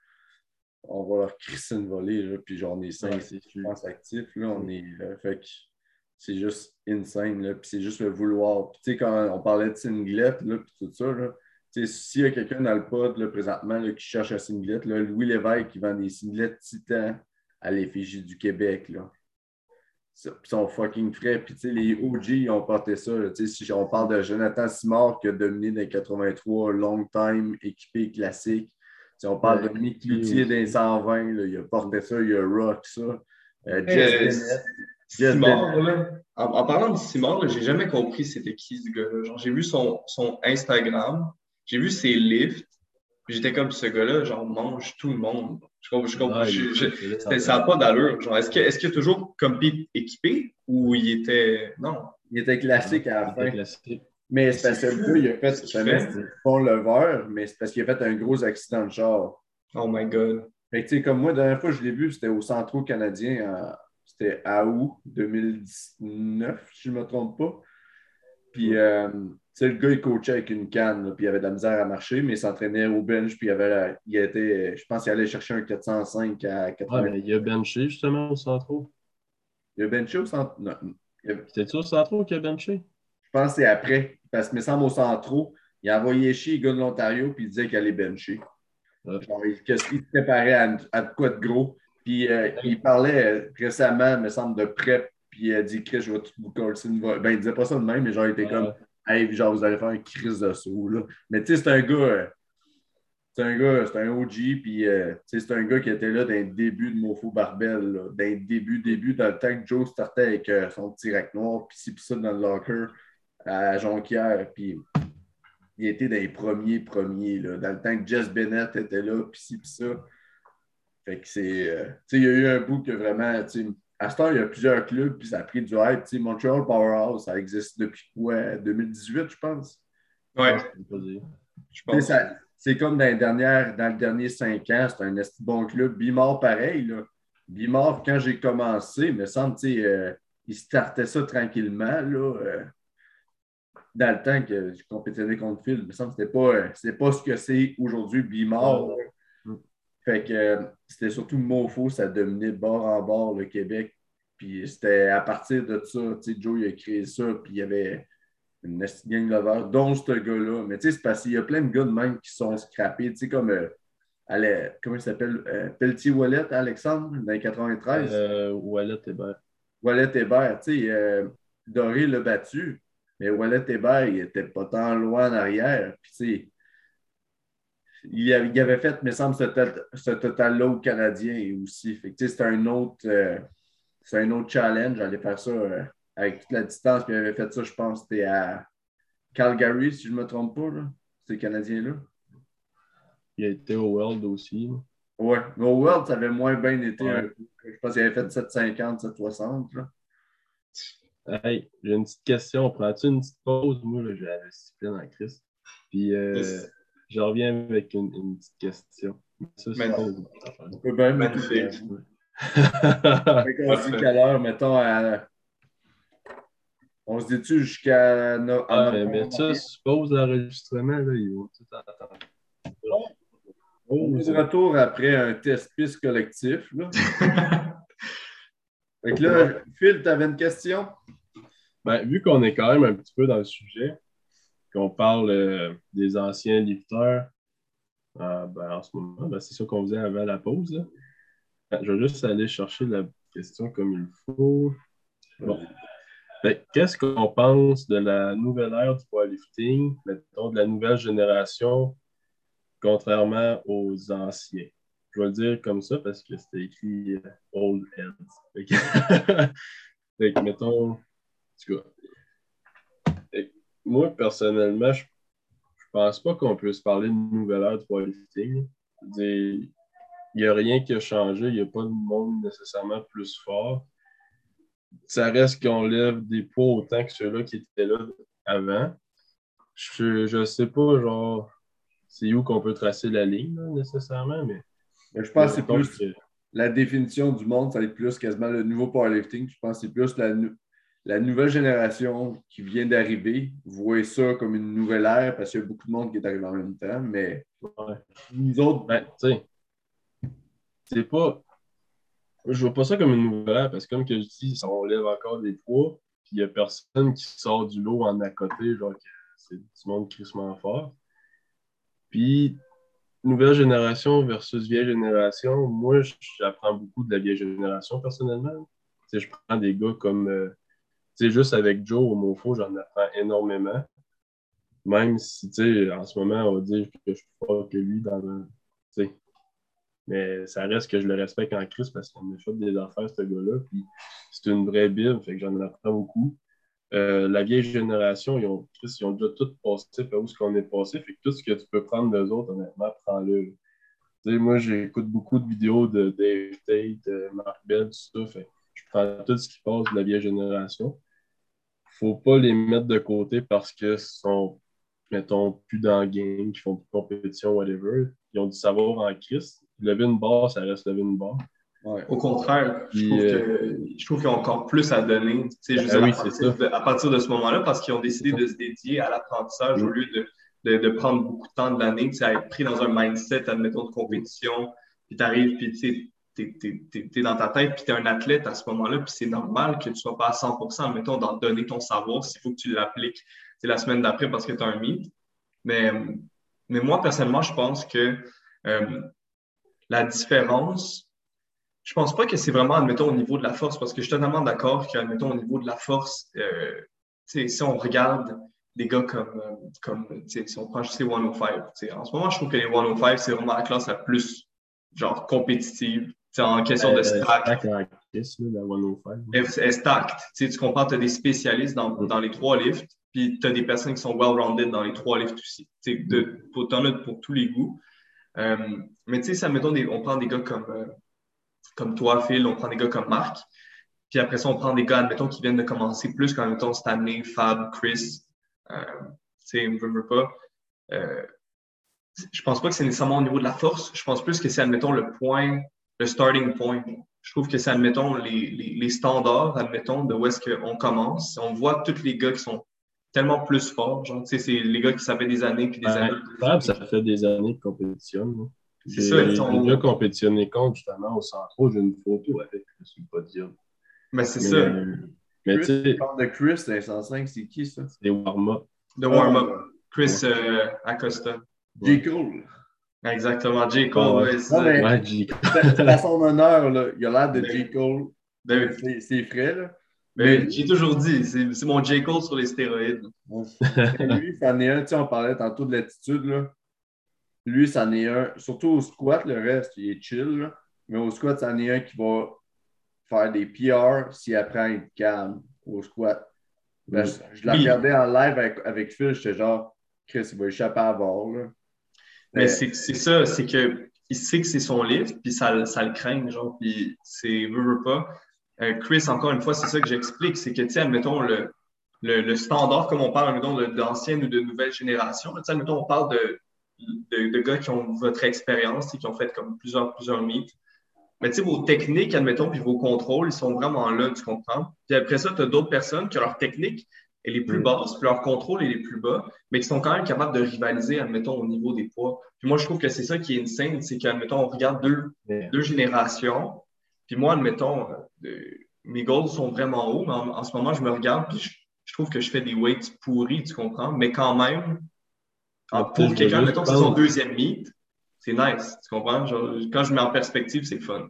Speaker 1: on va leur crisser une volée, là, puis genre, on est cinq,
Speaker 3: Ouais, c'est
Speaker 1: je
Speaker 3: sûr.
Speaker 1: pense, actifs, là, on est, euh, fait que c'est juste insane, là, puis c'est juste le vouloir. Puis tu sais, quand on parlait de singlet, là, puis tout ça, là, tu sais, s'il y a quelqu'un dans le pod, là, présentement, là, qui cherche un singlet, là, Louis Lévesque, qui vend des singlets titans à l'effigie du Québec, là. Ça, puis ils sont fucking frais. Puis, tu sais, les O G, ils ont porté ça. Là. Tu sais, si on parle de Jonathan Simard qui a dominé dans les quatre-vingt-trois, long time, équipé classique. Si on parle de
Speaker 3: Ouais,
Speaker 1: Mick
Speaker 3: qui
Speaker 1: Cloutier dans les
Speaker 3: aussi.
Speaker 1: cent vingt, là, il a porté ça, il a rock ça. Euh, Jess
Speaker 4: Euh,
Speaker 1: Bennett. Jess
Speaker 4: Simard,
Speaker 1: Bennett.
Speaker 4: là, en, en parlant de Simard, là, j'ai jamais compris c'était qui ce gars-là. Genre, j'ai vu son, son Instagram, j'ai vu ses lifts, puis j'étais comme ce gars-là, genre, mange tout le monde. Je comprends, je comprends,
Speaker 3: Ah, il
Speaker 4: je-
Speaker 3: était
Speaker 4: je-
Speaker 3: solide en
Speaker 4: c'était- ça n'a pas d'allure. Genre, est-ce que, est-ce qu'il a toujours compete équipé ou il était. Non.
Speaker 1: Il était
Speaker 3: temps.
Speaker 1: classique à
Speaker 3: Il
Speaker 1: la
Speaker 3: était
Speaker 1: fin.
Speaker 3: classique.
Speaker 1: Mais
Speaker 4: Mais
Speaker 1: c'est
Speaker 4: c'est
Speaker 1: parce que le gars, il a
Speaker 4: fou ce
Speaker 1: fait
Speaker 4: qu'il
Speaker 1: c'est un
Speaker 4: fait.
Speaker 1: esti de bon lever, mais c'est parce qu'il a fait un gros accident de char.
Speaker 4: Oh my God.
Speaker 1: Fait que, tu sais, comme moi, la dernière fois que je l'ai vu, c'était au Centro canadien. en- C'était à août deux mille dix-neuf, si je ne me trompe pas. Puis, euh, tu sais, le gars, il coachait avec une canne, là, puis il avait de la misère à marcher, mais il s'entraînait au bench, puis il avait la- il était, je pense qu'il allait chercher un quatre cent cinq à
Speaker 3: Ouais,
Speaker 1: quatre-vingts.
Speaker 3: mais il a benché justement au centro.
Speaker 1: Il a benché au centre. Non, il a-
Speaker 3: C'était-tu au centro qu'il a benché?
Speaker 1: je pense que c'est après, parce que, il me semble, au Centro, il a envoyé chier le gars de l'Ontario, puis il disait qu'il allait bencher.
Speaker 3: Ouais.
Speaker 1: Genre, il, que- il se préparait à, à de quoi de gros. Puis euh, il parlait euh, récemment, me semble, de prep. Puis il a dit, Chris, je vais tout vous coller une vol. Ben, il disait pas ça de même, mais genre, il était comme,
Speaker 3: Ouais.
Speaker 1: hey, genre, vous allez faire une crise de saut, là. Mais tu sais, c'est un gars, euh, c'est un gars, c'est un O G. Puis euh, tu sais, c'est un gars qui était là dans le début de Mofo Barbell, là. Dans le début, début, dans le temps que Joe startait avec euh, son petit rack noir, puis ci, puis ça dans le locker à Jonquière. Puis il était dans les premiers, premiers, là. Dans le temps que Jess Bennett était là, puis ci, puis ça. Fait que c'est. euh, tu sais, il y a eu un bout que vraiment. Tu sais, à ce temps, il y a plusieurs clubs, puis ça a pris du hype. Tu sais, Montreal Powerhouse, ça existe depuis quoi? deux mille dix-huit, je pense.
Speaker 4: Ouais,
Speaker 3: Ah, je peux pas dire.
Speaker 4: je
Speaker 1: Tu sais,
Speaker 4: pense.
Speaker 1: ça- c'est comme dans les dernières, dans le dernier cinq ans, c'est un esti bon club. Bimor, pareil, là. Bimor, quand j'ai commencé, il me semble, tu sais, euh, il startait ça tranquillement, là. euh, dans le temps que je compétitionnais contre Phil, il me semble que c'était pas, euh, c'était pas ce que c'est aujourd'hui,
Speaker 3: Ouais,
Speaker 1: Bimor.
Speaker 3: non. Mm.
Speaker 1: Fait que euh, c'était surtout Mofo, ça dominait de bord en bord le Québec. Puis c'était à partir de ça, tu sais, Joe il a créé ça, puis il y avait une nasty gang lover, dont ce gars-là. Mais tu sais, c'est parce qu'il y a plein de gars de même qui sont scrappés, tu sais, comme, euh, allez, comment il s'appelle, euh, Pelletier Wallet, Alexandre, dans les quatre-vingt-treize.
Speaker 3: Euh, Wallet Hébert.
Speaker 1: Wallet Hébert, tu sais, euh, Doré l'a battu, mais Wallet Hébert, il était pas tant loin en arrière. Puis tu sais, il avait, il avait fait, il me semble, ce, total- ce total-là au Canadien aussi. Fait que, tu sais, c'était un autre, euh, c'est un autre challenge. J'allais faire ça euh, avec toute la distance. Puis il avait fait ça, je pense, c'était à Calgary, si je ne me trompe pas, là. Ces Canadiens-là.
Speaker 3: Il a été au World aussi. Là.
Speaker 1: Ouais. Mais au World, ça avait moins bien été un
Speaker 3: Ouais.
Speaker 1: peu. Je pense qu'il avait fait sept cinquante, sept soixante. Là.
Speaker 3: Hey, j'ai une petite question. Prends-tu une petite pause? Moi, là, j'ai la discipline en crise. Puis, euh,
Speaker 4: Yes.
Speaker 3: je reviens avec une, une petite question. Ça, c'est
Speaker 4: Man-
Speaker 3: pas
Speaker 1: On peut bien mettre tout
Speaker 4: Magnifique.
Speaker 1: le temps. Fait qu'on se dit qu'à l'heure, mettons, à... on se dit-tu jusqu'à no... à
Speaker 3: Ah, mais, mais
Speaker 1: neuf heures?
Speaker 3: ça, suppose l'enregistrement, là, ils vont tout attendre.
Speaker 1: On est de retour après un test piste collectif. Là. Fait que là, Phil, tu avais une question?
Speaker 3: Ben, vu qu'on est quand même un petit peu dans le sujet, qu'on parle euh, des anciens lifteurs, euh, ben, en ce moment, ben, c'est ça qu'on faisait avant la pause. Là. Ben, je vais juste aller chercher la question comme il faut. Bon. Ben, qu'est-ce qu'on pense de la nouvelle ère du powerlifting, mettons, de la nouvelle génération, contrairement aux anciens? Je vais le dire comme ça parce que c'était écrit euh, Old Heads. Fait que, fait que, mettons, en tout cas, fait que moi, personnellement, je Je pense pas qu'on puisse parler de nouvelle ère du powerlifting. Je veux dire, il n'y a rien qui a changé, il n'y a pas de monde nécessairement plus fort. Ça reste qu'on lève des poids autant que ceux-là qui étaient là avant. Je, je sais pas, genre, c'est où qu'on peut tracer la ligne, là, nécessairement, mais,
Speaker 1: Mais je
Speaker 3: mais
Speaker 1: pense que c'est
Speaker 3: mettons
Speaker 1: plus
Speaker 3: que.
Speaker 1: la définition du monde, ça va être plus quasiment le nouveau powerlifting. Je pense que c'est plus la, nou- la nouvelle génération qui vient d'arriver. Vous voyez ça comme une nouvelle ère parce qu'il y a beaucoup de monde qui est arrivé en même temps. Mais
Speaker 3: Ouais.
Speaker 1: nous autres,
Speaker 3: Ben, tu sais, c'est pas. Je vois pas ça comme une nouvelle ère parce que, comme que je dis, on lève encore des poids, puis il n'y a personne qui sort du lot en à côté, genre que c'est du monde crissement fort. Puis, nouvelle génération versus vieille génération, moi, j'apprends beaucoup de la vieille génération personnellement. Tu sais, je prends des gars comme, euh, tu sais, juste avec Joe au Mofo, j'en apprends énormément. Même si, tu sais, en ce moment, on va dire que je suis plus fort que lui dans un. Tu sais, mais ça reste que je le respecte en Christ parce qu'on a fait des affaires, ce gars-là. Puis c'est une vraie Bible, fait que j'en apprends beaucoup. Euh, la vieille génération, ils ont, Chris, ils ont déjà tout passé par où ce qu'on est passé. Fait que tout ce que tu peux prendre d'eux autres, honnêtement, prends-le. Tu sais, moi, j'écoute beaucoup de vidéos de Dave Tate, euh, Mark Bell, tout ça. Fait que je prends tout ce qui passe de la vieille génération. Faut pas les mettre de côté parce qu'ils sont, mettons, plus dans le game, qui font plus de compétition, whatever. Ils ont du savoir en Christ. Lever une barre, ça reste lever une barre.
Speaker 1: ouais.
Speaker 4: Au contraire, je
Speaker 3: Puis,
Speaker 4: trouve
Speaker 3: euh,
Speaker 4: que je trouve qu'ils ont encore plus à donner, tu sais, je veux
Speaker 3: ben
Speaker 4: dire,
Speaker 3: oui,
Speaker 4: à
Speaker 3: c'est
Speaker 4: partir
Speaker 3: ça.
Speaker 4: de, à partir de ce moment-là, parce qu'ils ont décidé de se dédier à l'apprentissage au
Speaker 3: Mm.
Speaker 4: lieu de, de, de prendre beaucoup de temps de l'année, tu sais, à être pris dans un mindset, admettons, de compétition, puis tu arrives, puis tu sais, t'es, t'es, t'es, t'es dans ta tête, puis tu es un athlète à ce moment-là, puis c'est normal que tu ne sois pas à cent pour cent, admettons, d'en donner ton savoir s'il faut que tu l'appliques c'est la semaine d'après parce que tu as un meet. Mais, mais moi, personnellement, je pense que euh, la différence, je pense pas que c'est vraiment, admettons, au niveau de la force, parce que je suis totalement d'accord qu'admettons, au niveau de la force, euh, si on regarde des gars comme, euh, comme si on prend juste les cent cinq, en ce moment, je trouve que les cent cinq, c'est vraiment la classe la plus genre compétitive, en question de
Speaker 3: Euh,
Speaker 4: stack.
Speaker 3: stack en Christ, là, la cent cinq.
Speaker 4: Elle, elle stacked. Tu comprends, tu as des spécialistes dans,
Speaker 3: Mm.
Speaker 4: dans les trois lifts, puis tu as des personnes qui sont well-rounded dans les trois lifts aussi. Tu en as pour tous les goûts. Euh, mais tu sais, ça, mettons, des, on prend des gars comme, euh, comme toi, Phil, on prend des gars comme Marc. Puis après ça, on prend des gars, admettons, qui viennent de commencer plus, comme, mettons, Stanley, Fab, Chris. Euh, tu sais, ne veux pas. Euh, je pense pas que c'est nécessairement au niveau de la force. Je pense plus que c'est, admettons, le point, le starting point. Je trouve que c'est, admettons, les, les, les standards, admettons, de où est-ce qu'on commence. On voit tous les gars qui sont tellement plus forts. Genre, tu sais, c'est les gars qui savaient des années puis des
Speaker 3: Ben,
Speaker 4: années.
Speaker 3: Fab, ça fait des années qu'il compétitionne. là.
Speaker 4: C'est
Speaker 3: J'ai
Speaker 4: ça, ils
Speaker 3: j'ai
Speaker 4: sont.
Speaker 3: déjà compétitionné contre, justement, au centre. J'ai une photo avec sur le podium.
Speaker 4: Mais c'est
Speaker 3: Mais,
Speaker 4: ça,
Speaker 3: mais tu
Speaker 1: Chris,
Speaker 3: sais,
Speaker 1: tu parles de Chris, c'est cent cinq, c'est qui ça?
Speaker 3: c'est des warm-up.
Speaker 4: le warm-up.
Speaker 1: Ah,
Speaker 4: Chris euh, Acosta.
Speaker 1: J. Cole.
Speaker 4: Exactement. J.
Speaker 3: Ah,
Speaker 4: Cole,
Speaker 3: ouais.
Speaker 4: ouais, c'est
Speaker 1: Non, mais
Speaker 3: Ouais, J.
Speaker 1: c'est c'est à son honneur, là. Il a l'air de
Speaker 4: Ben,
Speaker 1: J. Cole.
Speaker 4: ben oui.
Speaker 1: C'est c'est frais, là.
Speaker 4: Ben,
Speaker 1: Mais
Speaker 4: j'ai toujours dit, c'est c'est mon J. Cole sur les stéroïdes.
Speaker 1: mais lui, c'en est un, tu sais, on parlait tantôt de l'attitude, là. Lui, c'en est un, surtout au squat, le reste, il est chill, là. Mais au squat, c'en est un qui va faire des P R s'il apprend à être calme au squat. Ben, je, je la
Speaker 4: Oui.
Speaker 1: regardais en live avec, avec Phil, j'étais genre, Chris, il va échapper à bord, là.
Speaker 4: Mais
Speaker 1: Euh,
Speaker 4: c'est c'est ça, c'est que il sait que c'est son livre, puis ça, ça le craint, genre, puis c'est veut, veut pas. euh, Chris, encore une fois, c'est ça que j'explique, c'est que, tu sais, admettons, le, le, le standard, comme on parle, admettons, de- d'ancienne ou de nouvelle génération, tu sais, admettons, on parle de, de, de gars qui ont votre expérience, qui ont fait comme plusieurs, plusieurs meets. Mais tu sais, vos techniques, admettons, puis vos contrôles, ils sont vraiment là, tu comprends? Puis après ça, tu as d'autres personnes qui ont leur technique elle est plus
Speaker 3: Mm.
Speaker 4: basse, puis leur contrôle elle est plus bas, mais qui sont quand même capables de rivaliser, admettons, au niveau des poids. Puis moi, je trouve que c'est ça qui est insane, c'est qu'admettons, on regarde deux,
Speaker 3: Yeah.
Speaker 4: deux générations, puis moi, admettons, euh, mes goals sont vraiment hauts, mais en, en ce moment, je me regarde, puis je, je trouve que je fais des weights pourris, tu comprends? Mais quand même, en-
Speaker 3: Donc, tu sais,
Speaker 4: pour
Speaker 3: je vais
Speaker 4: quelqu'un,
Speaker 3: juste
Speaker 4: admettons que c'est son
Speaker 3: prendre-
Speaker 4: deuxième meet, c'est nice, tu comprends? Genre, quand je mets en perspective, c'est fun.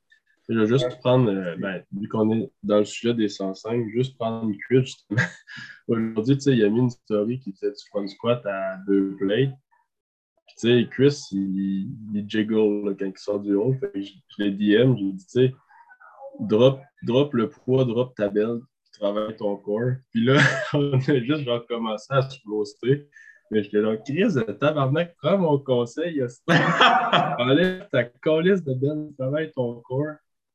Speaker 3: Je vais juste prendre, euh, ben, vu qu'on est dans le sujet des cent cinq, juste prendre Chris, justement. Aujourd'hui, tu sais, il a mis une story qui faisait du front squat à deux plates. Puis, tu sais, Chris, il, il jiggle là, quand il sort du haut. Fait que je, je l'ai D M, j'ai dit, tu sais, drop, drop le poids, drop ta belle, puis travaille ton corps. Puis là, on a juste genre commencé à se roaster. Mais j'étais là, Chris, tabarnak, prends mon conseil, hostie. Enlève ta colisse de belle, travaille ton corps.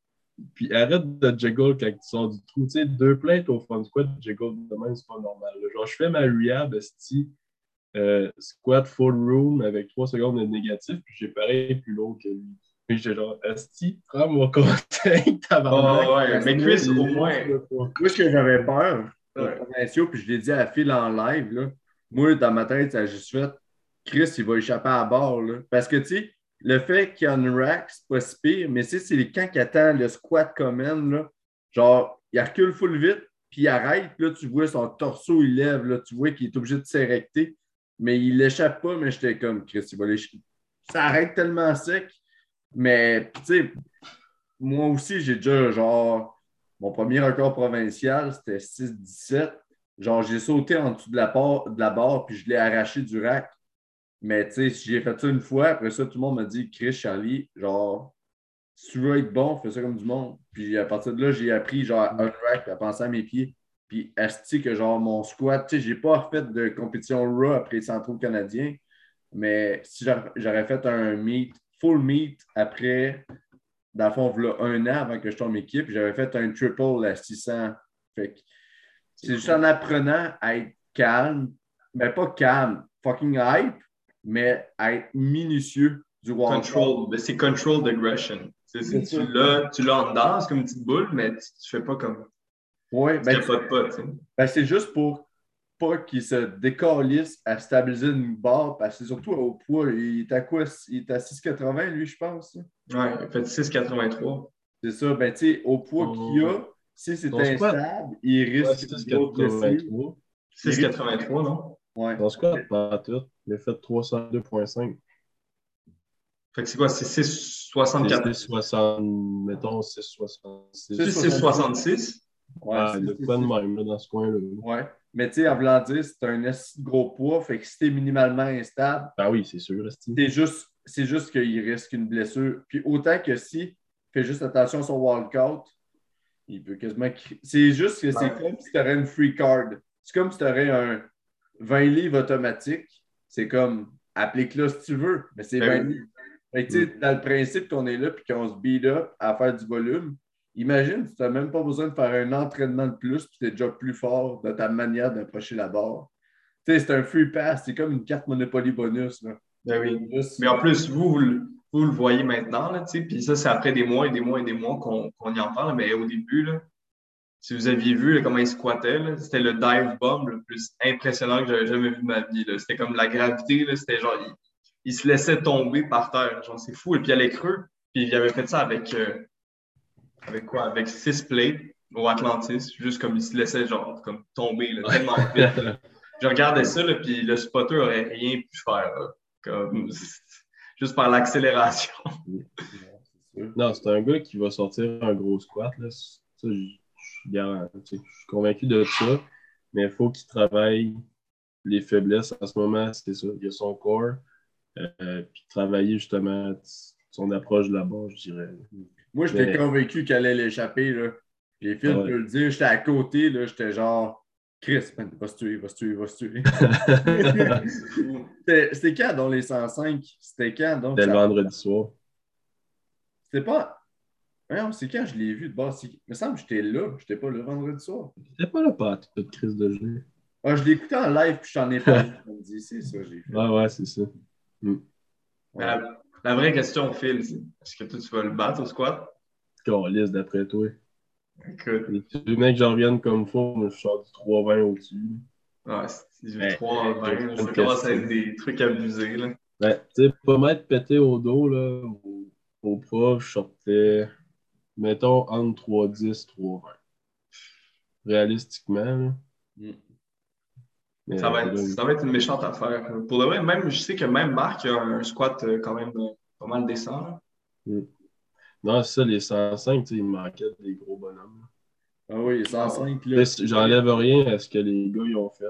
Speaker 3: Puis arrête de jiggle quand tu sors du trou. Tu sais, deux plates au front squat, jiggle de même, c'est pas normal. Là. Genre, je fais ma rehab, esti, euh, squat full room avec trois secondes de négatif, puis j'ai pareil plus lourd que lui. Puis j'étais genre, esti, prends mon conseil, tabarnak.
Speaker 4: Oh, ouais, mais Chris, au moins.
Speaker 1: Moi, ce que j'avais peur, aux
Speaker 4: Ouais.
Speaker 1: provinciaux, puis je l'ai dit à Phil en live, là, moi, dans ma tête, ça a juste fait Chris, il va échapper à bord. Là. Parce que, tu sais, le fait qu'il y a une rack, c'est pas si pire, mais tu sais, c'est quand il attend le squat common, là, genre, il recule full vite, puis il arrête, puis là, tu vois son torseau, il lève, là, tu vois qu'il est obligé de s'érecter, mais il l'échappe pas, mais j'étais comme, Chris, il va l'échapper. Ça arrête tellement sec, mais, tu sais, moi aussi, j'ai déjà, genre, mon premier record provincial, c'était six dix-sept. Genre, j'ai sauté en dessous de la, barre, de la barre, puis je l'ai arraché du rack. Mais tu sais, j'ai fait ça une fois. Après ça, tout le monde m'a dit, Chris, Charlie, genre, si tu veux être bon, fais ça comme du monde. Puis à partir de là, j'ai appris, genre, à unrack, à penser à mes pieds. Puis asti que, genre, mon squat, tu sais, j'ai pas refait de compétition raw après les centraux canadiens. Mais si j'aurais fait un meet, full meet après, dans le fond, voilà un an avant que je tombe équipe, j'avais fait un triple à six cents. Fait que c'est juste en apprenant à être calme, mais pas calme, fucking hype, mais à être minutieux du workout.
Speaker 4: Control, ben, c'est controlled aggression. C'est, c'est,
Speaker 1: C'est
Speaker 4: tu,
Speaker 1: ça.
Speaker 4: l'as, tu l'as en dedans, c'est comme une petite boule, mais tu, tu fais pas comme.
Speaker 1: Oui,
Speaker 4: Tu
Speaker 1: ben,
Speaker 4: capotes pas, tu sais.
Speaker 1: ben, c'est juste pour pas qu'il se décalisse à stabiliser une barre, parce que c'est surtout au poids. Il est à quoi? Il est à six quatre-vingts, lui, je pense.
Speaker 4: Ouais, il a fait six quatre-vingt-trois.
Speaker 1: C'est ça. Ben, tu sais, au poids
Speaker 3: Ton-
Speaker 1: qu'il a, si c'est
Speaker 3: ton squat.
Speaker 1: instable, il
Speaker 3: Ouais,
Speaker 1: risque
Speaker 3: six
Speaker 1: une grosse blessure.
Speaker 3: quatre-vingt-trois.
Speaker 4: six quatre-vingt-trois, non?
Speaker 1: Ouais.
Speaker 3: Ton squat, pas tout. Il a fait trois cent deux virgule cinq.
Speaker 4: Fait que c'est quoi? C'est six
Speaker 3: C'est
Speaker 4: soixante-quatre.
Speaker 3: six soixante, mettons six soixante-six.
Speaker 4: C'est six soixante-six?
Speaker 1: Ouais,
Speaker 3: Ah,
Speaker 1: c'est-
Speaker 3: de
Speaker 1: c'est-
Speaker 3: quoi de
Speaker 1: c'est-
Speaker 3: même, là, dans ce coin-là.
Speaker 1: Ouais. Mais tu sais, en voulant dire, c'est un esti de gros poids, fait que si t'es minimalement instable,
Speaker 3: Ah oui, c'est sûr, Esti.
Speaker 1: c'est juste, c'est juste qu'il risque une blessure. Puis autant que si, fais juste attention à son walkout, il peut quasiment. cri- C'est juste que c'est
Speaker 4: Ouais.
Speaker 1: comme si tu aurais une free card. C'est comme si tu aurais un vingt livres automatique. C'est comme, applique-le si tu veux, mais c'est
Speaker 4: Ben
Speaker 1: vingt
Speaker 4: oui.
Speaker 1: livres. Fait que, tu sais, dans le principe qu'on est là puis qu'on se beat up à faire du volume, imagine, tu n'as même pas besoin de faire un entraînement de plus puis tu es déjà plus fort de ta manière d'approcher la barre. Tu sais, c'est un free pass, c'est comme une carte Monopoly bonus. Là.
Speaker 4: Ben oui.
Speaker 1: Juste-
Speaker 4: Mais en plus, vous, vous, le- vous le voyez maintenant, là, tu sais, puis ça, c'est après des mois et des mois et des mois qu'on, qu'on y en parle, mais au début, là, si vous aviez vu là, comment il squattait, là, c'était le dive bomb le plus impressionnant que j'avais jamais vu de ma vie. Là. C'était comme la gravité, là, c'était genre, il, il se laissait tomber par terre. Genre, c'est fou. Et puis il allait creux, puis il avait fait ça avec, euh, avec quoi? Avec six plates au Atlantis, juste comme il se laissait genre comme tomber là, tellement vite. Là. Je regardais ça, là, puis le spotter aurait rien pu faire. Là. Comme, juste par l'accélération.
Speaker 3: Non, c'est un gars qui va sortir un gros squat. Là. Ça, je, je, garant- tu sais, je suis convaincu de ça. Mais il faut qu'il travaille les faiblesses. En ce moment, c'est ça. Il a son corps. Euh, puis travailler justement son approche de la barre, je dirais.
Speaker 1: Moi, j'étais
Speaker 3: Mais-
Speaker 1: convaincu qu'elle allait l'échapper. Là. Les filles
Speaker 3: Ouais.
Speaker 1: peuvent le dire, j'étais à côté, là, j'étais genre, Chris, man, il va se tuer, il va se tuer, il va se tuer.
Speaker 4: C'est fou.
Speaker 1: C'était c'était quand, dans les cent cinq? C'était quand, donc?
Speaker 3: C'était le
Speaker 1: ça-
Speaker 3: vendredi soir.
Speaker 1: C'était pas Voyons, c'est quand je l'ai vu de base. Il me semble que j'étais là. J'étais pas là vendredi soir.
Speaker 3: T'étais pas là pas toute crise de jeu.
Speaker 1: Ah, je l'ai écouté en live puis je t'en ai parlé. Je me dis, c'est ça, j'ai fait.
Speaker 3: Ouais, ouais, c'est ça. Mm.
Speaker 4: Mais la, la vraie question, Phil, c'est est-ce que toi, tu vas le battre au squat?
Speaker 3: Calisse d'après toi.
Speaker 4: Écoute,
Speaker 3: Et tu veux bien que j'en revienne comme faut, moi je sors du trois vingt au-dessus.
Speaker 4: ouais, si j'ai
Speaker 3: Ouais,
Speaker 4: trois vingt,
Speaker 3: ouais,
Speaker 4: ça
Speaker 3: ouais,
Speaker 4: commence à
Speaker 3: question.
Speaker 4: être des trucs abusés, là.
Speaker 3: Ouais, tu sais, pas m'être pété au dos, là, au, au prof, je sortais, mettons, entre trois dix trois vingt. Réalistiquement, là.
Speaker 1: Mm.
Speaker 3: Mais
Speaker 4: Ça va
Speaker 3: là,
Speaker 4: être, ça va être une méchante affaire. Pour le vrai, même, je sais que même Marc a un squat euh, quand même euh, pas mal décent, là.
Speaker 3: mm. Non, c'est ça, les cent cinq, tu sais, il me manquait des gros bonhommes.
Speaker 1: Ah oui, cent cinq,
Speaker 3: Tu
Speaker 1: là.
Speaker 3: sais, j'enlève rien à ce que les gars ils ont fait.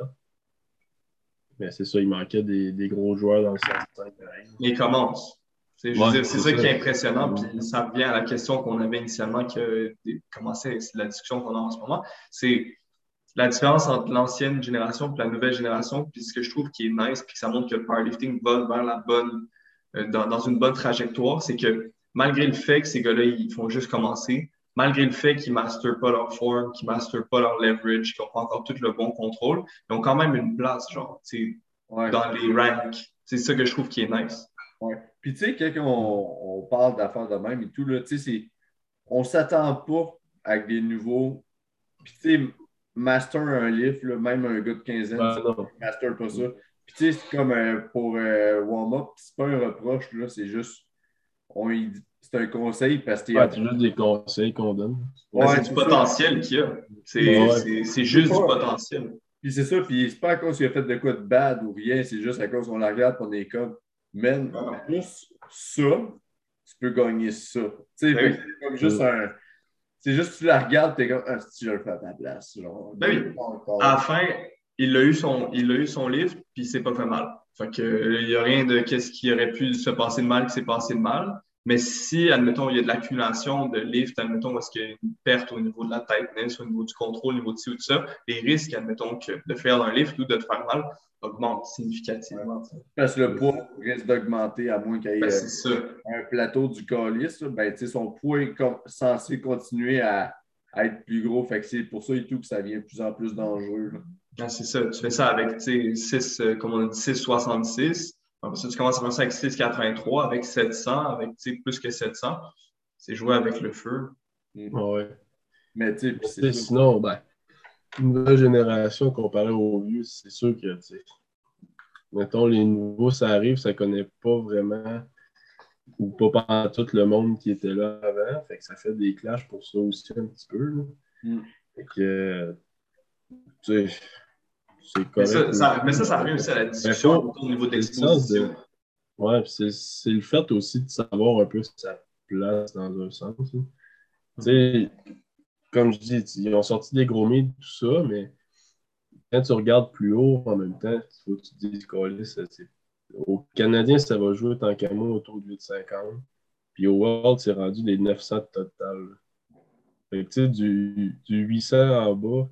Speaker 3: Mais c'est ça, il manquait des, des gros joueurs dans le cent cinq pareil.
Speaker 4: Mais il commence. C'est, je veux
Speaker 3: Ouais,
Speaker 4: dire, c'est
Speaker 3: c'est
Speaker 4: ça qui
Speaker 3: ça.
Speaker 4: est impressionnant,
Speaker 3: Mm.
Speaker 4: puis ça revient à la question qu'on avait initialement, que commençait c'est la discussion qu'on a en ce moment. C'est la différence entre l'ancienne génération et la nouvelle génération, puis ce que je trouve qui est nice, puis que ça montre que le powerlifting va vers la bonne, euh, dans, dans une bonne trajectoire, c'est que malgré le fait que ces gars-là, ils font juste commencer, malgré le fait qu'ils ne masterent pas leur forme, qu'ils ne masterent pas leur leverage, qu'ils n'ont pas encore tout le bon contrôle, ils ont quand même une place, genre, tu sais,
Speaker 1: Ouais.
Speaker 4: dans les ranks. C'est ça que je trouve qui est nice.
Speaker 1: Ouais. Puis, tu sais, quand on, on parle d'affaires de même et tout, là, tu sais, c'est- on s'attend pas avec des nouveaux. Puis, tu sais, master un livre, là, même un gars de quinzaine,
Speaker 3: Ouais,
Speaker 1: tu sais,
Speaker 3: non.
Speaker 1: master pas ça. Puis, tu sais, c'est comme euh, pour euh, warm-up, c'est pas un reproche, là, c'est juste, on, y- c'est un conseil parce que t'es
Speaker 3: Ouais, c'est juste des conseils qu'on donne.
Speaker 4: Ben,
Speaker 1: Ouais,
Speaker 4: c'est du
Speaker 1: c'est ça.
Speaker 4: potentiel qu'il y a. C'est
Speaker 3: Ouais.
Speaker 4: c'est- c'est
Speaker 1: C'est
Speaker 4: juste du
Speaker 1: pas-
Speaker 4: potentiel.
Speaker 1: Puis c'est ça, puis c'est pas à cause qu'il a fait de quoi de bad ou rien, c'est juste à cause qu'on la regarde et on est comme, man, juste ça, tu peux gagner ça. Tu sais,
Speaker 4: Ben
Speaker 1: fait
Speaker 4: oui.
Speaker 1: que c'est comme juste un. C'est juste que tu la regardes, t'es comme, ah, si je le fais à ta place. Genre,
Speaker 4: Ben oui.
Speaker 1: pas encore.
Speaker 4: À la fin, il a eu son, il a eu son livre, puis il s'est pas fait mal. Fait que, euh, il n'y a rien de qu'est-ce qui aurait pu se passer de mal qui s'est passé de mal. Mais si, admettons, il y a de l'accumulation de livres, admettons, est-ce qu'il y a une perte au niveau de la tightness, au niveau du contrôle, au niveau de ci ou de ça, les risques, admettons, que de faire un livre ou de te faire mal augmentent significativement. t'sais.
Speaker 1: Parce que le poids risque d'augmenter à moins qu'il y
Speaker 4: Ben,
Speaker 1: ait
Speaker 4: c'est ça.
Speaker 1: un plateau du calice. Là, ben, tu sais, son poids est com- censé continuer à, à être plus gros. Fait que c'est pour ça et tout que ça devient de plus en plus dangereux. Là.
Speaker 4: Ah, c'est ça. Tu fais ça avec six, euh, comme on a dit, six virgule soixante-six. Après ça, tu commences à faire ça avec six virgule quatre-vingt-trois, avec sept cents, avec plus que sept cents. C'est jouer avec le feu.
Speaker 1: Mm.
Speaker 3: Ouais.
Speaker 1: Mais tu sais, puis
Speaker 3: Tu
Speaker 1: c'est
Speaker 3: sais,
Speaker 1: ça.
Speaker 3: sinon, ben, une nouvelle génération comparée aux vieux, c'est sûr que, tu sais, mettons, les nouveaux, ça arrive, ça connaît pas vraiment, ou pas pendant tout le monde qui était là avant. Fait que ça fait des clashs pour ça aussi un petit peu. Là.
Speaker 1: Mm.
Speaker 3: Fait que, tu sais, c'est
Speaker 4: Mais
Speaker 3: correct.
Speaker 4: ça, ça,
Speaker 3: aussi.
Speaker 4: mais ça, ça revient aussi à la
Speaker 3: Mais
Speaker 4: discussion
Speaker 3: faut-
Speaker 4: au niveau de
Speaker 3: c'est le sens de-
Speaker 4: l'exposition.
Speaker 3: Ouais, puis c'est c'est le fait aussi de savoir un peu sa place dans un sens. Là. Tu sais, comme je dis, ils ont sorti des gros mythes, tout ça, mais quand tu regardes plus haut en même temps, il faut que tu te dises, Calisse, c'est- au Canadien, ça va jouer tant qu'à moi autour de huit cinquante. Puis au World, c'est rendu des neuf cents total. là. Fait que tu sais, du, du huit cents en bas,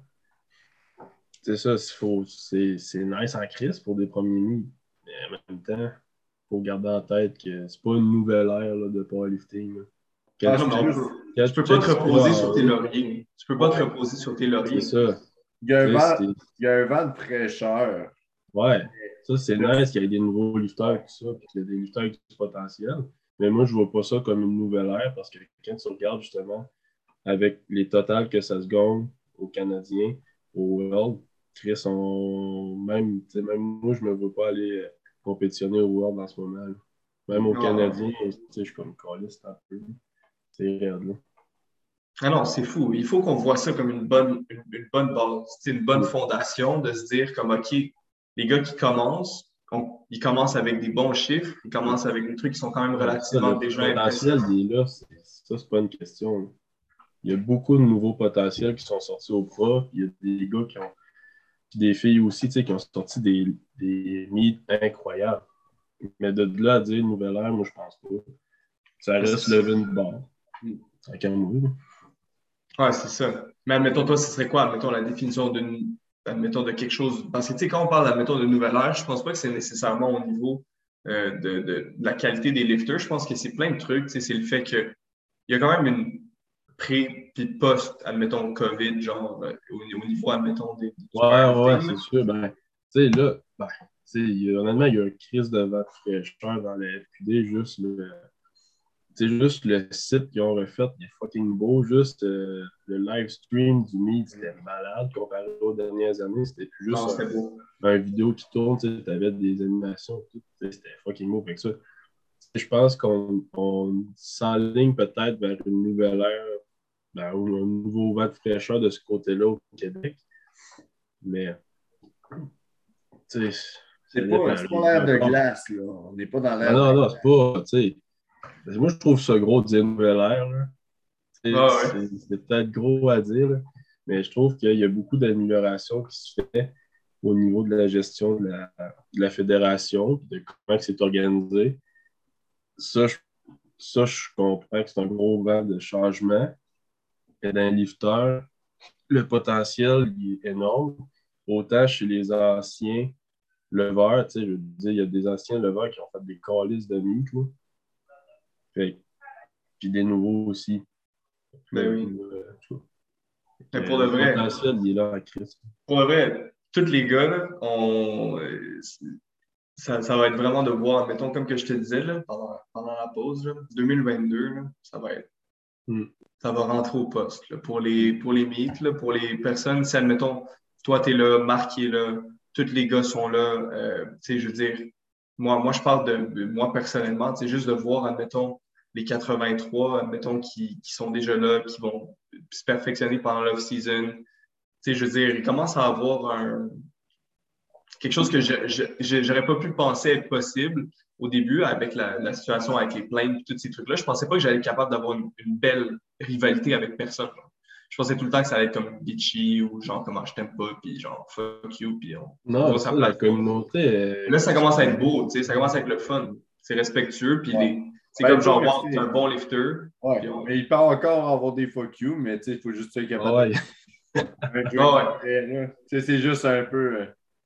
Speaker 3: c'est ça, c'est faut- c'est c'est nice en crise pour des premiers nids. Mais en même temps, il faut garder en tête que c'est pas une nouvelle ère là, de powerlifting. là. Quand
Speaker 1: Ah,
Speaker 3: tu
Speaker 4: Non, mais on
Speaker 3: checkes-
Speaker 4: peut-
Speaker 3: quand
Speaker 4: tu peux
Speaker 3: tu
Speaker 4: pas
Speaker 3: checkes
Speaker 4: te
Speaker 3: ce qu'il y a
Speaker 4: reposer
Speaker 3: en
Speaker 4: sur tes
Speaker 3: haut,
Speaker 4: lauriers. Tu peux pas te
Speaker 1: Ouais.
Speaker 4: reposer sur tes
Speaker 3: c'est
Speaker 4: lauriers.
Speaker 3: ça.
Speaker 1: Il y a un
Speaker 3: Tu sais,
Speaker 1: vent,
Speaker 3: c'est-
Speaker 1: il y a un vent de fraîcheur.
Speaker 3: Ouais, ça c'est nice qu'il y ait des nouveaux lifters et tout ça, puis qu'il y a des lifters avec du potentiel. Mais moi, je vois pas ça comme une nouvelle ère parce que quand tu regardes justement avec les totals que ça se gagne aux Canadiens, au World, Chris, on... même, tu sais, même moi, je me vois pas aller euh, compétitionner au World en ce moment. là. Même aux
Speaker 4: Non.
Speaker 3: Canadiens, tu sais, je suis comme caliste un peu. C'est raide, là.
Speaker 4: Ah non, c'est fou. Il faut qu'on voit ça comme une bonne, une, une bonne base, c'est une bonne
Speaker 3: Ouais.
Speaker 4: fondation de se dire comme, OK, les gars qui commencent, on- ils commencent avec des bons chiffres, ils commencent avec des trucs qui sont quand même
Speaker 3: Ouais, ça,
Speaker 4: relativement
Speaker 3: le
Speaker 4: déjà
Speaker 3: potentiel,
Speaker 4: impressionnants.
Speaker 3: il est là. c'est- Ça, c'est pas une question. là. Il y a beaucoup de nouveaux potentiels qui sont sortis au prof. Il y a des gars qui ont. Puis des filles aussi, tu sais, qui ont sorti des, des mythes incroyables. Mais de là à dire nouvelle ère, moi, je pense pas. Ça reste lever une barre. Ça calme, là.
Speaker 4: Ouais, c'est ça. Mais admettons, toi, ce serait quoi, admettons, la définition d'une, admettons, de quelque chose. Parce que, tu sais, quand on parle, admettons, de nouvelle ère, je pense pas que c'est nécessairement au niveau euh, de, de, de la qualité des lifters. Je pense que c'est plein de trucs. Tu sais, c'est le fait que il y a quand même une, pré puis post, admettons, COVID, genre, euh, au, au niveau, admettons, des, du
Speaker 3: Ouais, ouais,
Speaker 4: powerlifting,
Speaker 3: c'est
Speaker 4: là.
Speaker 3: sûr. Ben, tu sais, là, ben, tu sais, il y a- honnêtement, il y a une crise de vent de fraîcheur dans la F Q D, juste le, tu sais, juste le site qu'ils ont refait, il est fucking beau. Juste euh, le live stream du Meet, c'était malade comparé aux dernières années. C'était plus
Speaker 4: Non,
Speaker 3: juste
Speaker 4: c'était beau.
Speaker 3: un, un vidéo qui tourne, tu avais des animations, tout, tu sais, c'était fucking beau. Fait que ça, je pense qu'on on s'enligne peut-être vers une nouvelle ère, ben, ou un nouveau vent de fraîcheur de ce côté-là au Québec. Mais, tu sais, ça
Speaker 1: C'est pas,
Speaker 3: dépend.
Speaker 1: c'est pas
Speaker 3: Il y a
Speaker 1: l'air de
Speaker 3: encore...
Speaker 1: glace, là. On n'est pas dans
Speaker 3: Ben
Speaker 1: l'air de
Speaker 3: non, non,
Speaker 1: glace.
Speaker 3: c'est pas, tu sais. Moi, je trouve ça gros de dire nouvelle ère, là. C'est
Speaker 4: Ah ouais.
Speaker 3: c'est- c'est peut-être gros à dire, là, mais je trouve qu'il y a beaucoup d'améliorations qui se fait au niveau de la gestion de la, de la fédération, puis de comment que c'est organisé. Ça je, ça, je comprends que c'est un gros vent de changement. Et dans les lifteurs, le potentiel il est énorme. Autant chez les anciens leveurs, tu sais, je veux dire, il y a des anciens leveurs qui ont fait des calices de meat, là. Fait, puis des nouveaux aussi.
Speaker 4: Ben
Speaker 3: Le,
Speaker 4: oui.
Speaker 3: le,
Speaker 4: Mais pour
Speaker 3: le,
Speaker 4: de
Speaker 3: le
Speaker 4: vrai,
Speaker 3: potentiel, il est là à Christ.
Speaker 4: pour de vrai, tous les gars, là, on, euh, ça, ça va être vraiment de voir, mettons, comme que je te disais, là, pendant, pendant la pause, là, deux mille vingt-deux, là, ça va être,
Speaker 3: Mm.
Speaker 4: ça va rentrer au poste, là, pour les, pour les meets, là, pour les personnes, si, admettons, toi, t'es là, Marc est là, tous les gars sont là, euh, tu sais, je veux dire, moi, moi, je parle de, de moi personnellement, c'est juste de voir, admettons, les quatre-vingt-trois, admettons, qui, qui sont déjà là, qui vont se perfectionner pendant l'off-season. Tu sais, je veux dire, il commence à avoir un, quelque chose que je je- je- j'aurais pas pu penser être possible au début avec la, la situation avec les plaintes et tous ces trucs-là. Je pensais pas que j'allais être capable d'avoir une, une belle rivalité avec personne. Je pensais tout le temps que ça allait être comme bitchy ou genre comment je t'aime pas, puis genre fuck you, puis on, on
Speaker 3: Non,
Speaker 4: va
Speaker 3: ça,
Speaker 4: sa
Speaker 3: la
Speaker 4: place.
Speaker 3: communauté est
Speaker 4: Là, ça commence à être beau, tu sais, ça commence à être le fun. C'est respectueux, puis
Speaker 1: Ouais.
Speaker 4: les, c'est
Speaker 1: Ben,
Speaker 4: comme
Speaker 1: il faut
Speaker 4: genre, wow,
Speaker 1: rester.
Speaker 4: t'es un bon lifter.
Speaker 1: Ouais.
Speaker 4: Puis on...
Speaker 1: Mais il peut encore avoir des fuck you, mais tu sais, il faut juste être
Speaker 3: ah
Speaker 1: capable
Speaker 3: ouais.
Speaker 1: de un jeu
Speaker 4: Ah ouais,
Speaker 1: discret, là. Tu sais, c'est juste un peu euh,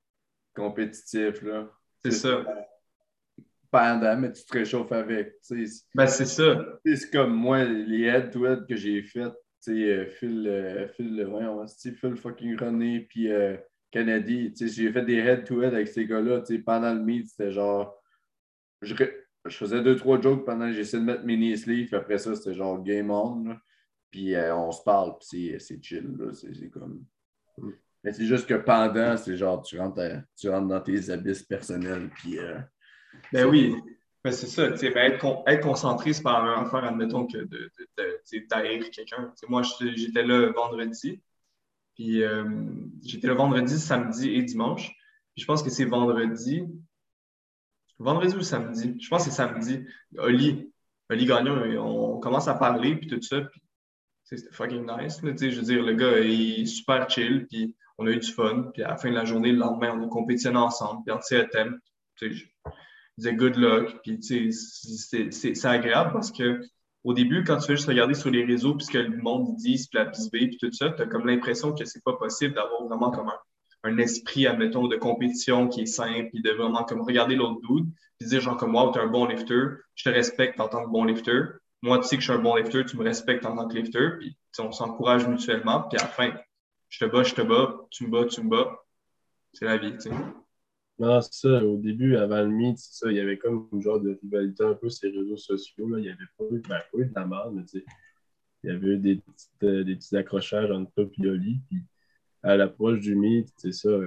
Speaker 1: compétitif, là.
Speaker 4: c'est
Speaker 1: Tu sais,
Speaker 4: ça.
Speaker 1: c'est pendant, mais tu te réchauffes avec. Tu sais,
Speaker 4: Ben, c'est ça.
Speaker 1: c'est c'est comme moi, les head-to-head que j'ai fait, tu sais, euh, Phil, euh, Phil, euh, voyons, c'est Phil fucking René, puis euh, Kennedy, tu sais, j'ai fait des head-to-head avec ces gars-là, tu sais, pendant le meet, c'était genre, je, ré- je faisais deux, trois jokes pendant que j'essayais de mettre mes knee sleeves, puis après ça, c'était genre game on, là. Puis euh, on se parle, puis c'est, c'est chill, là, c'est, c'est comme... Mais c'est juste que pendant, c'est genre, tu rentres, à- tu rentres dans tes abysses personnels, puis... euh,
Speaker 4: Ben
Speaker 1: c'est-
Speaker 4: oui, ben c'est ça. Tu sais, ben être, con- être concentré, c'est pas la même affaire, admettons, que de, de, de, tu sais, d'haïr quelqu'un. Tu sais, moi, j'étais j'étais là vendredi, puis euh, j'étais là vendredi, samedi et dimanche. Puis je pense que c'est vendredi, vendredi ou samedi? Je pense que c'est samedi. Oli, Oli Gagnon, on commence à parler, puis tout ça, puis tu sais, c'était fucking nice. Là, tu sais, je veux dire, le gars, il est super chill, puis on a eu du fun, puis à la fin de la journée, le lendemain, on a compétitionné ensemble, puis on s'est à thème. Tu sais, je disais good luck, puis tu sais, c'est c'est- c'est agréable parce que au début, quand tu fais juste regarder sur les réseaux, puis ce que le monde dit, puis la bisbée, puis tout ça, tu as comme l'impression que c'est pas possible d'avoir vraiment comme un, un esprit, admettons, de compétition qui est simple, puis de vraiment comme regarder l'autre dude, puis dire genre comme wow, t'es un bon lifter, je te respecte en tant que bon lifter. Moi, tu sais que je suis un bon lifter, tu me respectes en tant que lifter, puis tu sais, on s'encourage mutuellement, puis à la fin, je te bats, je te bats, tu me bats, tu me bats. C'est la vie, tu sais.
Speaker 3: Non, c'est ça. Au début, avant le meet, c'est ça, il y avait comme une genre de rivalité un peu sur les réseaux sociaux. Là. Il n'y avait pas eu, ben, pas eu de la merde, mais tu sais, il y avait eu des, petites, euh, des petits accrochages entre toi et Oli. Puis à l'approche du meet, c'est ça, euh,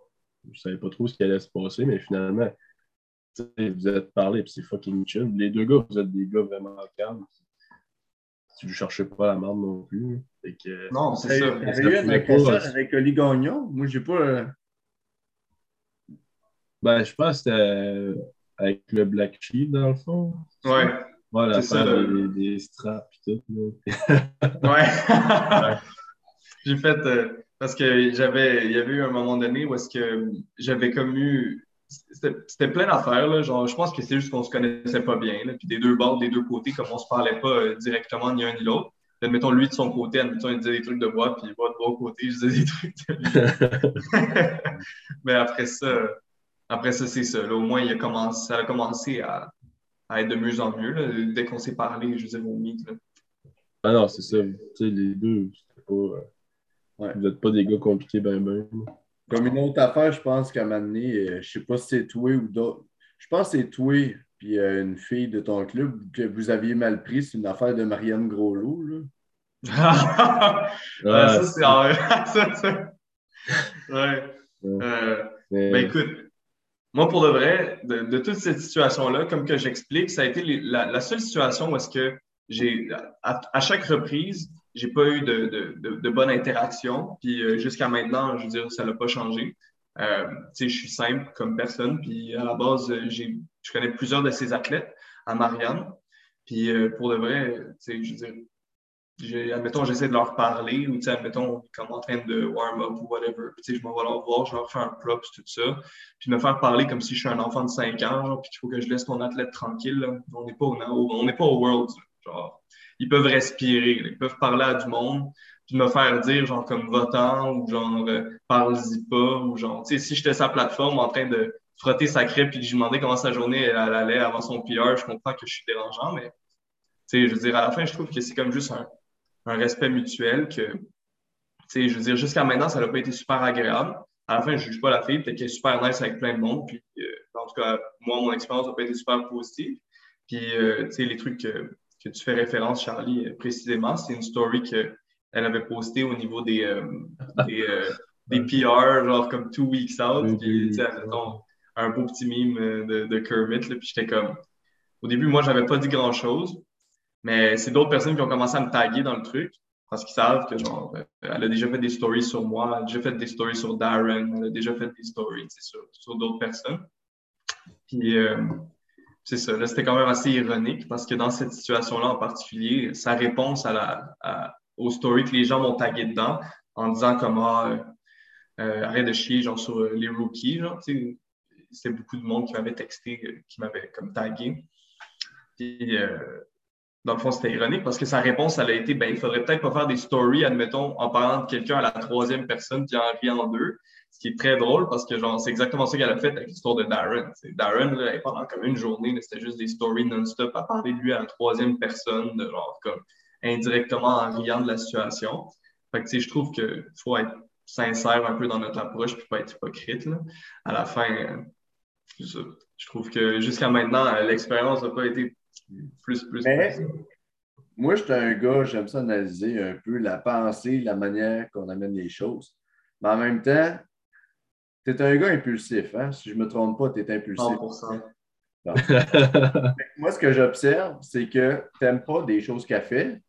Speaker 3: je savais pas trop ce qui allait se passer, mais finalement, tu sais, vous êtes parlé, puis c'est fucking chill. Les deux gars, vous êtes des gars vraiment calmes. Si vous ne cherchez pas la merde non plus. Fait que,
Speaker 4: Non, c'est
Speaker 1: T'avais
Speaker 4: ça.
Speaker 3: mais
Speaker 1: t'avais
Speaker 3: ça
Speaker 1: eu un
Speaker 3: pouvait pas.
Speaker 1: accrochage avec Oli Gagnon? Moi, j'ai pas... euh,
Speaker 3: Ben, je pense que c'était euh, avec le Black Sheep, dans le fond.
Speaker 4: Ouais,
Speaker 3: Ouais,
Speaker 4: c'est ça.
Speaker 3: l'affaire des, des straps et tout. Là.
Speaker 4: Ouais.
Speaker 3: Ouais.
Speaker 4: J'ai fait euh, parce que j'avais, il y avait eu un moment donné où est-ce que j'avais comme eu, c'était c'était plein d'affaires là, genre je pense que c'est juste qu'on se connaissait pas bien là, puis des deux bords, des deux côtés, comme on se parlait pas euh, directement ni un ni l'autre. Admettons lui de son côté, admettons il disait des trucs de moi, puis moi de mon côté je disais des trucs de lui. Mais après ça, après ça c'est ça. Là, au moins il a commencé, ça a commencé à, à être de mieux en mieux là, dès qu'on s'est parlé, je veux dire au mythe. Là.
Speaker 3: Ah non, c'est ça. Tu sais, les deux, c'était pas. euh,
Speaker 1: Ouais.
Speaker 3: Vous n'êtes pas des gars compliqués, ben ben.
Speaker 1: Comme une autre affaire, je pense qu'à un moment donné, euh, je sais pas si c'est toi ou d'autres. Je pense que c'est toi puis euh, une fille de ton club que vous aviez mal pris. C'est une affaire de Marianne Groslot, là.
Speaker 4: Euh,
Speaker 3: Ah,
Speaker 4: ça, c'est.
Speaker 3: si.
Speaker 4: ah, ça, ça- Ouais.
Speaker 3: Ouais.
Speaker 4: Euh, ben
Speaker 3: Mais,
Speaker 4: écoute, moi, pour de vrai, de, de toute cette situation-là, comme que j'explique, ça a été les- la, la seule situation où est-ce que j'ai, à, à chaque reprise, j'ai pas eu de, de, de, de bonne interaction. Puis euh, jusqu'à maintenant, je veux dire, ça l'a pas changé. Euh, tu sais, je suis simple comme personne. Puis à la base, euh, j'ai, je connais plusieurs de ces athlètes à Marianne. Puis euh, pour de vrai, tu sais, je veux dire, j'ai- admettons, j'essaie de leur parler ou, tu sais, admettons, comme en train de warm-up ou whatever. Puis, tu sais, je m'en vais leur voir, je leur fais un props, tout ça. Puis, me faire parler comme si je suis un enfant de cinq ans, genre, puis qu'il faut que je laisse mon athlète tranquille, là. On n'est pas au, on n'est pas au Worlds, là. Genre, ils peuvent respirer, là. Ils peuvent parler à du monde, puis me faire dire, genre, comme votant ou genre, euh, parle-y pas, ou genre, tu sais, si j'étais sa plateforme en train de frotter sa crêpe puis que je lui demandais comment sa journée elle, elle allait avant son P R, je comprends que je suis dérangeant, mais, tu sais, je veux dire, à la fin, je trouve que c'est comme juste un un respect mutuel que, tu sais, je veux dire, jusqu'à maintenant, ça n'a pas été super agréable. À la fin, je ne juge pas la fille, peut-être qu'elle est super nice avec plein de monde. Puis, euh, en tout cas, moi, mon expérience n'a pas été super positive. Puis, euh, tu sais, les trucs que, que tu fais référence, Charlie, euh, précisément, c'est une story qu'elle avait postée au niveau des, euh, des, euh, des P R, genre comme two weeks out.
Speaker 3: deux, deux,
Speaker 4: Puis, tu sais,
Speaker 3: huit,
Speaker 4: admettons, un beau petit mime euh, de, de Kermit. Là, puis, j'étais comme, au début, moi, j'avais pas dit grand-chose. Mais c'est d'autres personnes qui ont commencé à me taguer dans le truc parce qu'ils savent que genre, euh, elle a déjà fait des stories sur moi, elle a déjà fait des stories sur Darren, elle a déjà fait des stories sur, sur d'autres personnes. Puis euh, c'est ça, là, c'était quand même assez ironique parce que dans cette situation-là en particulier, sa réponse à la, à, aux stories que les gens m'ont tagué dedans en disant comment euh, euh, arrête de chier genre sur euh, les rookies, genre, tu sais, c'était beaucoup de monde qui m'avait texté, euh, qui m'avait comme tagué. Puis euh, dans le fond, c'était ironique parce que sa réponse, elle a été, ben, il faudrait peut-être pas faire des stories, admettons, en parlant de quelqu'un à la troisième personne puis en riant d'eux. Ce qui est très drôle parce que, genre, c'est exactement ça qu'elle a fait avec l'histoire de Darren. T'sais, Darren, là, pendant comme une journée, là, c'était juste des stories non-stop à parler de lui à la troisième personne, de genre, comme, indirectement en riant de la situation. Fait que, tu sais, je trouve qu'il faut être sincère un peu dans notre approche puis pas être hypocrite, là. À la fin, euh, je trouve que jusqu'à maintenant, euh, l'expérience n'a pas été plus, plus
Speaker 1: Mais
Speaker 4: positive.
Speaker 1: moi, je suis un gars, j'aime ça analyser un peu la pensée, la manière qu'on amène les choses. Mais en même temps, tu es un gars impulsif, hein? Si je ne me trompe pas, tu es impulsif.
Speaker 4: cent pour cent.
Speaker 1: Bon. Moi, ce que j'observe, c'est que tu n'aimes pas des choses qu'elle fait,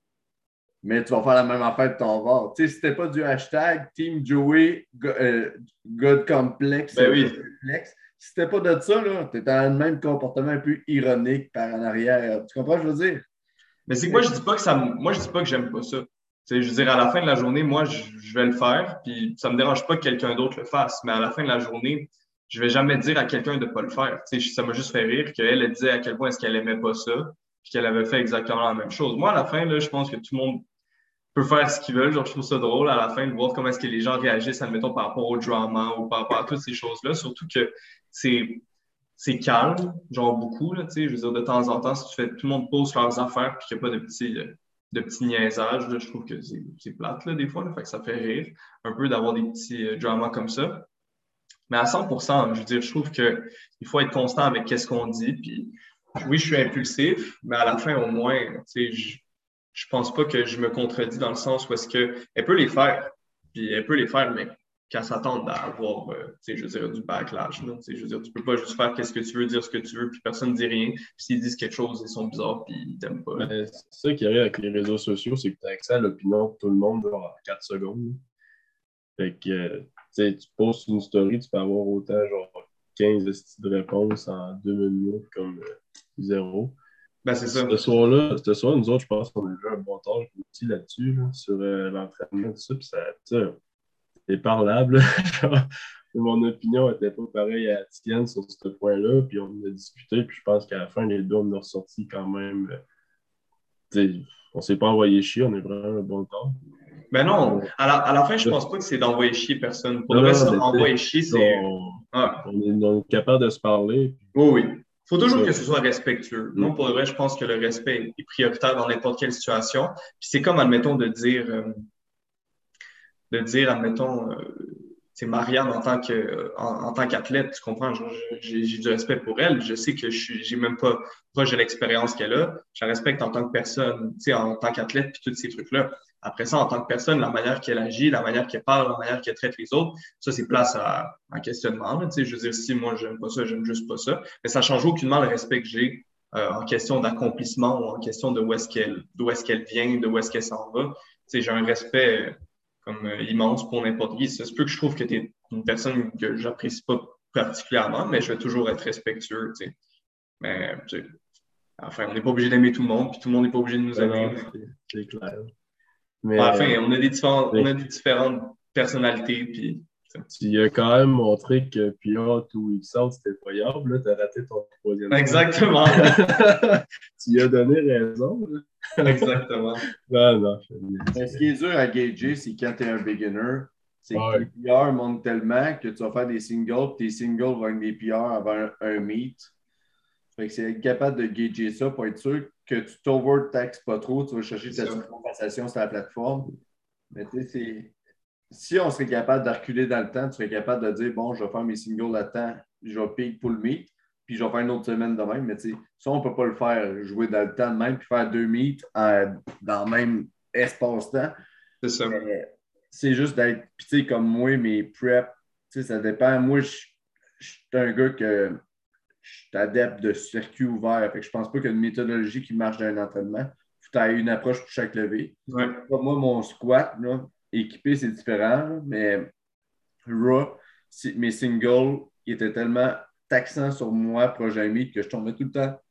Speaker 1: mais tu vas faire la même affaire de ton bord. Tu sais, si c'était pas du hashtag Team Joey Go- euh, God Complex,
Speaker 4: Ben
Speaker 1: euh,
Speaker 4: oui.
Speaker 1: Complex, si c'était pas de ça, tu es dans le même comportement un peu ironique par en arrière. Tu comprends ce que je veux dire?
Speaker 4: Mais c'est que moi, je dis pas que ça me- moi, je dis pas que j'aime pas ça. Tu sais, je veux dire, à la fin de la journée, moi, je, je vais le faire, puis ça me dérange pas que quelqu'un d'autre le fasse. Mais à la fin de la journée, je vais jamais dire à quelqu'un de pas le faire. Tu sais, ça m'a juste fait rire qu'elle elle disait à quel point est-ce qu'elle aimait pas ça, puis qu'elle avait fait exactement la même chose. Moi, à la fin, là, je pense que tout le monde peut faire ce qu'ils veulent. Genre, je trouve ça drôle à la fin de voir comment est-ce que les gens réagissent, admettons, par rapport au drama ou par rapport à toutes ces choses-là. Surtout que c'est c'est calme, genre beaucoup, là, tu sais, je veux dire, de temps en temps, si tu fais, tout le monde pose leurs affaires puis qu'il n'y a pas de petits, euh, de petits niaisages, là, je trouve que c'est c'est plate, là, des fois, là, fait que ça fait rire un peu d'avoir des petits euh, dramas comme ça. Mais à cent pour cent, je veux dire, je trouve qu'il faut être constant avec qu'est-ce qu'on dit, puis oui, je suis impulsif, mais à la fin, au moins, tu sais, je, je pense pas que je me contredis dans le sens où est-ce qu'elle peut les faire, puis elle peut les faire, mais qu'elle s'attende à avoir, euh, tu sais, je veux dire, du backlash. Là, tu sais, je veux dire, tu peux pas juste faire qu'est-ce que tu veux, dire ce que tu veux, puis personne ne dit rien. Puis s'ils disent quelque chose, ils sont bizarres, puis ils t'aiment pas.
Speaker 3: Ben, c'est ça qui arrive avec les réseaux sociaux, c'est que tu as accès à l'opinion de tout le monde genre, en quatre secondes. Fait que, euh, tu sais, tu postes une story, tu peux avoir autant, genre, quinze styles de réponses en deux minutes comme euh, zéro.
Speaker 4: Ben, c'est ça.
Speaker 3: Ce soir-là, ce soir, nous autres, je pense qu'on a vu un bon temps aussi là-dessus, là, sur euh, l'entraînement, tout ça, puis ça, tu sais, c'est parlable. Mon opinion n'était pas pareille à la tienne sur ce point-là, puis on a discuté, puis je pense qu'à la fin, les deux, on a ressorti quand même. Euh, on s'est pas envoyé chier, on est vraiment un bon temps.
Speaker 4: Ben non, à la, à la fin, je pense pas que c'est d'envoyer chier personne. Pour de
Speaker 3: Non,
Speaker 4: vrai,
Speaker 3: non,
Speaker 4: ça,
Speaker 3: mais
Speaker 4: envoyer chier, c'est.
Speaker 3: on,
Speaker 4: Ah,
Speaker 3: on est, on est capable de se parler.
Speaker 4: oui, oui. faut toujours que ce soit respectueux. Moi, pour le vrai, je pense que le respect est prioritaire dans n'importe quelle situation. Puis c'est comme, admettons, de dire, euh, de dire, admettons, euh, c'est Marianne en tant que en, en tant qu'athlète, tu comprends? Genre, j'ai, j'ai du respect pour elle. Je sais que je suis, j'ai même pas proche de l'expérience qu'elle a. Je la respecte en tant que personne, tu sais, en tant qu'athlète, puis tous ces trucs-là. Après ça, en tant que personne, la manière qu'elle agit, la manière qu'elle parle, la manière qu'elle traite les autres, ça, c'est place à un questionnement. Là, tu sais, je veux dire, si moi, j'aime pas ça, j'aime juste pas ça. Mais ça change aucunement le respect que j'ai euh, en question d'accomplissement ou en question de où est-ce qu'elle, d'où est-ce qu'elle vient, de où est-ce qu'elle s'en va. Tu sais, j'ai un respect comme euh, immense pour n'importe qui. Ça se peut que je trouve que tu es une personne que j'apprécie pas particulièrement, mais je vais toujours être respectueux, tu sais. Mais, tu sais, enfin, on n'est pas obligé d'aimer tout le monde, puis tout le monde n'est pas obligé de nous aimer.
Speaker 3: Non, c'est, c'est clair. Mais,
Speaker 4: enfin, on a des différentes,
Speaker 3: mais...
Speaker 4: on a des différentes personnalités, puis...
Speaker 3: Tu as quand même montré que P A two Weeks Out, c'était incroyable. Là, tu as raté ton troisième.
Speaker 4: Exactement.
Speaker 3: Tu lui as donné raison. Là.
Speaker 4: Exactement.
Speaker 3: Non, non.
Speaker 1: Mais ce qui est dur à gager, c'est quand tu es un beginner, c'est
Speaker 3: ouais.
Speaker 1: que tes P R montent tellement que tu vas faire des singles, puis tes singles vont être des P R avant un, un meet. Fait que c'est être capable de gager ça pour être sûr que tu t'overtaxes pas trop, tu vas chercher ta compensation sur la plateforme. Mais tu sais, c'est... Si on serait capable de reculer dans le temps, tu serais capable de dire, bon, je vais faire mes singles à temps, je vais pique pour le meet, puis je vais faire une autre semaine de même. Mais tu sais, ça, on ne peut pas le faire, jouer dans le temps de même, puis faire deux meets euh, dans le même espace-temps.
Speaker 4: C'est ça.
Speaker 1: Mais c'est juste d'être, puis tu sais, comme moi, mes preps, tu sais, ça dépend. Moi, je suis un gars que je suis adepte de circuit ouvert. Fait que je pense pas qu'il y a une méthodologie qui marche dans un entraînement. Tu as une approche pour chaque levée.
Speaker 4: Ouais.
Speaker 1: Moi, mon squat, là, équipé, c'est différent, mais Raw, mes singles ils étaient tellement taxants sur moi, projet meet, que je tombais tout le temps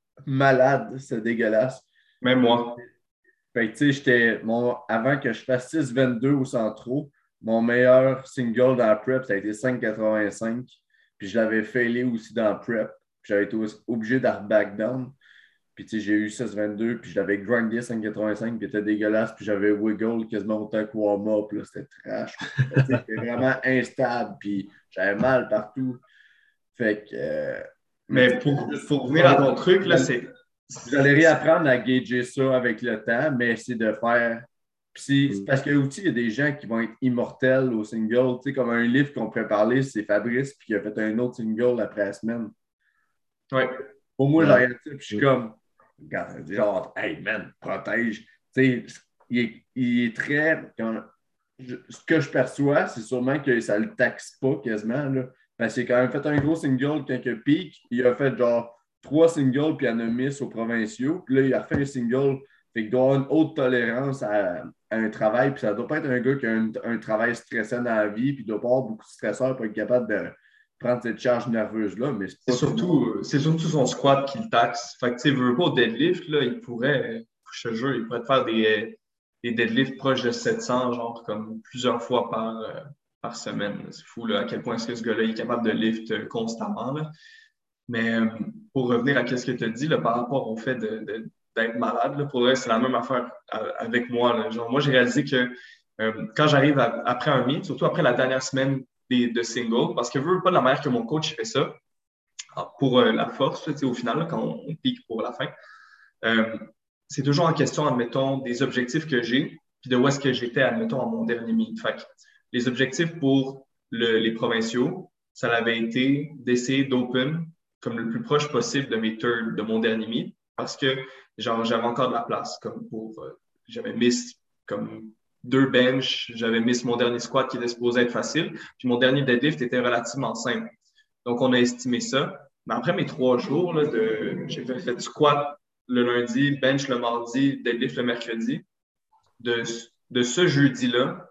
Speaker 1: malade. C'est dégueulasse.
Speaker 4: Même moi.
Speaker 1: Fait que, tu sais, j'étais, mon, avant que je fasse six vingt-deux au centro, mon meilleur single dans la prep, ça a été cinq quatre-vingt-cinq. Puis je l'avais failé aussi dans la prep. Puis j'avais été obligé d'être back down. Puis, tu sais, j'ai eu six vingt-deux, puis je l'avais grindé cinq quatre-vingt-cinq, puis c'était dégueulasse, puis j'avais wiggle quasiment autant que warm-up, là, c'était trash. C'était vraiment instable, puis j'avais mal partout. Fait que... Euh,
Speaker 4: mais pour, pour revenir à ton truc, là, c'est...
Speaker 1: J'allais réapprendre à gager ça avec le temps, mais c'est de faire... Puis c'est parce que aussi, il y a des gens qui vont être immortels au single. Tu sais, comme un livre qu'on pourrait parler, c'est Fabrice, puis qui a fait un autre single après la semaine.
Speaker 4: Ouais.
Speaker 1: Pour moi, ouais. J'ai regardé ça, puis je suis comme... Genre, hey man, protège. Tu sais, il est, il est très. Quand, je, ce que je perçois, c'est sûrement que ça ne le taxe pas quasiment. Là, parce qu'il a quand même fait un gros single quand il pique. Il a fait genre trois singles, puis il en a mis aux provinciaux. Puis là, il a refait un single. Fait qu'il doit avoir une haute tolérance à, à un travail. Puis ça ne doit pas être un gars qui a un, un travail stressant dans la vie, puis il doit pas avoir beaucoup de stresseurs pour être capable de prendre cette charge nerveuse-là, mais c'est,
Speaker 4: c'est surtout, c'est surtout son squat qui le taxe. Fait que, tu sais, veut pas au deadlift, là, il pourrait, je te jure, il pourrait te faire des, des deadlifts proches de sept cents, genre, comme plusieurs fois par, euh, par semaine. C'est fou, là, à quel point est-ce que ce gars-là est capable de lift constamment, là. Mais euh, pour revenir à ce que tu as dit, là, par rapport au fait de, de, d'être malade, là, pour le reste, c'est la même affaire avec moi, là. Genre, moi, j'ai réalisé que euh, quand j'arrive à, après un meet, surtout après la dernière semaine Des, de single, parce que je veux pas de la manière que mon coach fait ça pour euh, la force, au final, là, quand on, on pique pour la fin. Euh, c'est toujours en question, admettons, des objectifs que j'ai, puis de où est-ce que j'étais, admettons, à mon dernier meet. Fait que les objectifs pour le, les provinciaux, ça avait été d'essayer d'open comme le plus proche possible de mes turns de mon dernier meet, parce que genre j'avais encore de la place, comme pour euh, j'avais miss comme deux benches, j'avais mis mon dernier squat qui était supposé être facile, puis mon dernier deadlift était relativement simple. Donc, on a estimé ça. Mais après mes trois jours, là, de, j'ai fait, fait squat le lundi, bench le mardi, deadlift le mercredi. De, de ce jeudi-là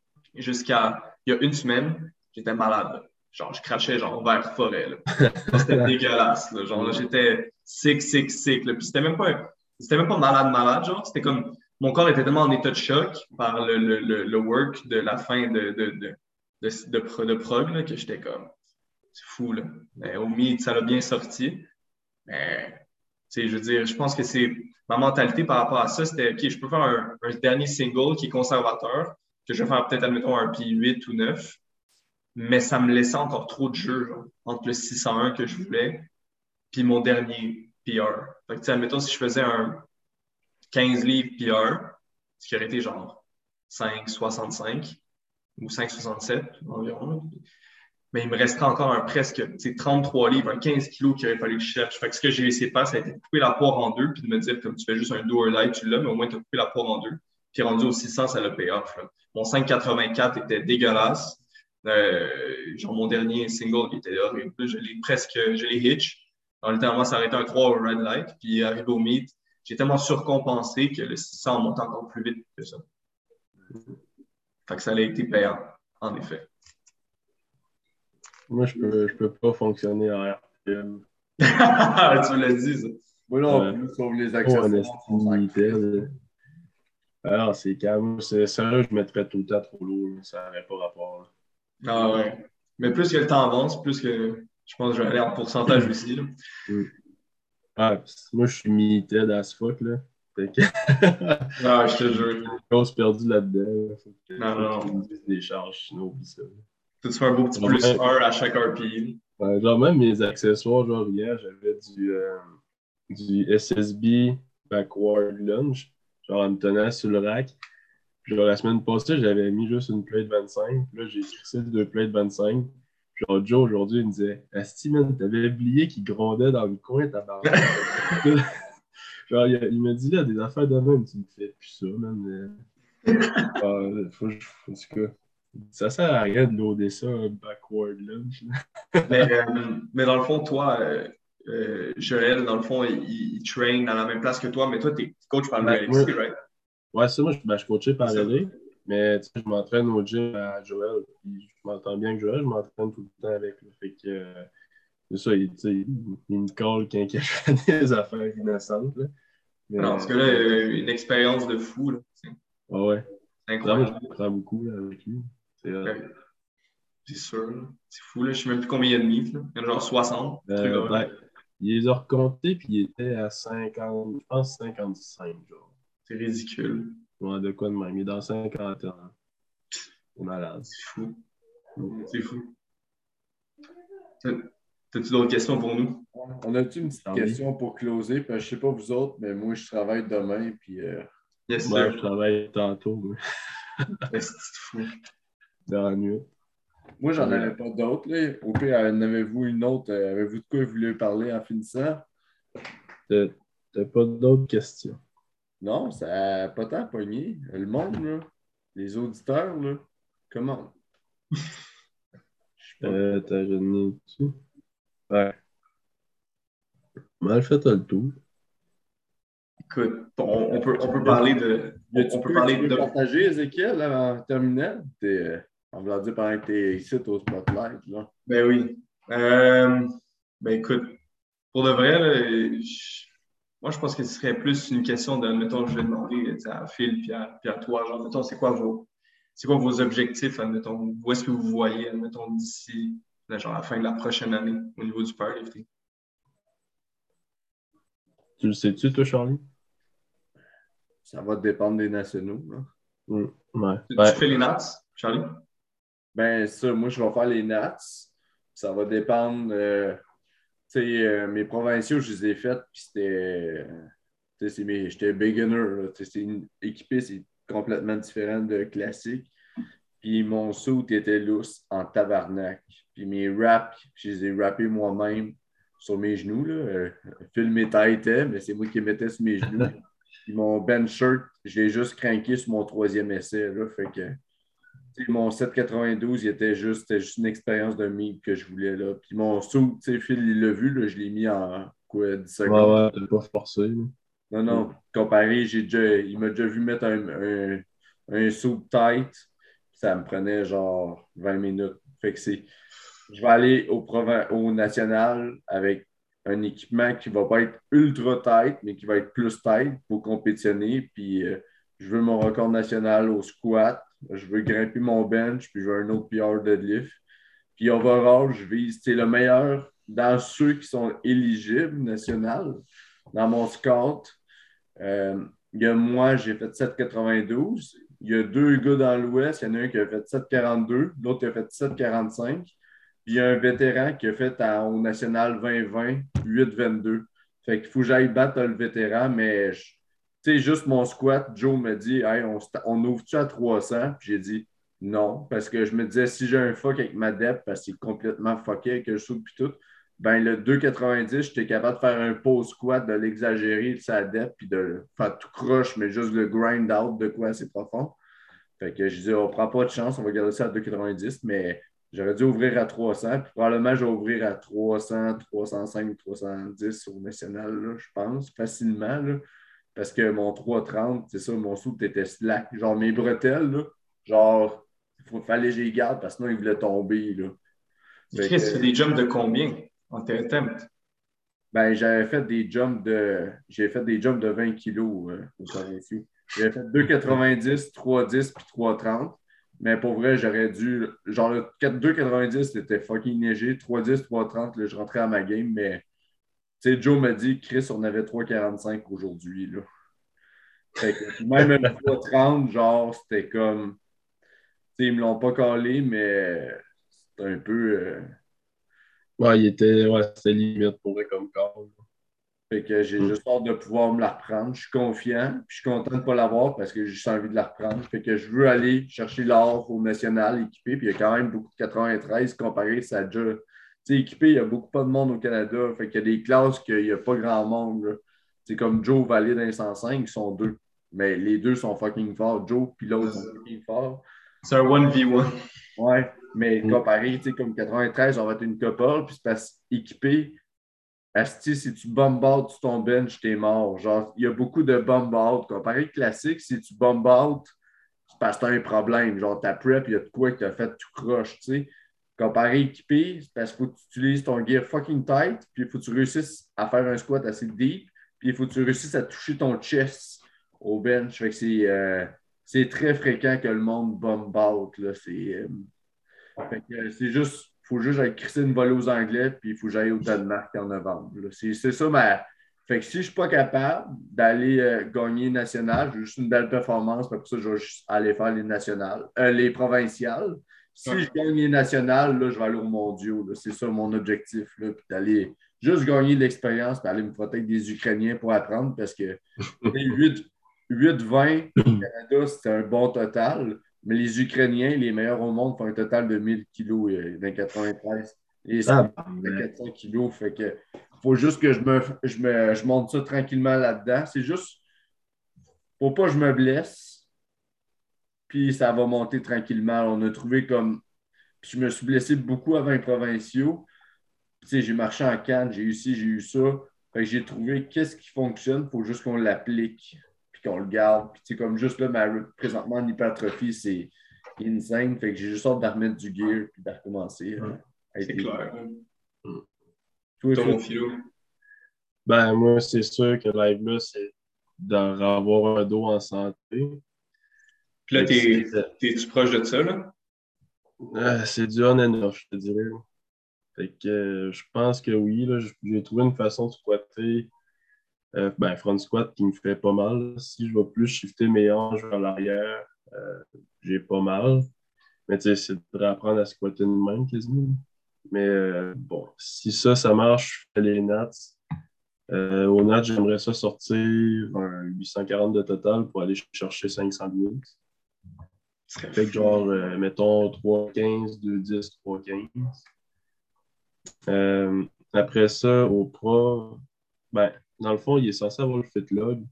Speaker 4: jusqu'à il y a une semaine, j'étais malade. Genre, je crachais genre vers forêt. Là. C'était dégueulasse. Là. Genre, là, j'étais sick, sick, sick. Là. Puis c'était même pas, c'était même pas malade, malade. Genre, c'était comme mon corps était tellement en état de choc par le, le, le, le work de la fin de, de, de, de, de, de, de prog là, que j'étais comme, c'est fou, là. Mais au meet, ça l'a bien sorti. Mais, tu sais, je veux dire, je pense que c'est ma mentalité par rapport à ça, c'était, OK, je peux faire un, un dernier single qui est conservateur, que je vais faire peut-être, admettons, un P huit ou neuf, mais ça me laissait encore trop de jeu, genre, entre le six cent un que je voulais puis mon dernier P R. Fait que, tu sais, admettons, si je faisais un quinze livres P R, ce qui aurait été genre cinq soixante-cinq ou cinq soixante-sept environ, mais il me resterait encore un presque trente-trois livres, un quinze kilos qu'il aurait fallu que je cherche. Fait que ce que j'ai laissé faire, ça a été de couper la poire en deux, puis de me dire, comme tu fais juste un do or die, tu l'as, mais au moins tu as coupé la poire en deux. Puis rendu au six cents, ça l'a pay off. Là. Mon cinq quatre-vingt-quatre était dégueulasse. Euh, genre mon dernier single, il était horrible. Je l'ai presque, je l'ai hitch. Alors, littéralement, ça aurait été un trois au red light. Puis arrivé au meet, j'ai tellement surcompensé que le six cents monte encore plus vite que ça. Fait que ça a été payant, en effet.
Speaker 3: Moi, je peux, je peux pas fonctionner en R P M.
Speaker 4: Tu me l'as dit, ça.
Speaker 1: Moi non
Speaker 3: Ouais.
Speaker 1: plus, sauf les
Speaker 3: Oh,
Speaker 1: accessoires.
Speaker 3: un Limited. Alors, c'est calme. C'est sérieux, je mettrais tout le temps trop lourd. Là. Ça n'aurait pas rapport. Là.
Speaker 4: Ah ouais. Mais plus que le temps avance, plus que je pense que je vais aller en pourcentage aussi. Là.
Speaker 3: Mm. Ah, moi, je suis Limited as fuck. Là. Fait que...
Speaker 4: ah, je te jure.
Speaker 3: J'ai une chose perdue là-dedans. Faut que,
Speaker 4: non,
Speaker 3: faut
Speaker 4: non.
Speaker 3: que me dise des charges, sinon, oublie ça.
Speaker 4: Tu fais un beau petit plus un à chaque R P I.
Speaker 3: Ouais, genre, même mes accessoires, genre, hier, j'avais du, euh, du S S B backward lunge. Genre, en me tenant sur le rack. Puis, genre, la semaine passée, j'avais mis juste une plate vingt-cinq. Puis là, j'ai crissé deux plates vingt-cinq. Puis, genre, Joe, aujourd'hui, il me disait Asti, man, t'avais oublié qu'il grondait dans le coin, ta barre. Genre, il, il m'a dit, là, des affaires de même. Tu me fais plus ça, man. euh, faut, faut, en tout cas, ça sert à rien de loader ça, un backward lunge.
Speaker 4: mais, euh, mais dans le fond, toi, euh, euh, Joël, dans le fond, il, il train dans la même place que toi, mais toi, t'es coach par le
Speaker 3: Ben,
Speaker 4: L X C,
Speaker 3: moi-
Speaker 4: right?
Speaker 3: Ouais, ça, moi, je, ben, je suis coaché par
Speaker 4: C'est ça.
Speaker 3: L A, mais tu sais, je m'entraîne au gym à Joël. Puis je m'entends bien avec Joël, je m'entraîne tout le temps avec lui. Fait que euh, c'est ça, il, tu sais, il, il me colle quand il fait des affaires innocentes. Là. Mais,
Speaker 4: Non, parce que là, euh, une expérience de fou, là. C'est
Speaker 3: ouais, ouais.
Speaker 4: c'est
Speaker 3: Ça, moi,
Speaker 4: incroyable.
Speaker 3: je m'entraîne beaucoup là, avec lui. C'est, euh,
Speaker 4: Ouais. C'est sûr, là. C'est fou, là. Je sais même plus combien il y a de meets, là. Il y en a genre soixante, un truc
Speaker 3: euh,
Speaker 4: de même.
Speaker 3: ben, il les a recomptés, puis il était à cinquante, je pense cinquante-cinq, genre.
Speaker 4: C'est ridicule.
Speaker 3: Ouais, de quoi de même. Il est dans cinquante ans. C'est malade.
Speaker 4: C'est fou. C'est fou. T'as- T'as-tu d'autres questions pour nous?
Speaker 1: On a-tu une petite
Speaker 3: Ah oui.
Speaker 1: question pour closer? Parce que je sais pas vous autres, mais moi, je travaille demain. Puis, euh,
Speaker 4: Yes,
Speaker 3: Moi, je
Speaker 4: sir.
Speaker 3: travaille tantôt, mais
Speaker 4: C'est fou.
Speaker 3: dans la nuit.
Speaker 1: moi, j'en
Speaker 3: Ouais.
Speaker 1: avais pas d'autres. Là. Au pire, en avez-vous une autre? Euh, Avez-vous de quoi vous voulez parler en finissant?
Speaker 3: T'as t'as pas d'autres questions?
Speaker 1: Non, ça n'a pas tant pogné. Le monde, là, les auditeurs, là, comment? Je sais pas.
Speaker 3: Euh, t'as donné dessus? Ouais. Mal fait, t'as le tout.
Speaker 4: Écoute, on, on peut, on peut parler de.
Speaker 1: Y
Speaker 4: On,
Speaker 1: a-tu
Speaker 4: on peut
Speaker 1: quoi que
Speaker 4: parler
Speaker 1: tu veux
Speaker 4: de.
Speaker 1: partager, Ézéchiel, là, en terminant? T'es, euh, en voulant dire pendant que tu es ici au Spotlight. Là.
Speaker 4: Ben oui. Euh, ben écoute, pour de vrai, là, je- moi, je pense que ce serait plus une question de, mettons, je vais demander tu sais, à Phil puis à, puis à toi, genre, mettons, c'est quoi vos, c'est quoi vos objectifs, admettons, où est-ce que vous voyez, admettons, d'ici, là, genre, la fin de la prochaine année au niveau du powerlifting?
Speaker 3: Tu le sais-tu, toi, Charlie?
Speaker 1: Ça va dépendre des nationaux. Là.
Speaker 3: Mm. Ouais.
Speaker 4: Tu,
Speaker 3: Ben,
Speaker 4: tu fais les Nats, Charlie?
Speaker 1: Ben, ça, moi, je vais faire les Nats. Ça va dépendre. euh, tu sais, euh, mes provinciaux, je les ai faites, puis c'était. tu sais, c'est mes- J'étais beginner. Là. Tu sais, c'est une équipée, c'est complètement différent de classique. Puis mon suit était lousse en tabarnak. Puis mes raps, je les ai rappés moi-même sur mes genoux. Là. Euh, Phil m'étaitait, mais c'est moi qui les mettais sur mes genoux. Puis mon bench shirt, je l'ai juste craqué sur mon troisième essai. Là. Fait que tu sais, mon sept quatre-vingt-douze, il était juste, c'était juste une expérience de meet que je voulais. Là. Puis mon suit, tu sais, Phil, il l'a vu, là, je l'ai mis en quoi, dix
Speaker 3: ouais,
Speaker 1: secondes.
Speaker 3: ouais, t'as pas forcé. Là.
Speaker 1: Non, non. Comparé, j'ai déjà, il m'a déjà vu mettre un, un, un suit tight. Ça me prenait genre vingt minutes. Fait que c'est. Je vais aller au, provin- au national avec un équipement qui va pas être ultra tight, mais qui va être plus tight pour compétitionner. Puis euh, je veux mon record national au squat. Je veux grimper mon bench, puis je veux un autre P R deadlift. Puis overall, je vise tu sais, le meilleur dans ceux qui sont éligibles national. Dans mon scout, euh, il y a moi, j'ai fait sept quatre-vingt-douze. Il y a deux gars dans l'Ouest. Il y en a un qui a fait sept quarante-deux, l'autre qui a fait sept quarante-cinq. Puis il y a un vétéran qui a fait à- au national vingt vingt, huit vingt-deux. Fait qu'il faut que j'aille battre le vétéran, mais je- tu sais, juste mon squat, Joe me dit hey, on, sta- on ouvre-tu à trois cents? Puis j'ai dit non, parce que je me disais si j'ai un fuck avec ma dep, parce qu'il est complètement fucké avec le soude puis tout, ben le deux quatre-vingt-dix, j'étais capable de faire un pause squat, de l'exagérer de sa dep, puis de faire tout croche, mais juste le grind out de quoi c'est profond. Fait que je dis, on prend pas de chance, on va garder ça à deux quatre-vingt-dix, mais j'aurais dû ouvrir à trois cents, puis probablement je vais ouvrir à trois cents, trois cent cinq, trois cent dix au national, là, je pense, facilement, là, parce que mon trois trente, c'est ça, mon soude était slack. Genre mes bretelles, là, genre, il fallait que je les garde parce que sinon ils voulaient tomber, là. Fait
Speaker 4: Chris, tu fais
Speaker 1: que,
Speaker 4: des jumps de combien en attempt?
Speaker 1: ben, j'avais fait des jumps de. J'ai fait des jumps de vingt kilos euh, au Corinthians. J'avais fait deux quatre-vingt-dix, trois dix puis trois trente. Mais pour vrai, j'aurais dû. Genre, le deux quatre-vingt-dix, c'était fucking léger. trois dix, trois trente, là, je rentrais à ma game. Mais, tu sais, Joe m'a dit, Chris, on avait trois quarante-cinq aujourd'hui, là. Fait que, puis même un trois trente, genre, c'était comme. Tu sais, ils me l'ont pas collé, mais c'était un peu. euh,
Speaker 3: Ouais, il était, ouais, c'était limite pour vrai comme corps.
Speaker 1: Fait que j'ai
Speaker 3: Mm.
Speaker 1: juste hâte de pouvoir me la reprendre. Je suis confiant, puis je suis content de ne pas l'avoir parce que j'ai juste envie de la reprendre. Fait que je veux aller chercher l'or au national équipé, puis il y a quand même beaucoup de quatre-vingt-treize comparé, ça a déjà. Tu sais, équipé, il y a beaucoup pas de monde au Canada. Fait qu'il y a des classes qu'il n'y a pas grand monde, là. C'est comme Joe Vallée dans les cent cinq, ils sont deux. Mais les deux sont fucking forts. Joe puis l'autre sont fucking forts.
Speaker 4: C'est un one v one.
Speaker 1: Ouais, mais
Speaker 3: Mm.
Speaker 1: comparé, tu sais, comme quatre-vingt-treize, on va être une couple, puis c'est parce équipé. Asti, si tu bomb out sur ton bench, t'es mort. Genre, il y a beaucoup de bomb out. Comparé au classique, si tu bomb out, c'est parce que t'as un problème. Genre, ta prep, il y a de quoi que t'as fait tout croche, tu sais. Comparé équipé, c'est parce qu'il faut que tu utilises ton gear fucking tight, puis il faut que tu réussisses à faire un squat assez deep, puis il faut que tu réussisses à toucher ton chest au bench. Fait que c'est, euh, c'est très fréquent que le monde bomb out, là. C'est, euh, fait que, euh, c'est juste, il faut juste que j'aille crisser une volée aux Anglais, puis il faut que j'aille au Danemark en novembre. là. C'est, c'est ça ma. Fait que si je ne suis pas capable d'aller euh, gagner national, j'ai juste une belle performance, puis pour ça, je vais juste aller faire les nationales, euh, les provinciales. Si
Speaker 4: Ouais.
Speaker 1: je gagne les nationales, là, je vais aller aux mondiaux. là. C'est ça mon objectif, là, puis d'aller juste gagner de l'expérience, puis aller me frotter avec des Ukrainiens pour apprendre, parce que huit vingt au Canada, c'était un bon total. Mais les Ukrainiens, les meilleurs au monde, font un total de mille kilos euh, dans quatre-vingt-treize. Les
Speaker 3: Ah,
Speaker 1: Spartans, c'est quatre cents kilos. Fait que faut juste que je me, je me je monte ça tranquillement là-dedans. C'est juste pour pas que je me blesse. Puis ça va monter tranquillement. On a trouvé comme. Puis je me suis blessé beaucoup avant les provinciaux. Puis, tu sais, j'ai marché en canne, j'ai eu ci, j'ai eu ça. Fait que j'ai trouvé qu'est-ce qui fonctionne. Il faut juste qu'on l'applique. Puis qu'on le garde. Puis tu sais, comme juste là, ma, présentement en hypertrophie, c'est insane. Fait que j'ai juste hâte de remettre du gear puis de recommencer euh, à être
Speaker 4: C'est
Speaker 1: libre.
Speaker 4: clair.
Speaker 1: Toi,
Speaker 4: Toi,
Speaker 1: toi,
Speaker 4: mon philo.
Speaker 3: ben, moi, c'est sûr que live là, c'est d'avoir un dos en santé.
Speaker 4: Puis là,
Speaker 3: Fait que c'est
Speaker 4: t'es, t'es-tu proche de ça, là?
Speaker 3: euh, c'est du on and off, je te dirais. Fait que euh, je pense que oui, là, j- j'ai trouvé une façon de squatter, euh, ben, front squat qui me fait pas mal. Si je vais plus shifter mes hanches vers l'arrière, euh, j'ai pas mal. Mais tu sais, c'est de réapprendre à squatter une main quasiment. Mais euh, bon, si ça, ça marche, je fais les nats. Euh, au nat, j'aimerais ça sortir un huit cent quarante de total pour aller chercher cinq cent minutes.
Speaker 4: Ce serait
Speaker 3: Fait que
Speaker 4: fou.
Speaker 3: genre, euh, mettons trois quinze, deux dix, trois quinze. Euh, après ça, au pro, ben, dans le fond, il est censé avoir le FitLog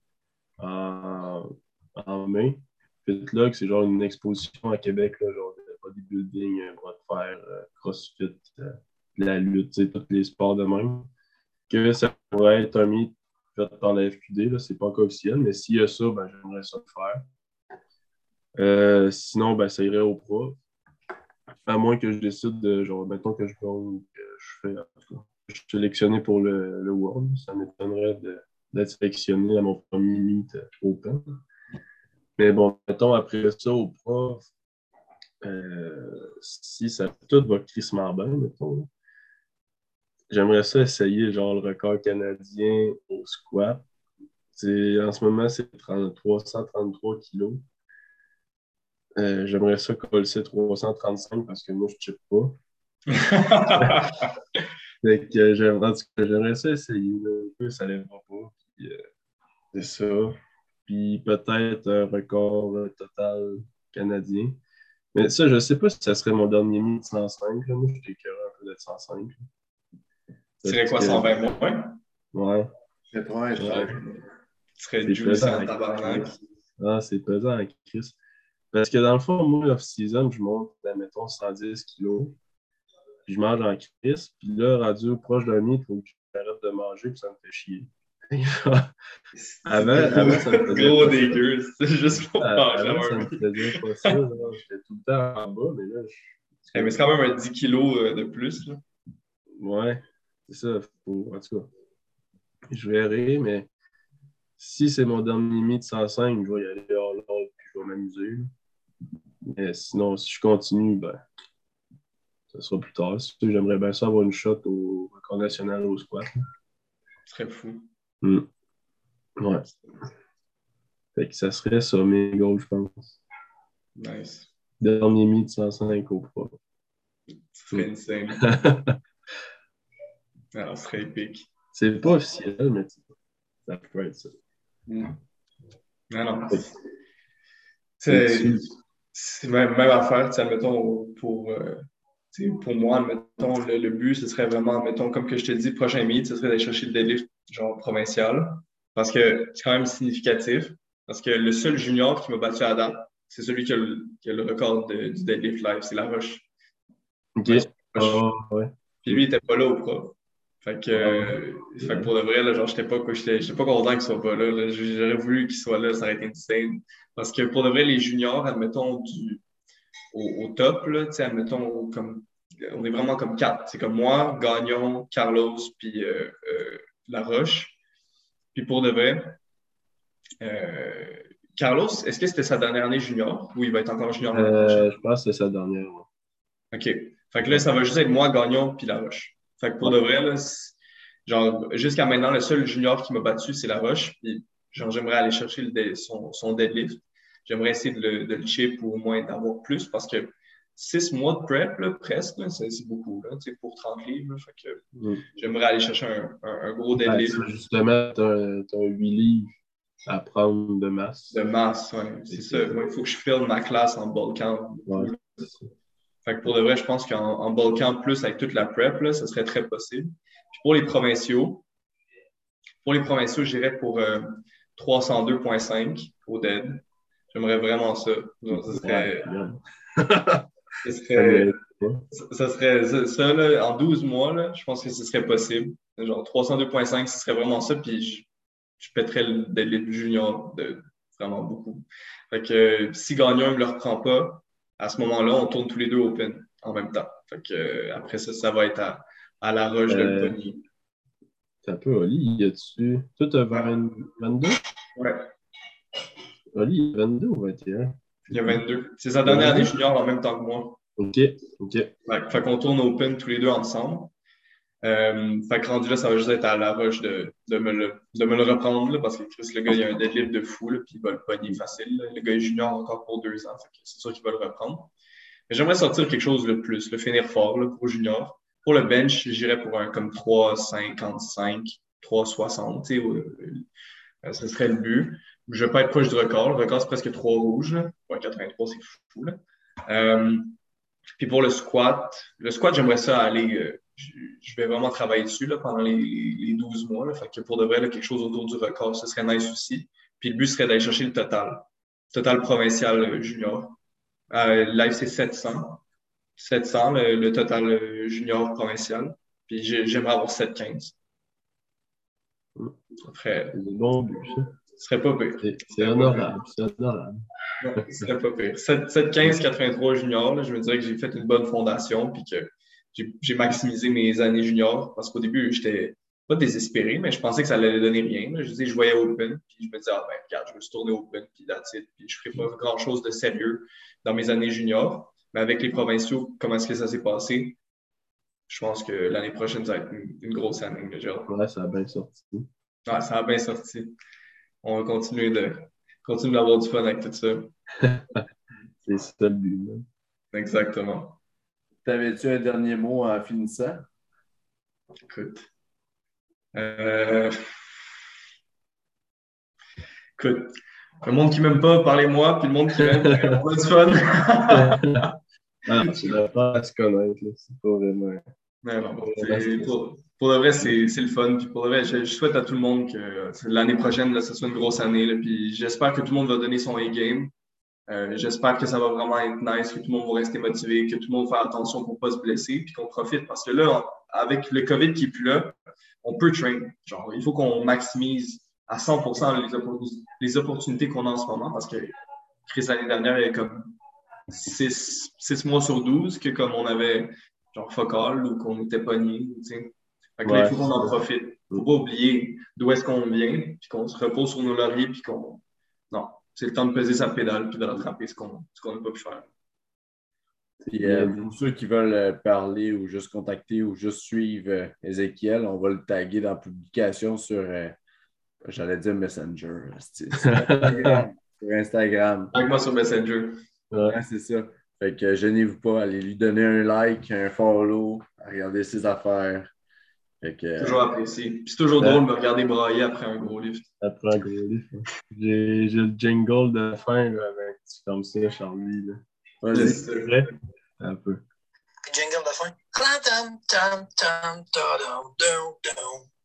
Speaker 3: en, en mai. FitLog, c'est genre une exposition à Québec, là, genre de bodybuilding, euh, bras de fer, euh, crossfit, euh, de la lutte, tu sais, tous les sports de même. Que ça pourrait être un mythe fait dans la F Q D, là, c'est pas encore officiel, mais s'il y a ça, ben, j'aimerais ça le faire. Euh, sinon, ben, ça irait au pro. À moins que je décide de, genre, mettons que je gagne, que je fais, en tout cas, je suis sélectionné pour le, le World. Ça m'étonnerait de- d'être sélectionné à mon premier meet euh, Open. Mais bon, mettons après ça au prof, euh, si ça tout va crissement bien, mettons, j'aimerais ça essayer genre le record canadien au squat. C'est, en ce moment, c'est trois cent trente-trois kilos. Euh, j'aimerais ça coller trois cent trente-cinq parce que moi, je ne chip pas. Fait que j'aimerais, en tout cas, j'aimerais ça essayer. Là. Un peu, ça lèvera pas. Puis, euh, c'est ça. Puis peut-être un record euh, total canadien. Mais ça, je sais pas si ça serait mon dernier meet de cent cinq. Là. Moi, j'étais curieux un peu d'être cent cinq.
Speaker 4: Tu serais quoi, cent vingt moins?
Speaker 3: Ouais.
Speaker 1: quatre-vingt-treize.
Speaker 4: Tu serais
Speaker 3: C'est
Speaker 4: juicy
Speaker 3: pesant
Speaker 4: en
Speaker 3: en
Speaker 4: tabarnak.
Speaker 3: Christ. Ah, c'est pesant en Christ. Parce que dans le fond, moi, off-season, je monte, admettons, cent dix kilos. Puis je mange en Christ. Puis là, rendu proche d'un meet, il faut que j'arrête de manger, puis ça me fait chier. avant, avant, ça me faisait
Speaker 4: Gros
Speaker 3: pas
Speaker 4: dégueu, c'est juste pour
Speaker 3: ça.
Speaker 4: manger
Speaker 3: Avant,
Speaker 4: à
Speaker 3: ça
Speaker 4: un
Speaker 3: me
Speaker 4: meet.
Speaker 3: faisait pas ça. là. J'étais tout le temps en bas, mais là, je...
Speaker 4: Eh, mais c'est quand même un dix kilos euh, de plus. Là.
Speaker 3: Ouais, c'est ça. Faut... En tout cas, je verrai, mais si c'est mon dernier meet cent cinq, je vais y aller hors l'ordre puis je vais m'amuser. là. Mais sinon, si je continue, ben, ça sera plus tard. Si j'aimerais bien ça avoir une shot au record national au squat. là.
Speaker 4: Ce serait fou.
Speaker 3: Hmm. Ouais. Fait que ça serait ça, mes goals, je pense.
Speaker 4: Nice.
Speaker 3: Dernier meet cent cinq au pro.
Speaker 4: Ce serait insane. Alors, ce serait épique.
Speaker 3: C'est pas officiel, mais ça peut être ça.
Speaker 4: Mm. Non, non.
Speaker 3: Fait
Speaker 4: C'est
Speaker 3: que
Speaker 4: c'est même, même affaire, tu sais, admettons, pour, euh, tu sais, pour moi, admettons, le, le but, ce serait vraiment, admettons, comme que je te dis, prochain meet, ce serait d'aller chercher le deadlift, genre provincial, parce que c'est quand même significatif, parce que le seul junior qui m'a battu à date, c'est celui qui a le, qui a le record de- du deadlift live, c'est La Roche.
Speaker 3: OK.
Speaker 4: Ouais,
Speaker 3: Ah, ouais.
Speaker 4: Puis lui, il était pas là au prof. Fait que, euh, fait que pour de vrai, là, genre, j'étais pas, quoi, j'étais, j'étais pas content qu'il soit pas là. là. J'aurais voulu qu'il soit là, ça aurait été insane. Parce que pour de vrai, les juniors, admettons, du, au, au top, là, tu sais, admettons, comme, on est vraiment comme quatre. C'est comme moi, Gagnon, Carlos, puis euh, euh, Laroche. Puis pour de vrai, euh, Carlos, est-ce que c'était sa dernière année junior ou il va être encore junior l'année prochaine?
Speaker 3: Euh, je pense que c'est sa dernière. ouais.
Speaker 4: OK. Fait que là, ça va juste être moi, Gagnon, puis Laroche. Fait que pour de vrai, là, c'est- genre, jusqu'à maintenant, le seul junior qui m'a battu, c'est Laroche. Puis, genre, j'aimerais aller chercher le dé- son, son deadlift. J'aimerais essayer de le, de le chip ou au moins d'avoir plus parce que six mois de prep, là, presque, là, c'est c'est beaucoup, là, tu sais, pour trente livres. Là. Fait que
Speaker 3: Mm.
Speaker 4: j'aimerais aller chercher un, un, un gros
Speaker 3: Ben,
Speaker 4: deadlift
Speaker 3: ça, justement, tu as huit livres à prendre de masse.
Speaker 4: de masse. Ouais. C'est ça. Moi, il faut que je filme ma classe en Balkan.
Speaker 3: Ouais, c'est ça.
Speaker 4: Fait que pour de vrai, je pense qu'en en Balkan, plus avec toute la prep, là, ça serait très possible. Puis pour les provinciaux, pour les provinciaux, je dirais pour euh, trois cent deux virgule cinq au D E D. J'aimerais vraiment ça. Genre, ça serait.
Speaker 3: Ouais, bien.
Speaker 4: Ça
Speaker 3: Ça
Speaker 4: serait,
Speaker 3: mérite pas.
Speaker 4: ça serait ça, ça, là, en douze mois, là, je pense que ce serait possible. Genre trois cent deux virgule cinq, ce serait vraiment ça. Puis je, je pèterais le deadlift junior de vraiment beaucoup. Fait que euh, si Gagnon ne me le reprend pas, à ce moment-là, on tourne tous les deux open en même temps. Fait que euh, après ça, ça va être à, à la roche de le
Speaker 3: Euh,
Speaker 4: pogner.
Speaker 3: T'as peu, Oli, y a-tu. Toi, t'as vingt vingt-deux?
Speaker 4: Ouais,
Speaker 3: Oli, il y a vingt-deux ou vingt et un?
Speaker 4: il y a vingt-deux. C'est sa dernière année junior en même temps que moi.
Speaker 3: OK, OK.
Speaker 4: Fait, fait qu'on tourne open tous les deux ensemble. Euh, fait que rendu là, ça va juste être à la roche de, de, me, le, de me le reprendre là, parce que Chris, le gars, il a un deadlift de fou, là, puis il va le pogner facile. Là. Le gars est junior encore pour deux ans, fait que c'est sûr qu'il va le reprendre. Mais j'aimerais sortir quelque chose de plus, le finir fort là, pour junior. Pour le bench, j'irais pour un comme trois cinquante-cinq, trois soixante, tu sais, euh, ce serait le but. Je ne vais pas être proche du record. Le record, c'est presque trois rouges. Là. Ouais, quatre-vingt-trois, c'est fou. Là. Euh, puis pour le squat, le squat, j'aimerais ça aller. Euh, je, je vais vraiment travailler dessus là, pendant les, les douze mois. Là. Fait que pour de vrai, là, quelque chose autour du record, ce serait nice aussi. Puis le but serait d'aller chercher le total. Total provincial euh, junior. Euh, live, c'est sept cents. sept cents, le, le total euh, junior provincial. Puis j'aimerais avoir sept quinze. Ça ferait,
Speaker 3: C'est un bon but, ça.
Speaker 4: ce serait pas pire.
Speaker 3: C'est c'est honorable, c'est honorable.
Speaker 4: Ouais, ce serait pas pire. sept quinze quatre-vingt-trois junior, là, je me dirais que j'ai fait une bonne fondation puis que j'ai j'ai maximisé mes années juniors parce qu'au début, j'étais pas désespéré, mais je pensais que ça allait donner rien. Là. Je disais, je voyais Open, puis je me disais, ah ben, regarde, je vais se tourner Open, puis that's it. Puis je ferai pas grand-chose de sérieux dans mes années juniors. Mais avec les provinciaux, comment est-ce que ça s'est passé? Je pense que l'année prochaine, ça va être une, une grosse année. Là, genre.
Speaker 3: Ouais, ça a bien sorti.
Speaker 4: Ouais, ça a bien sorti. On va continuer de continuer d'avoir du fun avec tout ça.
Speaker 3: C'est ça le but, là.
Speaker 4: Exactement.
Speaker 1: t'avais-tu un dernier mot en finissant?
Speaker 4: Écoute. Euh... Écoute. Le monde qui m'aime pas, parlez-moi, puis le monde qui m'aime, on a du fun.
Speaker 3: Ah, tu vas pas à se connaître, là. C'est pas vraiment.
Speaker 4: Non, non, c'est- pour, pour de vrai, c'est c'est le fun. Puis pour de vrai, je, je souhaite à tout le monde que euh, l'année prochaine, là, ce soit une grosse année. Là, puis j'espère que tout le monde va donner son A-game. Euh, j'espère que ça va vraiment être nice, que tout le monde va rester motivé, que tout le monde va faire attention pour ne pas se blesser, puis qu'on profite. Parce que là, on- avec le COVID qui n'est plus là, on peut train. Genre, il faut qu'on maximise à cent pour cent les, oppor- les opportunités qu'on a en ce moment. Parce que Chris, l'année dernière, il y avait comme six six mois sur douze que comme on avait genre fuck all ou qu'on était pogné. Tu sais. Fait que là,
Speaker 3: Ouais,
Speaker 4: il faut qu'on en
Speaker 3: c'est ça.
Speaker 4: profite. Faut pas oublier d'où est-ce qu'on vient, puis qu'on se repose sur nos lauriers, puis qu'on. Non, c'est le temps de peser sa pédale, puis de rattraper ce qu'on ce qu'on n'a pas pu faire.
Speaker 1: Puis,
Speaker 3: Bien
Speaker 1: euh,
Speaker 3: dit.
Speaker 1: pour ceux qui veulent euh, parler ou juste contacter ou juste suivre euh, Ézéchiel, on va le taguer dans la publication sur, euh, j'allais dire Messenger, c'est- sur Instagram. Sur Instagram.
Speaker 4: Avec moi sur Messenger.
Speaker 3: Ouais.
Speaker 1: Ouais, c'est ça. Fait que euh, gênez-vous pas, allez lui donner un like, un follow, à regarder ses affaires. Fait que, euh,
Speaker 4: Toujours apprécié. Puis c'est toujours
Speaker 3: Ouais.
Speaker 4: drôle de me regarder brailler après un gros lift.
Speaker 3: Après un gros livre. hein. J'ai j'ai le jingle de fin là, avec tu fermes ça, Charlie. Là.
Speaker 1: vas-y.
Speaker 3: C'est vrai? Un peu.
Speaker 2: Jingle de fin. Tam, tam, tam, tam, tam, tam, tam.